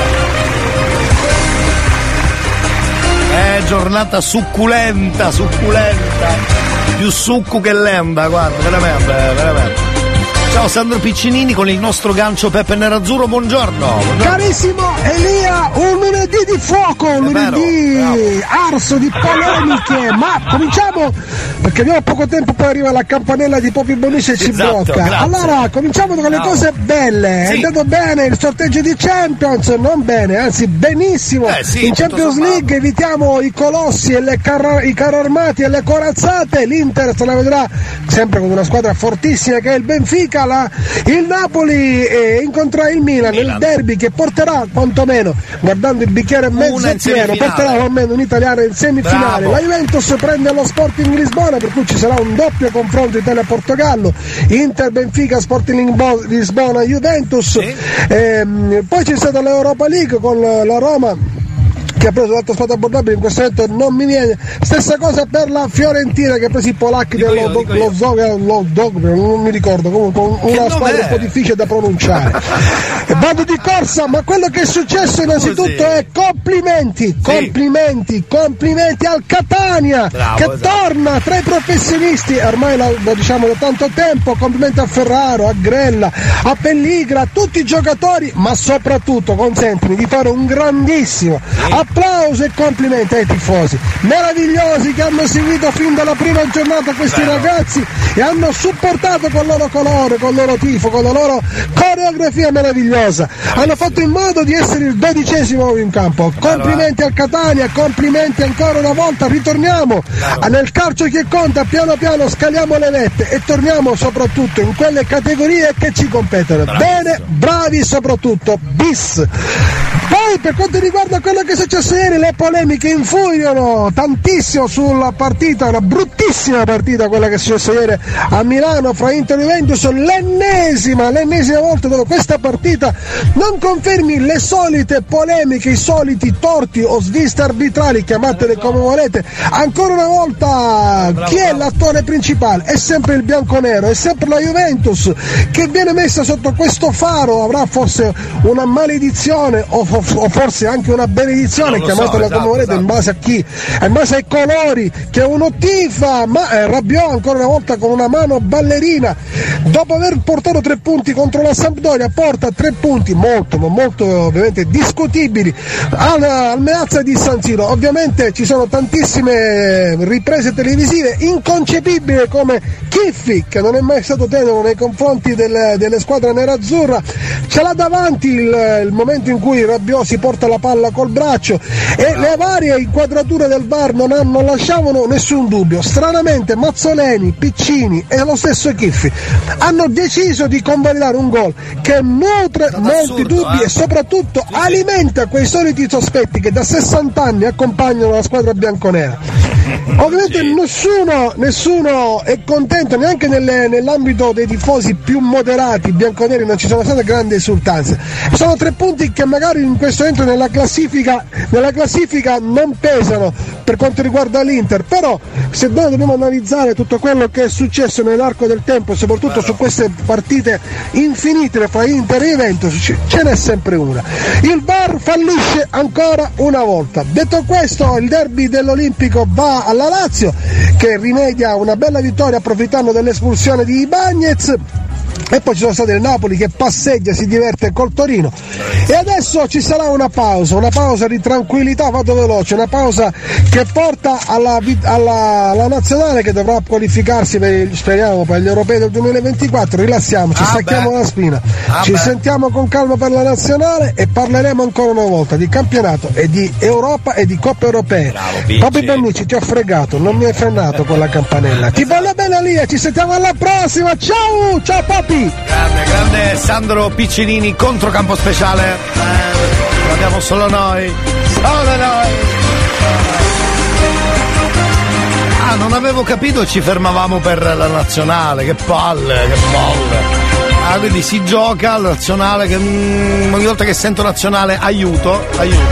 È giornata succulenta, succulenta. Più succo che lenta, guarda, veramente, veramente. Ciao Sandro Piccinini con il nostro gancio Peppe Nerazzurro, buongiorno. buongiorno. Carissimo Elia, un lunedì di fuoco, un lunedì arso di polemiche, ma cominciamo perché abbiamo poco tempo, poi arriva la campanella di Popi Bonucci e ci Esatto, blocca. grazie. Allora, cominciamo con le Bravo. cose belle. Sì. È andato bene il sorteggio di Champions, non bene, anzi benissimo. Eh, sì, In tutto Champions sommato. League evitiamo i colossi e le carro- i carro armati e le corazzate. L'Inter se la vedrà sempre con una squadra fortissima che è il Benfica. La, il Napoli eh, incontrerà il Milan nel Milan. derby che porterà quantomeno, guardando il bicchiere mezzo Una in pieno, semifinale. porterà almeno un italiano in semifinale. Bravo. La Juventus prende lo Sporting Lisbona, per cui ci sarà un doppio confronto Italia-Portogallo. Inter, Benfica, Sporting Lisbona, Juventus. Sì. Ehm, poi c'è stata l'Europa League con la Roma che ha preso l'altra squadra abbordabile, in questo momento non mi viene. Stessa cosa per la Fiorentina che ha preso i polacchi Dico dello io, dico lo io. Zog- lo Zog- non mi ricordo, comunque un- una nome squadra è? un po' difficile da pronunciare. Vado di corsa, ma quello che è successo innanzitutto Così. è complimenti, complimenti, complimenti al Catania Bravo, che esatto. torna tra i professionisti, ormai lo, lo diciamo da tanto tempo. Complimenti a Ferraro, a Grella, a Pelligra, a tutti i giocatori, ma soprattutto consentimi di fare un grandissimo applauso e complimenti ai tifosi meravigliosi che hanno seguito fin dalla prima giornata questi Bello. ragazzi e hanno supportato con il loro colore, con il loro tifo, con la loro coreografia meravigliosa. Hanno fatto in modo di essere il dodicesimo in campo. Complimenti al Catania, complimenti ancora una volta. Ritorniamo nel calcio che conta, piano piano scaliamo le vette e torniamo soprattutto in quelle categorie che ci competono. Bene, bravi soprattutto, bis. Poi per quanto riguarda quello che è successo ieri, le polemiche infuriano tantissimo sulla partita, una bruttissima partita quella che è successa ieri a Milano fra Inter e Juventus, l'ennesima, l'ennesima volta dove questa partita non confermi le solite polemiche, i soliti torti o sviste arbitrali, chiamatele come volete. Ancora una volta chi è l'attore principale? È sempre il bianconero, è sempre la Juventus che viene messa sotto questo faro. Avrà forse una maledizione o, o forse anche una benedizione, Non lo so, chiamatela esatto, come volete, esatto. in base a chi, in base ai colori che uno tifa. Ma eh, Rabiot ancora una volta con una mano ballerina, dopo aver portato tre punti contro la Sampdoria, porta tre punti molto ma molto ovviamente discutibili al, al Meazza di San Siro. Ovviamente ci sono tantissime riprese televisive, inconcepibile come Chiffi, che non è mai stato tenero nei confronti delle, delle squadre nerazzurra, ce l'ha davanti il, il momento in cui Rabiot si porta la palla col braccio e le varie inquadrature del V A R non, hanno, non lasciavano nessun dubbio. Stranamente Mazzoleni, Piccini e lo stesso Chiffi hanno deciso di convalidare un gol che nutre molti assurdo, dubbi eh? e soprattutto alimenta quei soliti sospetti che da sessanta anni accompagnano la squadra bianconera. Ovviamente nessuno, nessuno è contento, neanche nelle, nell'ambito dei tifosi più moderati bianconeri non ci sono state grandi esultanze. Sono tre punti che magari in questo momento nella classifica, nella classifica non pesano per quanto riguarda l'Inter, però se noi dobbiamo analizzare tutto quello che è successo nell'arco del tempo e soprattutto su queste partite infinite fra Inter e Juventus, ce n'è sempre una. Il V A R fallisce ancora una volta. Detto questo, il derby dell'Olimpico va alla Lazio che rimedia una bella vittoria approfittando dell'espulsione di Ibañez. E poi ci sono state il Napoli che passeggia, si diverte col Torino. E adesso ci sarà una pausa, una pausa di tranquillità, vado veloce, una pausa che porta alla, alla, alla nazionale che dovrà qualificarsi per il, speriamo per gli europei del duemilaventiquattro. Rilassiamoci, Ah stacchiamo beh. la spina, Ah ci beh. sentiamo con calma per la nazionale e parleremo ancora una volta di campionato e di Europa e di Coppe Europee. Bravo, Picci. Papi Bonnici, ti ho fregato, non mi hai frenato con la campanella. Ti voglio bene Lia, ci sentiamo alla prossima, ciao, ciao papi! Grande, grande Sandro Piccinini, controcampo speciale. Eh, lo abbiamo solo noi. Solo noi. Ah, non avevo capito, ci fermavamo per la nazionale. Che palle, che palle. Ah, quindi si gioca al nazionale che mm, ogni volta che sento nazionale aiuto, aiuto.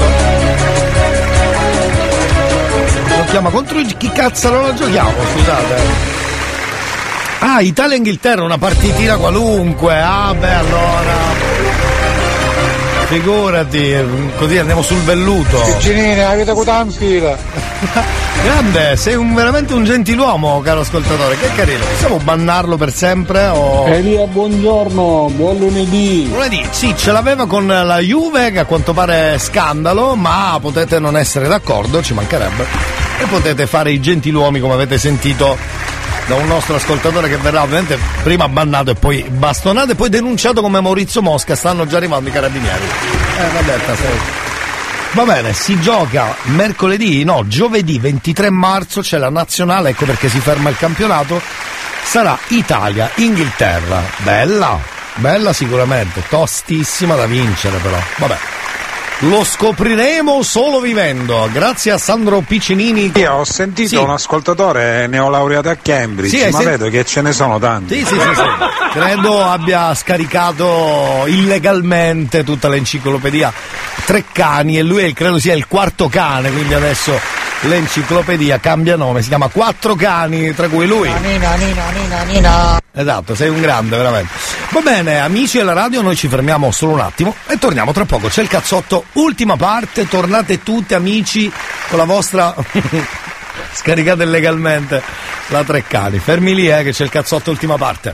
Lo chiama contro chi cazzo non lo giochiamo, scusate. Ah, Italia-Inghilterra, una partitina qualunque. Ah, beh, allora. Figurati, così andiamo sul velluto. Piccinini, la vita cutanfila. Grande, sei un, veramente un gentiluomo, caro ascoltatore, che carino. Possiamo bannarlo per sempre o. Elia, buongiorno, buon lunedì. Lunedì, sì, ce l'aveva con la Juve, che a quanto pare è scandalo, ma potete non essere d'accordo, ci mancherebbe. E potete fare i gentiluomi come avete sentito da un nostro ascoltatore che verrà ovviamente prima bannato e poi bastonato e poi denunciato come Maurizio Mosca. Stanno già arrivando i carabinieri. Eh, va detta, sei. Va bene, si gioca mercoledì, no, giovedì ventitré marzo c'è la nazionale, ecco perché si ferma il campionato. Sarà Italia-Inghilterra. Bella, bella sicuramente, tostissima da vincere però. Vabbè. Lo scopriremo solo vivendo, grazie a Sandro Piccinini. Io ho sentito sì. un ascoltatore neolaureato a Cambridge, sì, ma sen- vedo che ce ne sono tanti. Sì, sì, sì, sì. Credo abbia scaricato illegalmente tutta l'enciclopedia Treccani e lui è, credo sia il quarto cane, quindi adesso l'enciclopedia cambia nome, si chiama Quattro Cani, tra cui lui. Nina, nina, nina, nina. Esatto, sei un grande, veramente. Va bene, amici della radio, noi ci fermiamo solo un attimo e torniamo tra poco. C'è il cazzotto, ultima parte, tornate tutti amici con la vostra... Scaricate illegalmente la Treccani. Fermi lì, eh, che c'è il cazzotto, ultima parte.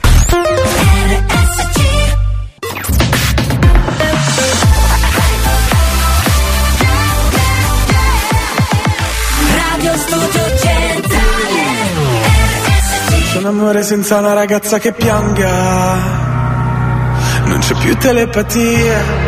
Radio Studio Centrale. C'è un amore senza una ragazza che pianga, non c'è più telepatia.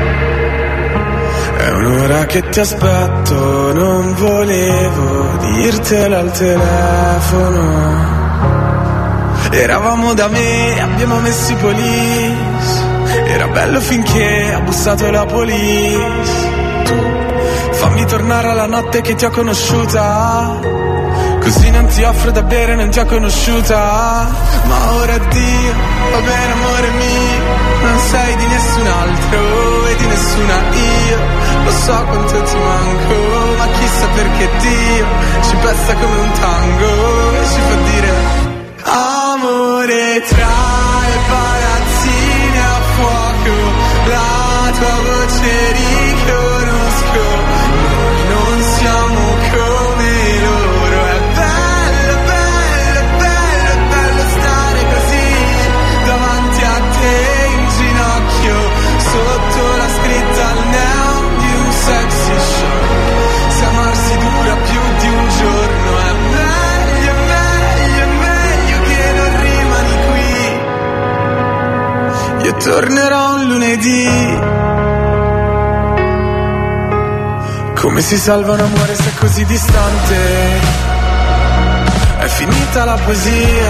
È un'ora che ti aspetto, non volevo dirtelo al telefono. Eravamo da me, abbiamo messo i police. Era bello finché ha bussato la police. Tu fammi tornare alla notte che ti ho conosciuta, così non ti offro da bere, non ti ho conosciuta. Ma ora addio, va bene amore mio, non sei di nessun altro e di nessuna io. Lo so quanto ti manco, ma chissà perché Dio ci pesta come un tango e ci fa dire amore tra le palazzine a fuoco. La tua voce riconosco, noi non siamo come loro. È bello, bello, bello, bello stare così davanti a te in ginocchio, sotto la scritta al neon di un sexy show. Se amarsi dura più di un giorno è meglio, meglio, meglio che non rimani qui. Io tornerò un lunedì. Come si salva un amore se è così distante? È finita la poesia.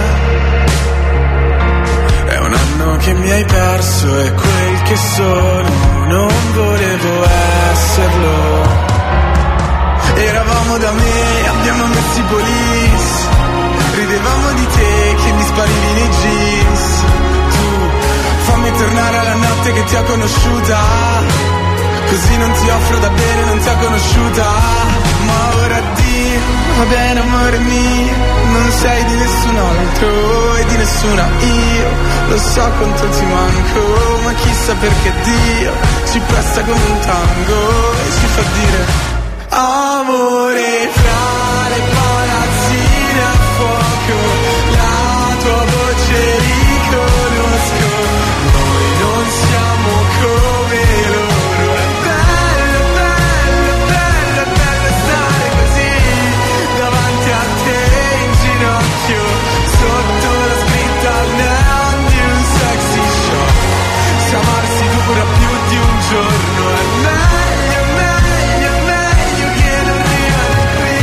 È un anno che mi hai perso e quel che sono non volevo esserlo. Eravamo da me, abbiamo messo i police. Ridevamo di te che mi sparivi nei jeans. Tu fammi tornare alla notte che ti ho conosciuta, così non ti offro da bere, non ti ho conosciuta. Ma ora addio, va bene amore mio, non sei di nessun altro e di nessuna io. Lo so quanto ti manco, ma chissà perché Dio ci presta come un tango e ci fa dire amore fra le palazzine a fuoco. La tua voce riconosco, noi non siamo come loro. È bello, bello, bello, bello stare così davanti a te in ginocchio, sotto la scritta al neon di un sexy show. Se amarsi dura più di un giorno è meglio, meglio, meglio che non rimani qui.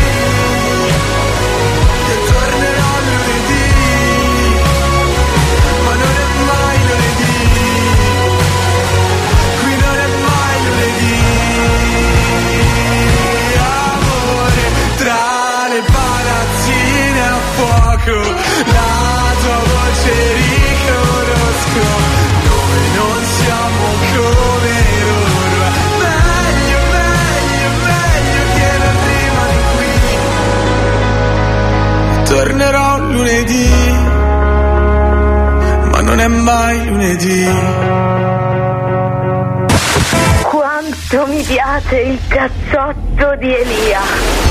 Io tornerò lunedì, ma non è mai lunedì. Qui non è mai lunedì. Amore tra le palazzine a fuoco, la tua voce riconosco, non è mai lunedì. Quanto mi piace il cazzotto di Elia.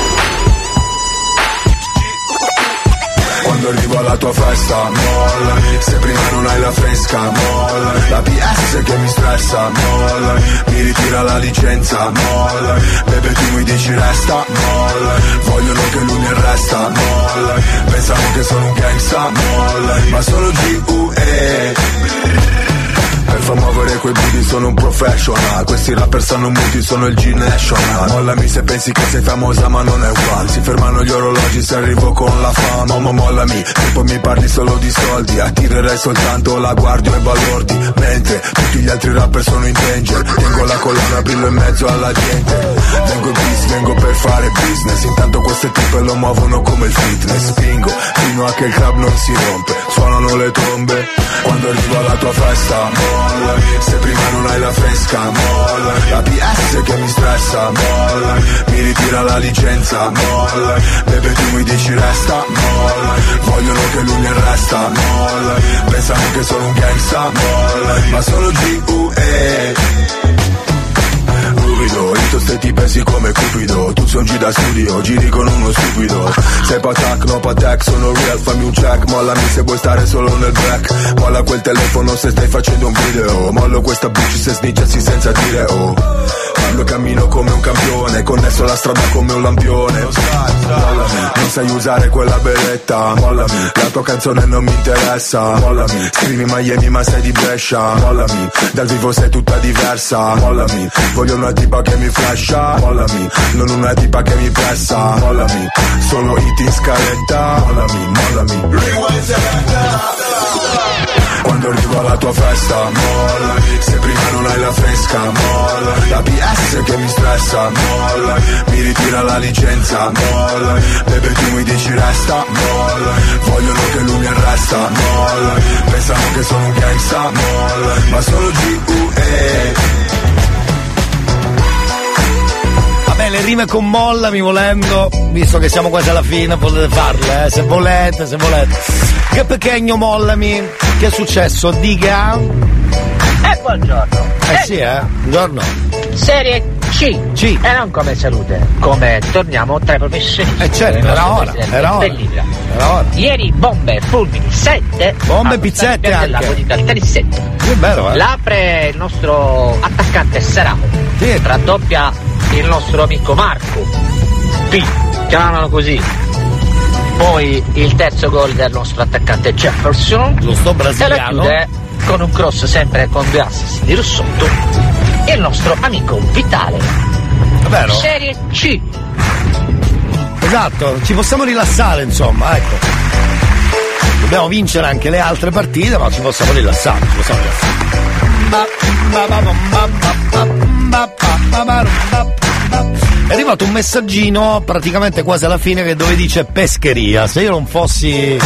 Quando arrivo alla tua festa, molla. Se prima non hai la fresca, molla. La P S che mi stressa, molla. Mi ritira la licenza, molla. Bebe tu mi dici resta, molla. Vogliono che lui mi arresta, molla. Pensano che sono un gangsta, molla. Ma sono G U E. Per far muovere quei booty sono un professional. Questi rapper sanno muti, sono il G-National. Mollami se pensi che sei famosa ma non è uguale. Si fermano gli orologi se arrivo con la fama. Ma mollami, e poi mi parli solo di soldi. Attirerei soltanto la guardia e balordi. Mentre tutti gli altri rapper sono in danger. Tengo la collana, brillo in mezzo alla gente. Vengo in peace, vengo per fare business. Intanto queste tipe lo muovono come il fitness. Spingo fino a che il club non si rompe. Suonano le trombe quando arrivo alla tua festa, molla. Se prima non hai la fresca, molla. La P S che mi stressa, molla. Mi ritira la licenza, molla. Bebe tu mi dici resta, molla. Vogliono che lui mi arresta, molla. Pensano che sono un gangsta, molla. Ma sono G U E. Ruvido, io ste ti pensi come Cupido. Tu sei un G da studio, giri con uno stupido. Sei patak, no patak, sono real, fammi un check. Mollami se vuoi stare solo nel black. Molla quel telefono se stai facendo un video. Mollo questa bitch se snitchassi senza dire oh. Parlo e cammino come un campione, connesso alla strada come un lampione. Mollami, non sai usare quella beretta. Mollami, la tua canzone non mi interessa. Mollami, scrivi Miami ma sei di Brescia. Mollami, dal vivo sei tutta diversa. Mollami, voglio una tipa che mi flasha. Mollami, non una tipa che mi pressa. Mollami, solo hit in scaletta. Mollami, mollami. Quando arrivo alla tua festa, molla. Se prima non hai la fresca, molla. La P S che mi stressa, molla. Mi ritira la licenza, molla. Bebe tu mi dici resta, molla. Vogliono che lui mi arresta, molla. Pensano che sono un gangsta, molla. Ma sono G U E. Vabbè, le rime con mollami volendo, visto che siamo quasi alla fine, potete farle, eh, se volete, se volete. Che pequeño mollami, che è successo? Diga. Eh, buongiorno. Eh, eh sì, eh, buongiorno. Serie C. C. E non come salute, come torniamo tra i professionisti. Eh certo, era ora, era ora. Era ora. Ieri bombe, fulmini, sette. Bombe e pizzette anche. Dal tennissetto. Che bello, eh. L'apre il nostro attaccante Sarao. Sì. Raddoppia il nostro amico Marco P, chiamano così. Poi il terzo gol del nostro attaccante Jefferson, giusto, brasiliano, e la chiude con un cross sempre con due assist di Russotto il nostro amico Vitale. Vero? Serie C. Esatto, ci possiamo rilassare insomma, ecco. Dobbiamo vincere anche le altre partite, ma ci possiamo rilassare, ci possiamo rilassare. È arrivato un messaggino praticamente quasi alla fine che dove dice pescheria. Se io non fossi,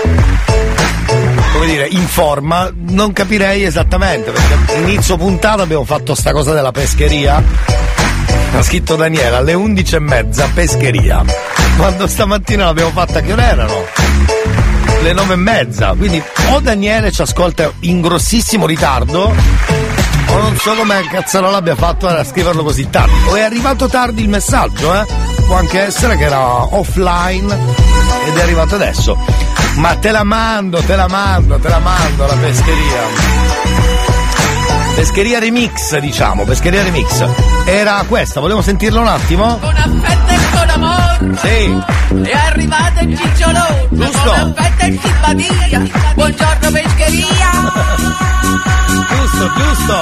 come dire, in forma, non capirei esattamente, perché inizio puntata abbiamo fatto sta cosa della pescheria. Ha scritto Daniela alle undici e mezza pescheria, quando stamattina l'abbiamo fatta che ore erano? Le nove e mezza. Quindi o Daniele ci ascolta in grossissimo ritardo, o non so come cazzarola abbia fatto a scriverlo così tardi, o è arrivato tardi il messaggio, eh? Può anche essere che era offline ed è arrivato adesso. Ma te la mando, te la mando, te la mando la pescheria. Pescheria remix, diciamo, pescheria remix. Era questa, volevo sentirla un attimo? Con affetto e con amore. Sì. È arrivato il cicciolone. Giusto. Con affetto e simpatia. Buongiorno pescheria. Giusto, giusto.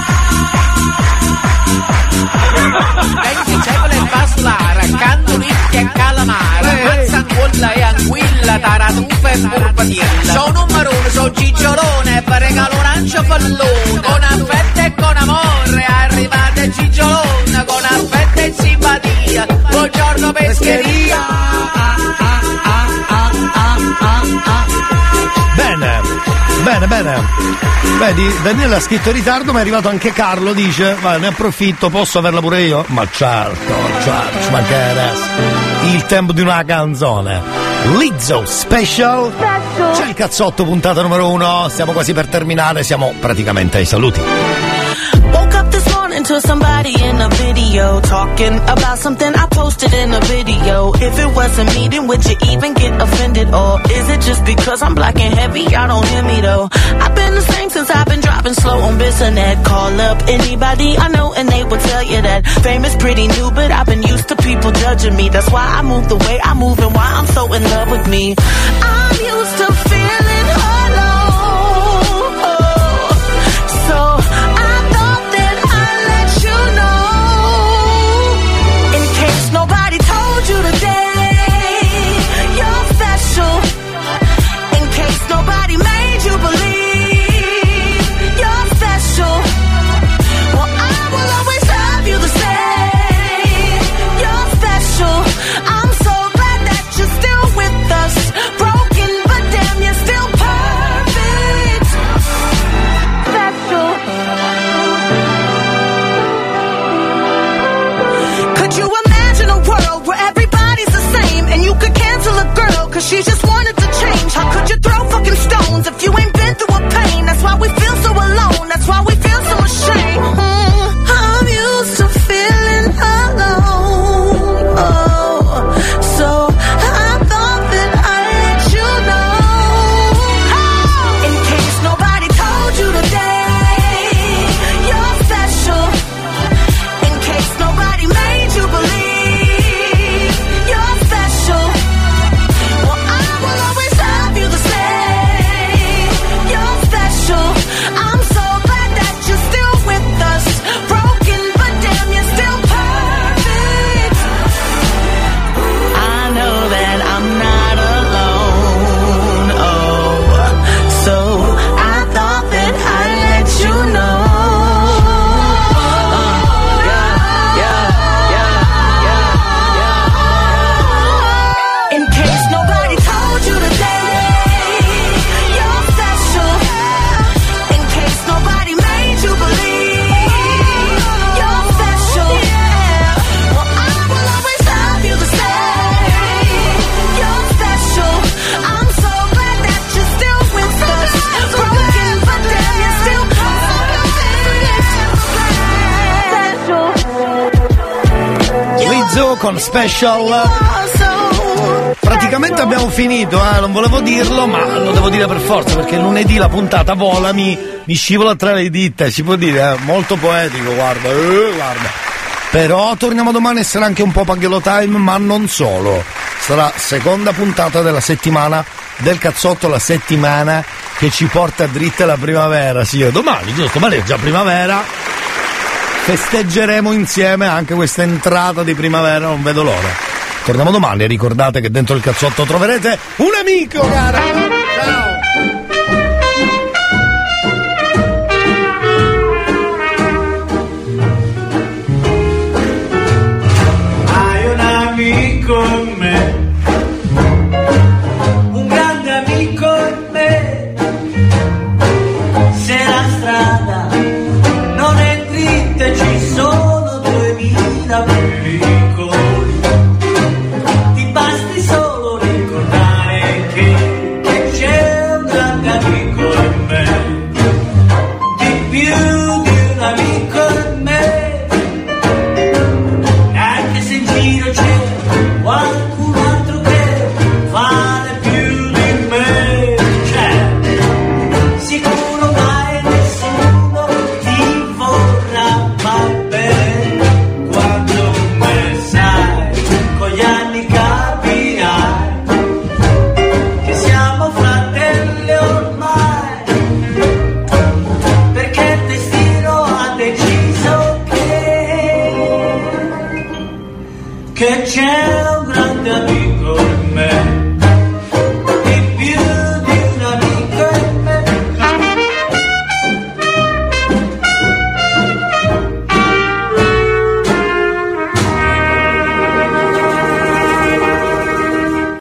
Venti cepole e basulare, accanto ricchi e calamare, mazzanguolla e anguilla, taratufa e purpatiella. Sono un marone, sono cicciolone, per regalo un ancio pallone. Con affetto e con amore, arrivate il cicciolone, con affetto e simpatia. Buongiorno pescheria. Bene, bene, bene. Vedi, Daniele ha scritto in ritardo, ma è arrivato anche Carlo, dice, va, ne approfitto, posso averla pure io? Ma certo, certo, ci mancherebbe. Il tempo di una canzone. Lizzo Special. C'è il cazzotto puntata numero uno. Stiamo quasi per terminare, siamo praticamente ai saluti. Woke up this morning to somebody in a video talking about something I posted in a video. If it wasn't me, then would you even get offended? Or is it just because I'm black and heavy? Y'all don't hear me though. I've been the same since I've been driving slow on Bissonnet. Call up anybody I know and they will tell you that fame is pretty new, but I've been used to people judging me. That's why I move the way I move and why I'm so in love with me. I'm used to feeling alone. So she just wanted to change. How could you throw fucking stones if you ain't been through a pain? That's why we feel so alone. That's why we feel so ashamed. Mm, I'm used to feeling alone. Oh, so I thought that I'd let you know. In case nobody told you today, you're special. In case nobody made you believe you're special. Con Special. Praticamente abbiamo finito, eh? Non volevo dirlo, ma lo devo dire per forza, perché lunedì la puntata vola, mi, mi scivola tra le dita, si può dire, eh? Molto poetico, guarda, eh, guarda. Però torniamo domani e sarà anche un po' Paghello Time, ma non solo. Sarà seconda puntata della settimana del cazzotto, la settimana che ci porta dritta alla primavera. Sì, domani, giusto? Ma è già primavera. Festeggeremo insieme anche questa entrata di primavera, non vedo l'ora. Torniamo domani e ricordate che dentro il cazzotto troverete un amico, cara! Ciao!